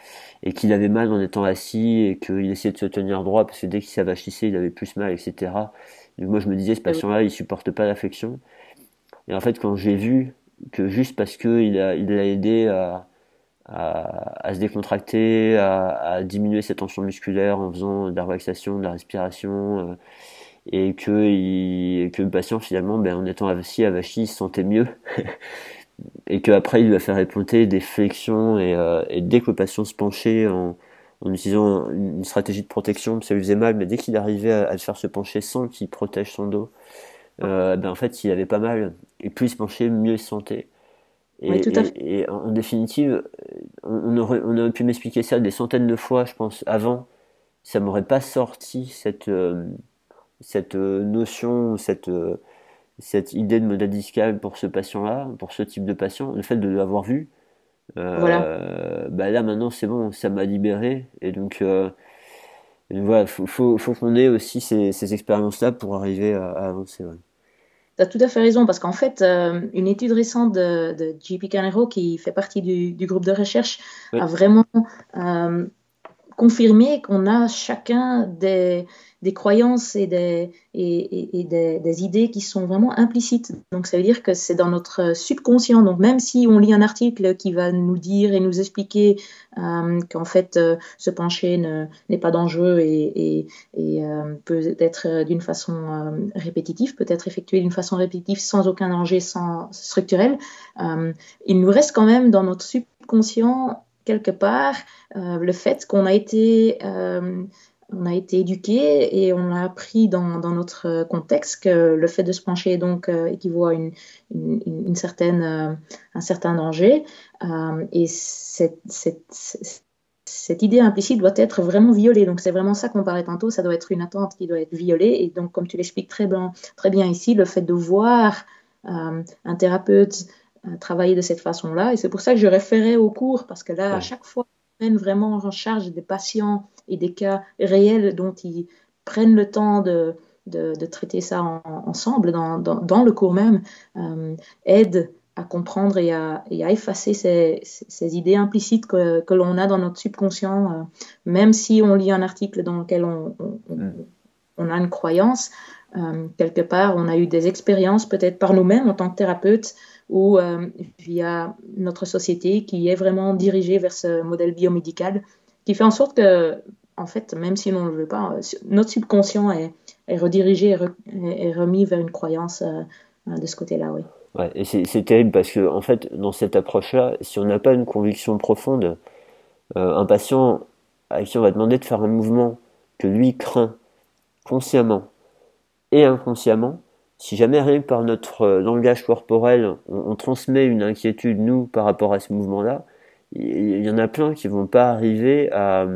et qu'il avait mal en étant assis et qu'il essayait de se tenir droit parce que dès qu'il s'avachissait, il avait plus mal, et cetera. Donc moi je me disais, ce patient-là, il supporte pas la flexion. Et en fait, quand j'ai vu que juste parce que il a, il l'a aidé à, à, à se décontracter, à, à diminuer ses tensions musculaires en faisant de la relaxation, de la respiration, euh, et que, il, que le patient finalement, ben, en étant assis, avachi, il se sentait mieux. Et qu'après il lui a fait répéter des flexions, et, euh, et dès que le patient se penchait en, en utilisant une stratégie de protection, ça lui faisait mal, mais dès qu'il arrivait à, à le faire se pencher sans qu'il protège son dos, euh, ben en fait il avait pas mal, et plus il se penchait, mieux il se sentait. Et, Oui, tout à fait. et, et en, en définitive, on aurait, on aurait pu m'expliquer ça des centaines de fois, je pense, avant, ça m'aurait pas sorti cette, euh, cette euh, notion, cette, euh, cette idée de modèle discal pour ce patient-là, pour ce type de patient. Le fait de l'avoir vu, Voilà. euh, bah là maintenant c'est bon, ça m'a libéré. Et donc, euh, et donc voilà, faut, faut, faut qu'on ait aussi ces, ces expériences-là pour arriver à, à avancer. Ouais. Tu as tout à fait raison, parce qu'en fait, euh, une étude récente de, de J P Canero, qui fait partie du, du groupe de recherche, a Oui, vraiment euh, confirmer qu'on a chacun des, des croyances et, des, et, et, et des, des idées qui sont vraiment implicites. Donc, ça veut dire que c'est dans notre subconscient. Donc, même si on lit un article qui va nous dire et nous expliquer euh, qu'en fait, euh, se pencher ne, n'est pas dangereux et, et, et euh, peut être d'une façon euh, répétitive, peut être effectué d'une façon répétitive sans aucun danger, sans structurel, euh, il nous reste quand même dans notre subconscient quelque part euh, le fait qu'on a été, euh, on a été éduqué et on a appris dans, dans notre contexte que le fait de se pencher donc euh, équivaut à une, une, une certaine, euh, un certain danger. Euh, et cette, cette, cette, cette idée implicite doit être vraiment violée. Donc c'est vraiment ça qu'on parlait tantôt, ça doit être une attente qui doit être violée. Et donc comme tu l'expliques très bien, très bien ici, le fait de voir euh, un thérapeute travailler de cette façon-là. Et c'est pour ça que je référais au cours, parce que là, à ouais, chaque fois, ils prennent vraiment en charge des patients et des cas réels dont ils prennent le temps de, de, de traiter ça en, ensemble, dans, dans, dans, le cours même, euh, aide à comprendre et à, et à effacer ces, ces, idées implicites que, que l'on a dans notre subconscient, euh, même si on lit un article dans lequel on, on, on, mm, on a une croyance. Euh, quelque part, on a eu des expériences peut-être par nous-mêmes en tant que thérapeute ou euh, via notre société qui est vraiment dirigée vers ce modèle biomédical qui fait en sorte que, en fait, même si on ne le veut pas, notre subconscient est, est redirigé et, re, est remis vers une croyance euh, de ce côté-là, oui. ouais. Et c'est, c'est terrible parce que en fait, dans cette approche-là, si on n'a pas une conviction profonde, euh, un patient à qui on va demander de faire un mouvement que lui craint consciemment et inconsciemment, si jamais rien que par notre euh, langage corporel, on, on transmet une inquiétude, nous, par rapport à ce mouvement-là, il y en a plein qui vont pas arriver à,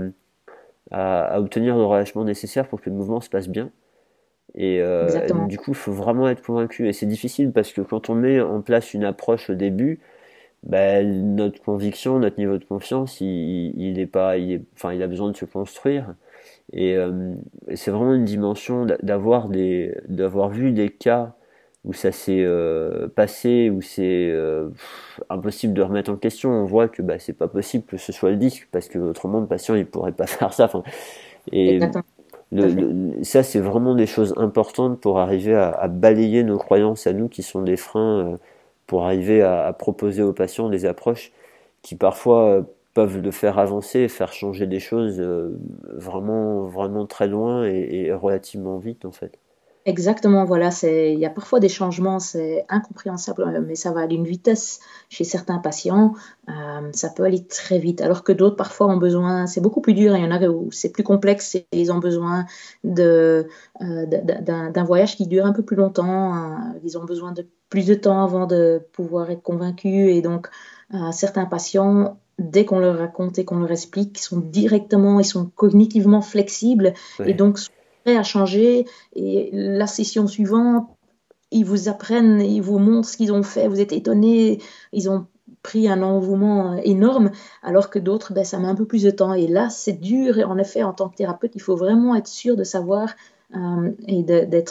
à, à obtenir le relâchement nécessaire pour que le mouvement se passe bien. Et, euh, et donc, Exactement. du coup, il faut vraiment être convaincu. Et c'est difficile parce que quand on met en place une approche au début, ben, notre conviction, notre niveau de confiance, il, il est pas, il est, enfin, il a besoin de se construire. Et, euh, et c'est vraiment une dimension d'avoir des, d'avoir vu des cas où ça s'est euh, passé, où c'est euh, pff, impossible de remettre en question. On voit que bah, c'est pas possible que ce soit le disque parce que autrement le patient il pourrait pas faire ça. Enfin, et Exactement. Tout le, à fait. le, ça c'est vraiment des choses importantes pour arriver à, à balayer nos croyances à nous qui sont des freins, euh, pour arriver à, à proposer aux patients des approches qui parfois euh, peuvent le faire avancer et faire changer des choses euh, vraiment vraiment très loin et, et relativement vite en fait. Exactement, voilà, c'est, il y a parfois des changements, c'est incompréhensible, euh, mais ça va à une vitesse chez certains patients, euh, ça peut aller très vite, alors que d'autres parfois ont besoin, c'est beaucoup plus dur, il y en a où c'est plus complexe et ils ont besoin de, euh, d'un, d'un voyage qui dure un peu plus longtemps, hein, ils ont besoin de plus de temps avant de pouvoir être convaincus, et donc euh, certains patients, dès qu'on leur raconte et qu'on leur explique, ils sont directement, ils sont cognitivement flexibles, et Ouais, donc sont prêts à changer. Et la session suivante, ils vous apprennent, ils vous montrent ce qu'ils ont fait, vous êtes étonnés, ils ont pris un engouement énorme, alors que d'autres, ben, ça met un peu plus de temps. Et là, c'est dur, et en effet, en tant que thérapeute, il faut vraiment être sûr de savoir euh, et de, d'être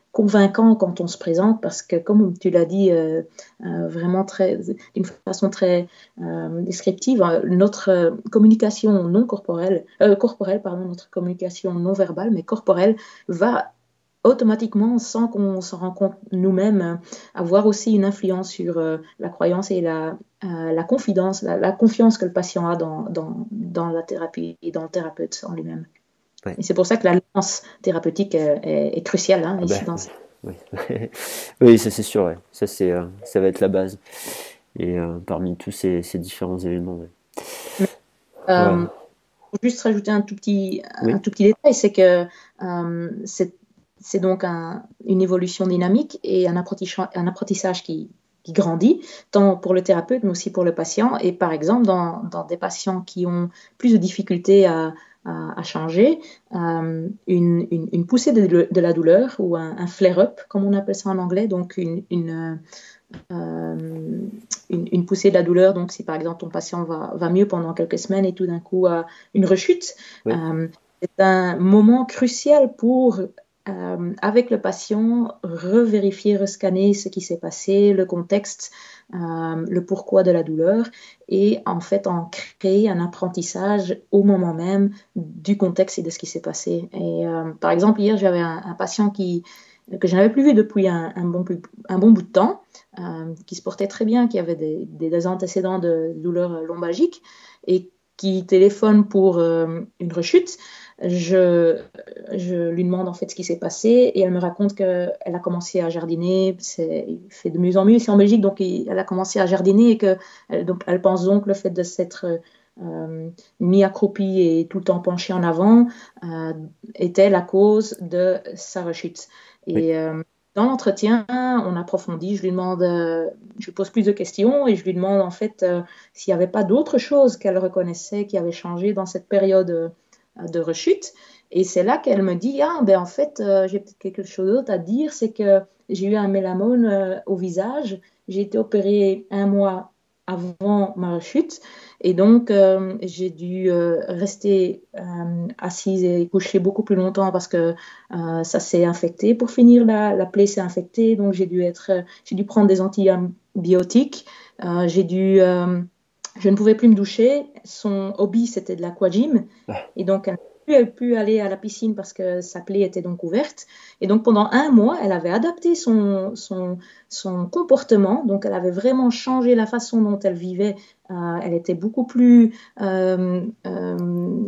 convaincant quand on se présente parce que, comme tu l'as dit, euh, euh, vraiment très, d'une façon très euh, descriptive, notre euh, communication non corporelle, euh, corporelle, pardon, notre communication non verbale, mais corporelle, va automatiquement, sans qu'on s'en rende compte nous-mêmes, euh, avoir aussi une influence sur euh, la croyance et la, euh, la confidence, la, la confiance que le patient a dans, dans, dans la thérapie et dans le thérapeute en lui-même. Ouais. Et c'est pour ça que la lance thérapeutique est, est, est cruciale hein, Ah ici bah, dans ce... oui. Oui, ça c'est sûr, ouais. Ça, c'est, euh, ça va être la base. Et euh, parmi tous ces, ces différents éléments, ouais. Mais, euh, Voilà. pour juste rajouter un tout petit, un Oui, tout petit détail, c'est que euh, c'est, c'est donc un, une évolution dynamique et un apprentissage, un apprentissage qui, qui grandit, tant pour le thérapeute, mais aussi pour le patient. Et par exemple, dans, dans des patients qui ont plus de difficultés à, à, à changer, euh, une, une, une poussée de, de la douleur ou un, un flare-up, comme on appelle ça en anglais, donc une, une euh, une, une, poussée de la douleur. Donc, si par exemple ton patient va, va mieux pendant quelques semaines et tout d'un coup a une rechute, oui, euh, c'est un moment crucial pour, euh, avec le patient, revérifier, rescanner ce qui s'est passé, le contexte, euh, le pourquoi de la douleur et en fait en créer un apprentissage au moment même du contexte et de ce qui s'est passé. Et euh, par exemple, hier, j'avais un, un patient qui que je n'avais plus vu depuis un, un, bon, un bon bout de temps, euh, qui se portait très bien, qui avait des, des antécédents de douleurs lombalgiques et qui téléphone pour euh, une rechute. Je, je lui demande en fait ce qui s'est passé et elle me raconte qu'elle a commencé à jardiner, c'est, il fait de mieux en mieux ici en Belgique, donc il, elle a commencé à jardiner et que elle, donc, elle pense donc le fait de s'être euh, mis accroupi et tout le temps penché en avant euh, était la cause de sa rechute. oui. Et euh, dans l'entretien, on approfondit, je lui demande, euh, je lui pose plus de questions et je lui demande en fait euh, s'il n'y avait pas d'autres choses qu'elle reconnaissait qui avaient changé dans cette période euh, de rechute. Et c'est là qu'elle me dit, ah ben en fait, euh, j'ai peut-être quelque chose d'autre à dire, c'est que j'ai eu un mélanome euh, au visage, j'ai été opérée un mois avant ma rechute et donc euh, j'ai dû euh, rester euh, assise et couchée beaucoup plus longtemps parce que euh, ça s'est infecté. Pour finir, la, la plaie s'est infectée, donc j'ai dû être, j'ai dû prendre des antibiotiques. Euh, j'ai dû, euh, je ne pouvais plus me doucher. Son hobby, c'était de l'aquagym, Ah, et donc elle n'a plus pu aller à la piscine parce que sa plaie était donc ouverte. Et donc pendant un mois, elle avait adapté son, son, son comportement. Donc elle avait vraiment changé la façon dont elle vivait. Euh, elle était beaucoup plus euh, euh,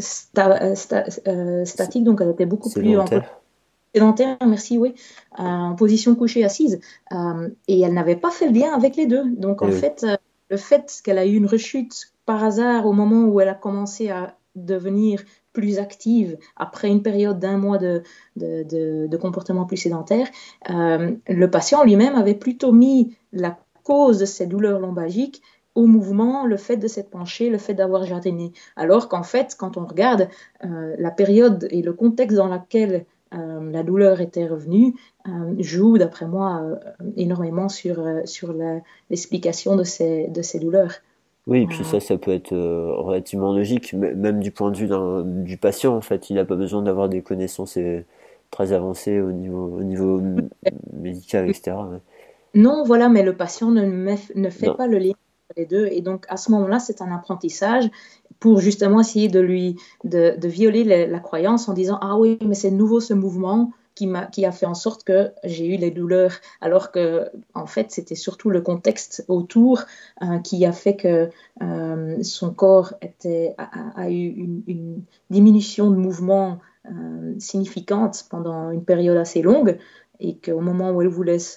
sta- sta- euh, c'est, statique, donc elle était beaucoup c'est plus en volontaire. sédentaire, merci, oui, euh, en position couchée assise. Euh, et elle n'avait pas fait le lien avec les deux. Donc, en Eh oui, fait, euh, le fait qu'elle a eu une rechute par hasard au moment où elle a commencé à devenir plus active après une période d'un mois de, de, de, de comportement plus sédentaire, euh, le patient lui-même avait plutôt mis la cause de ces douleurs lombalgiques au mouvement, le fait de s'être penché, le fait d'avoir jardiné. Alors qu'en fait, quand on regarde euh, la période et le contexte dans lequel euh, la douleur était revenue, euh, joue, d'après moi, euh, énormément sur, euh, sur la, l'explication de ces, de ces douleurs. oui, et puis Euh, ça, ça peut être euh, relativement logique, m- même du point de vue d'un, du patient, en fait. Il n'a pas besoin d'avoir des connaissances euh, très avancées au niveau, au niveau m- médical, et cetera. Ouais. non, voilà, mais le patient ne, met- ne fait Non, pas le lien entre les deux. Et donc, à ce moment-là, c'est un apprentissage pour justement essayer de lui, de, de violer la, la croyance en disant, ah oui, mais c'est nouveau ce mouvement qui m'a, qui a fait en sorte que j'ai eu les douleurs, alors que, en fait, c'était surtout le contexte autour euh, qui a fait que euh, son corps était, a, a eu une, une diminution de mouvement euh, significante pendant une période assez longue et qu'au moment où elle voulait se,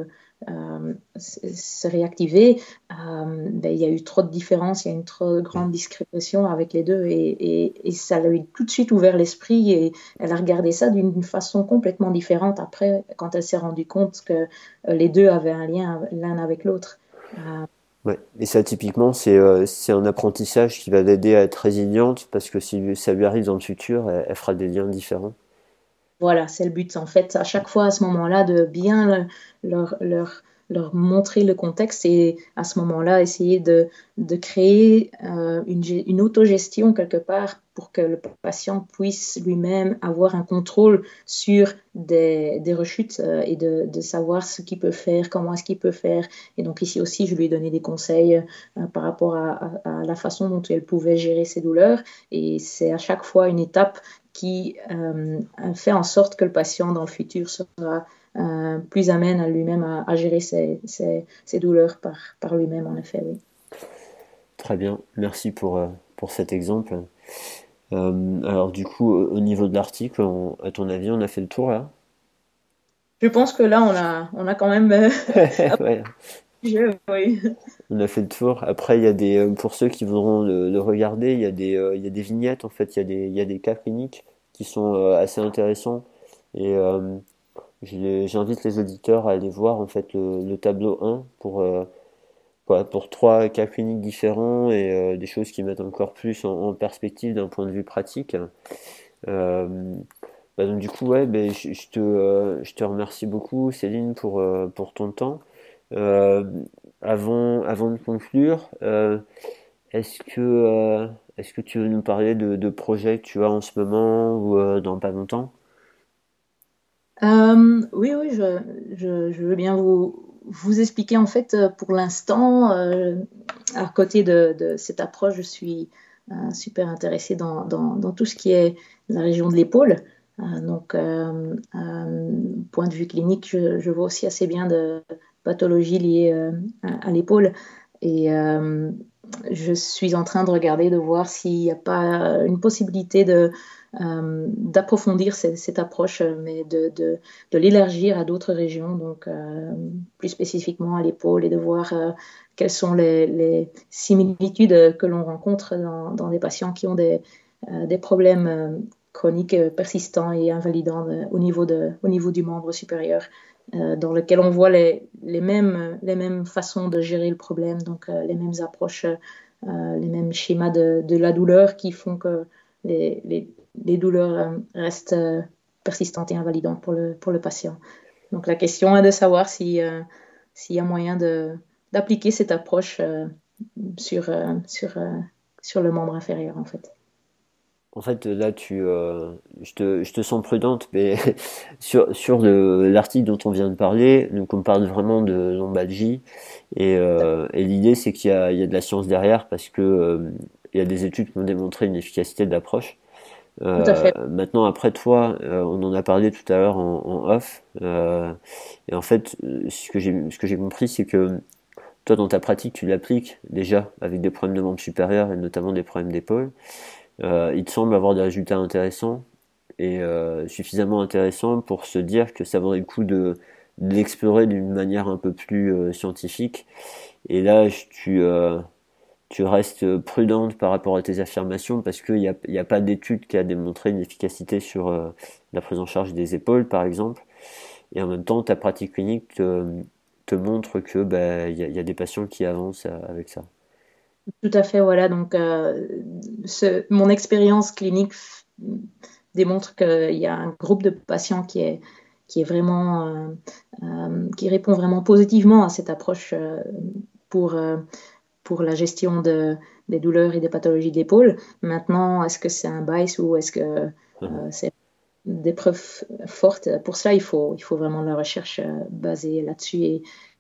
euh, se réactiver, euh, ben, il y a eu trop de différences, il y a une trop grande discrétion avec les deux et, et, et ça lui a tout de suite ouvert l'esprit et elle a regardé ça d'une façon complètement différente après quand elle s'est rendue compte que euh, les deux avaient un lien l'un avec l'autre. Euh, ouais. Et ça, typiquement, c'est euh, c'est un apprentissage qui va l'aider à être résiliente parce que si ça lui arrive dans le futur, elle, elle fera des liens différents. Voilà, c'est le but en fait, à chaque fois à ce moment-là, de bien leur, leur leur montrer le contexte et à ce moment-là, essayer de, de créer euh, une, une autogestion quelque part pour que le patient puisse lui-même avoir un contrôle sur des, des rechutes euh, et de, de savoir ce qu'il peut faire, comment est-ce qu'il peut faire. Et donc ici aussi, je lui ai donné des conseils euh, par rapport à, à, à la façon dont elle pouvait gérer ses douleurs. Et c'est à chaque fois une étape qui euh, fait en sorte que le patient dans le futur sera euh, plus amène à lui-même à, à gérer ses, ses, ses, douleurs par, par lui-même, en effet, oui. Très bien, merci pour, euh, pour cet exemple. Euh, alors du coup, au niveau de l'article, on, à ton avis, on a fait le tour là? Je pense que là, on a, on a quand même... Euh, ouais. je, oui. On a fait le tour. Après, il y a des, euh, pour ceux qui voudront le, le regarder, il y a des, euh, il y a des vignettes en fait, il y a des, il y a des cas cliniques qui sont euh, assez intéressants. Et euh, j'ai- j'invite les auditeurs à aller voir en fait le, le tableau un pour, euh, quoi, pour trois cas cliniques différents et euh, des choses qui mettent encore plus en, en perspective d'un point de vue pratique. Euh, bah donc du coup, ouais, ben, je, je te, euh, je te remercie beaucoup, Céline, pour, euh, pour ton temps. Euh, avant, avant de conclure, euh, est-ce que, euh, est-ce que tu veux nous parler de, de projets que tu as en ce moment ou euh, dans pas longtemps? Euh, oui, oui, je, je, je, veux bien vous, vous expliquer. En fait, pour l'instant, euh, à côté de, de, cette approche, je suis euh, super intéressée dans, dans, dans, tout ce qui est la région de l'épaule. Euh, donc, euh, euh, point de vue clinique, je, je, vois aussi assez bien de pathologies liées euh, à, à l'épaule. Et euh, je suis en train de regarder, de voir s'il n'y a pas une possibilité de euh, d'approfondir cette, cette, approche, mais de, de, de l'élargir à d'autres régions, donc euh, plus spécifiquement à l'épaule, et de voir euh, quelles sont les, les, similitudes que l'on rencontre dans, dans des patients qui ont des, euh, des problèmes euh, chroniques persistants et invalidants euh, au, niveau de, au niveau du membre supérieur, euh, dans lequel on voit les, les, mêmes, les mêmes façons de gérer le problème, donc euh, les mêmes approches, euh, les mêmes schémas de, de la douleur qui font que les, les, les douleurs restent euh, persistantes et invalidantes pour le, pour le patient. Donc la question est de savoir si, euh, s'il y a moyen de, d'appliquer cette approche euh, sur, euh, sur, euh, sur le membre inférieur, en fait. En fait, là, tu, euh, je te, je te sens prudente, mais sur, sur le, l'article dont on vient de parler, donc on parle vraiment de lombalgie, et, euh, et l'idée c'est qu'il y a, il y a de la science derrière parce que euh, il y a des études qui ont démontré une efficacité de l'approche. Tout à Euh, fait. maintenant, après toi, euh, on en a parlé tout à l'heure en, en off, euh, et en fait, ce que j'ai, ce que j'ai compris, c'est que toi, dans ta pratique, tu l'appliques déjà avec des problèmes de membre supérieur et notamment des problèmes d'épaule. Euh, il te semble avoir des résultats intéressants et euh, suffisamment intéressants pour se dire que ça vaudrait le coup de, de l'explorer d'une manière un peu plus euh, scientifique. Et là, je- tu, euh, tu restes prudente par rapport à tes affirmations parce qu'il n'y a, il y a pas d'étude qui a démontré une efficacité sur euh, la prise en charge des épaules, par exemple. Et en même temps, ta pratique clinique te, te montre que bah, il y a, il y a des patients qui avancent euh, avec ça. Tout à fait, voilà. Donc, euh, ce, mon expérience clinique f- démontre qu'il y a un groupe de patients qui est, qui est vraiment, euh, euh, qui répond vraiment positivement à cette approche euh, pour, euh, pour la gestion de, des douleurs et des pathologies de l'épaule. Maintenant, est-ce que c'est un bias ou est-ce que euh, c'est des preuves fortes? Pour cela, il faut, il faut vraiment la recherche euh, basée là-dessus. Et,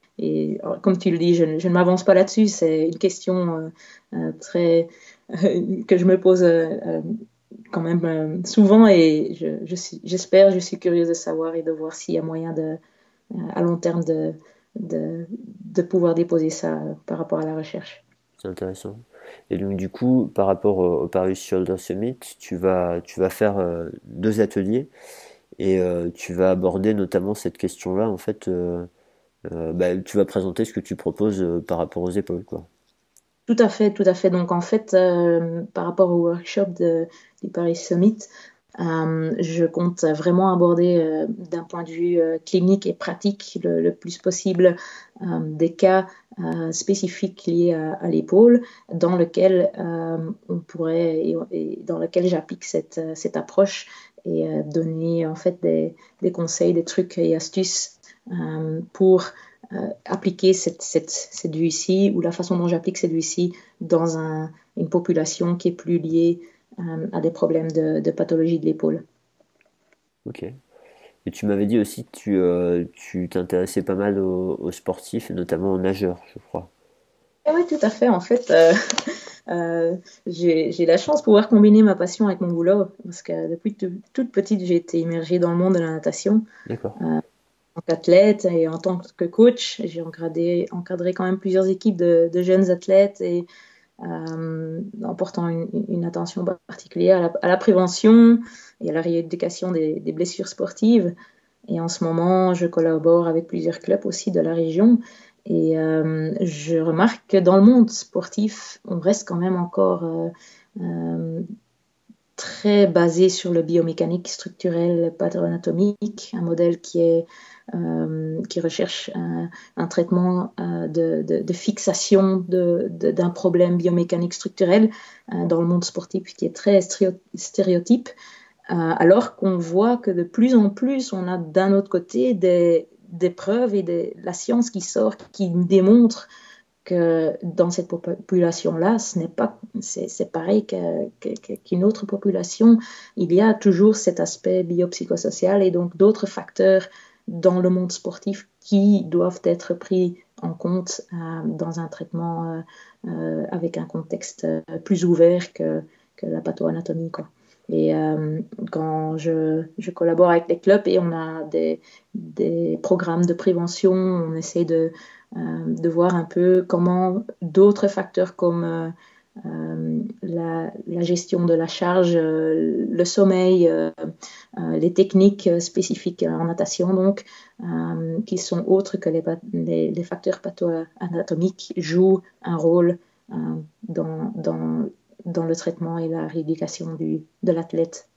et alors, comme tu le dis, je, je ne m'avance pas là-dessus. C'est une question euh, euh, très euh, que je me pose euh, euh, quand même euh, souvent et je, je suis, j'espère, je suis curieuse de savoir et de voir s'il y a moyen de, euh, à long terme de, de, de pouvoir déposer ça euh, par rapport à la recherche. C'est intéressant. Et donc du coup, par rapport au, au Paris Shoulder Summit, tu vas, tu vas faire euh, deux ateliers et euh, tu vas aborder notamment cette question-là. En fait, euh, euh, bah, tu vas présenter ce que tu proposes euh, par rapport aux épaules, quoi. Tout à fait, tout à fait. Donc en fait, euh, par rapport au workshop de, du Paris Summit, euh, je compte vraiment aborder euh, d'un point de vue euh, clinique et pratique le, le plus possible euh, des cas euh, spécifiques liés à, à l'épaule dans lequel euh, on pourrait et, et dans lequel j'applique cette, cette approche et euh, donner en fait des, des conseils, des trucs et astuces euh, pour euh, appliquer cette, cette, cette vue ici, ou la façon dont j'applique cette vue ici dans un, une population qui est plus liée euh, à des problèmes de, de pathologie de l'épaule. Ok. Et tu m'avais dit aussi que tu euh, tu t'intéressais pas mal aux, aux sportifs, et notamment aux nageurs, je crois. Et oui, tout à fait. En fait, euh, euh, j'ai, j'ai la chance de pouvoir combiner ma passion avec mon boulot, parce que depuis tout- toute petite, j'ai été immergée dans le monde de la natation. D'accord. Euh, En tant qu'athlète et en tant que coach, j'ai encadré, encadré quand même plusieurs équipes de, de jeunes athlètes et euh, en portant une, une attention particulière à la, à la prévention et à la rééducation des, des blessures sportives. Et en ce moment, je collabore avec plusieurs clubs aussi de la région. Et euh, je remarque que dans le monde sportif, on reste quand même encore euh, euh, très basé sur le biomécanique structurel patho-anatomique, un modèle qui, est, euh, qui recherche un, un traitement euh, de, de, de, fixation de, de, d'un problème biomécanique structurel euh, dans le monde sportif qui est très stéréotype, euh, alors qu'on voit que de plus en plus, on a d'un autre côté des, des preuves et des, la science qui sort, qui démontre que dans cette population-là, ce n'est pas, c'est, c'est pareil que, que, qu'une autre population. Il y a toujours cet aspect biopsychosocial et donc d'autres facteurs dans le monde sportif qui doivent être pris en compte euh, dans un traitement euh, euh, avec un contexte plus ouvert que, que la pathoanatomie, quoi. Et euh, quand je, je collabore avec les clubs et on a des, des programmes de prévention, on essaie de euh, de voir un peu comment d'autres facteurs comme euh, euh, la, la, gestion de la charge, euh, le sommeil, euh, euh, les techniques spécifiques en natation, donc, euh, qui sont autres que les, les, les facteurs patho-anatomiques, jouent un rôle euh, dans, dans, dans le traitement et la rééducation du, de l'athlète.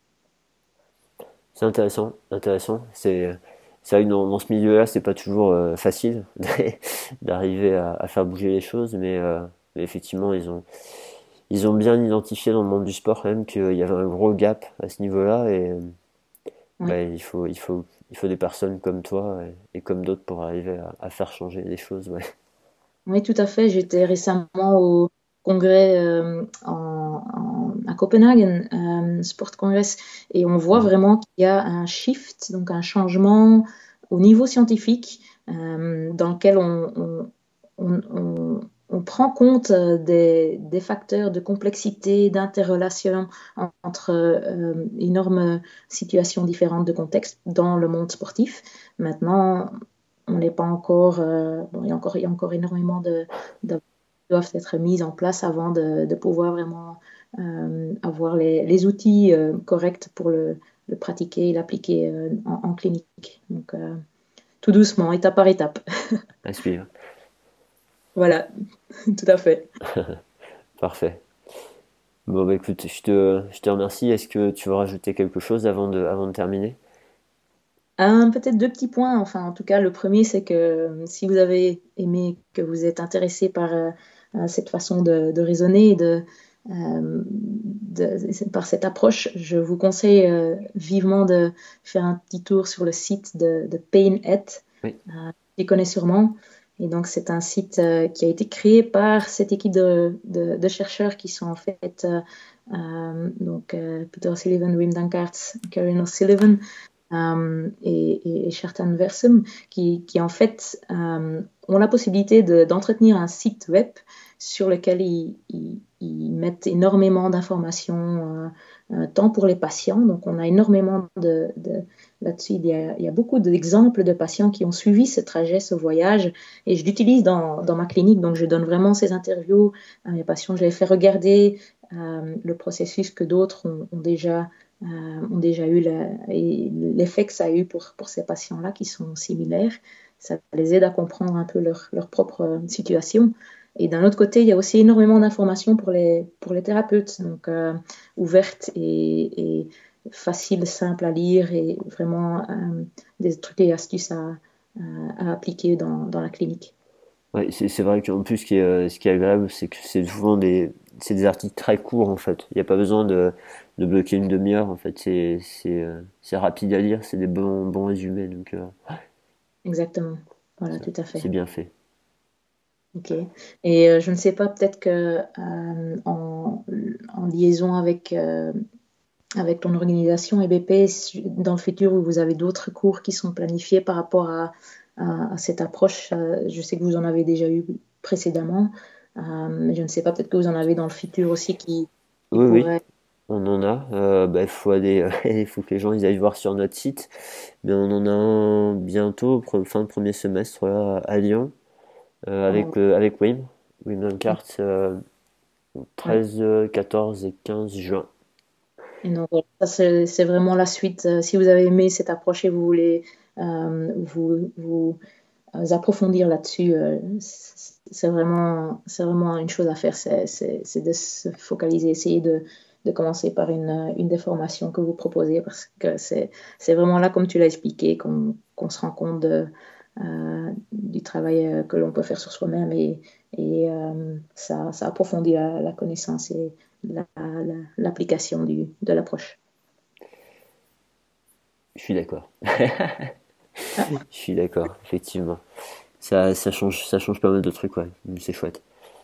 C'est intéressant, intéressant. C'est c'est vrai que dans, dans ce milieu-là, c'est pas toujours euh, facile d'arriver à, à faire bouger les choses, mais, euh, mais effectivement, ils ont ils ont bien identifié dans le monde du sport quand même qu'il y avait un gros gap à ce niveau-là et euh, Oui. bah, il faut il faut il faut des personnes comme toi et, et comme d'autres pour arriver à, à faire changer les choses. Ouais. Oui, tout à fait. J'étais récemment au congrès euh, en, en- à Copenhague, euh, Sport Congress, et on voit Mhm. vraiment qu'il y a un shift, donc un changement au niveau scientifique, euh, dans lequel on, on- on- on- on prend compte euh, des, des facteurs de complexité, d'interrelation en- entre euh, énormes situations différentes de contexte dans le monde sportif. Maintenant, on n'est pas encore, euh, bon, il y a encore, il y a encore énormément de, de doivent être mises en place avant de, de pouvoir vraiment euh, avoir les, les outils euh, corrects pour le, le pratiquer et l'appliquer euh, en, en clinique. Donc, euh, tout doucement, étape par étape. À suivre. Voilà, tout à fait. Parfait. Bon bah écoute, je te je te remercie. Est-ce que tu veux rajouter quelque chose avant de avant de terminer? Un, peut-être deux petits points. Enfin, en tout cas, le premier, c'est que euh, si vous avez aimé, que vous êtes intéressé par euh, euh, cette façon de, de raisonner, de, euh, de- par cette approche, je vous conseille euh, vivement de faire un petit tour sur le site de, de PainEd, Oui. euh, tu connais sûrement. Et donc, c'est un site euh, qui a été créé par cette équipe de, de- de chercheurs qui sont en fait euh, euh, donc, euh, Peter O'Sullivan, Wim Dankart, Karen O'Sullivan euh, et, et Shertan Versum, qui, qui en fait euh, ont la possibilité de, d'entretenir un site web sur lequel ils, ils, ils mettent énormément d'informations, euh, euh, tant pour les patients, donc on a énormément de, de là-dessus, il y, a, il y a beaucoup d'exemples de patients qui ont suivi ce trajet, ce voyage, et je l'utilise dans, dans ma clinique, donc je donne vraiment ces interviews à mes patients, je les fais regarder euh, le processus que d'autres ont, ont déjà euh, ont déjà eu l'effet que ça a eu pour, pour ces patients-là qui sont similaires. Ça les aide à comprendre un peu leur, leur propre situation. Et d'un autre côté, il y a aussi énormément d'informations pour les, pour les thérapeutes, donc euh, ouvertes et, et faciles, simples à lire et vraiment euh, des trucs et astuces à, à, à appliquer dans, dans la clinique. Ouais, c'est c'est vrai qu'en plus, ce qui est, euh, ce qui est agréable, c'est que c'est souvent des, c'est des articles très courts en fait. Il n'y a pas besoin de, de bloquer une demi-heure en fait. C'est, c'est, euh, c'est rapide à lire, c'est des bons, bons résumés. Donc, euh, Exactement. Voilà, Ça, tout à fait. c'est bien fait. Ok. Et euh, je ne sais pas, peut-être que euh, en, en liaison avec, euh, avec ton organisation E B P, si- dans le futur, où vous avez d'autres cours qui sont planifiés par rapport à, à- à cette approche, euh, je sais que vous en avez déjà eu précédemment, euh, mais je ne sais pas, peut-être que vous en avez dans le futur aussi qui, qui Oui, oui, pourraient. on en a. Euh, bah, il faut aller, il faut que les gens ils aillent voir sur notre site. Mais on en a un bientôt, pre- fin de premier semestre, là, à Lyon, euh, euh, avec, euh, avec Wim, Wim Lankart, euh, ouais. treize, euh, quatorze et quinze juin. Et donc, voilà, ça, c'est c'est vraiment la suite. Euh, si vous avez aimé cette approche et vous voulez euh, vous, vous euh, approfondir là-dessus, euh, c'est c'est vraiment, c'est vraiment une chose à faire, c'est c'est- c'est de se focaliser, essayer de, de commencer par une, une des formations que vous proposez, parce que c'est c'est vraiment là, comme tu l'as expliqué, qu'on qu'on se rend compte de, euh, du travail euh, que l'on peut faire sur soi-même, et, et euh, ça, ça approfondit la, la connaissance et la- la- l'application du- de l'approche. Je suis d'accord. Ah, Je suis d'accord, effectivement. Ça, ça change, ça change pas mal de trucs, ouais. C'est chouette.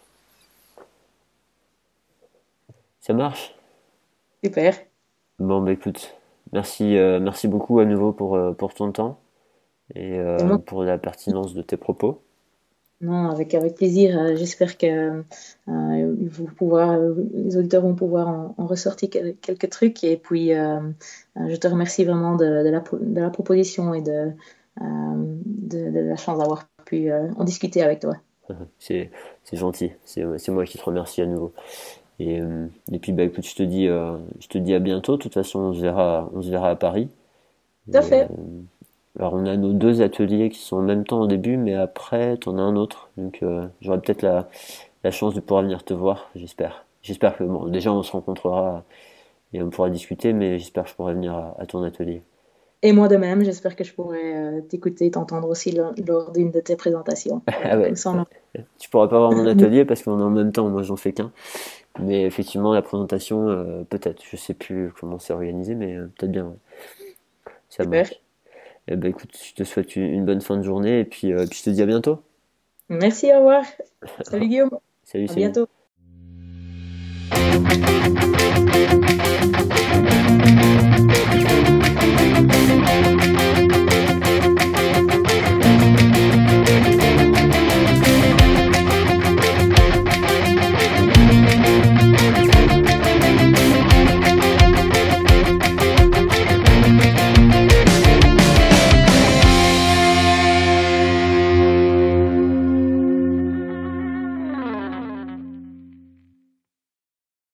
Ça marche? super. Bon, bah écoute, merci, euh, merci beaucoup à nouveau pour, euh, pour ton temps et Et euh, moi, pour la pertinence de tes propos. non, avec, avec plaisir. Euh, J'espère que euh, vous pouvoir, euh, les auditeurs vont pouvoir en, en ressortir quel- quelques trucs. Et puis, euh, euh, je te remercie vraiment de, de la, pro- de la proposition et de, euh, de, de la chance d'avoir pu euh, en discuter avec toi. C'est, c'est gentil. C'est, c'est moi qui te remercie à nouveau. Et, euh, et puis, bah écoute, je te dis, euh, je te dis à bientôt. De toute façon, on se verra, on se verra à Paris. Tout à Et, euh, fait. alors, on a nos deux ateliers qui sont en même temps au début, mais après, t'en as un autre. Donc, euh, j'aurai peut-être la, la chance de pouvoir venir te voir, j'espère. J'espère que, bon, déjà, on se rencontrera et on pourra discuter, mais j'espère que je pourrai venir à, à ton atelier. Et moi de même, j'espère que je pourrai euh, t'écouter et t'entendre aussi lors, lors d'une de tes présentations. Ah Voilà, comme ouais, ça, on en... tu pourras pas voir mon atelier parce qu'on est en même temps, moi j'en fais qu'un. Mais effectivement, la présentation, euh, peut-être. Je sais plus comment c'est organisé, mais euh, peut-être bien, ouais. Ça Super. marche. Eh ben écoute, je te souhaite une une bonne fin de journée et puis, euh, puis je te dis à bientôt. Merci, au revoir. Salut Guillaume. Salut, À salut. bientôt.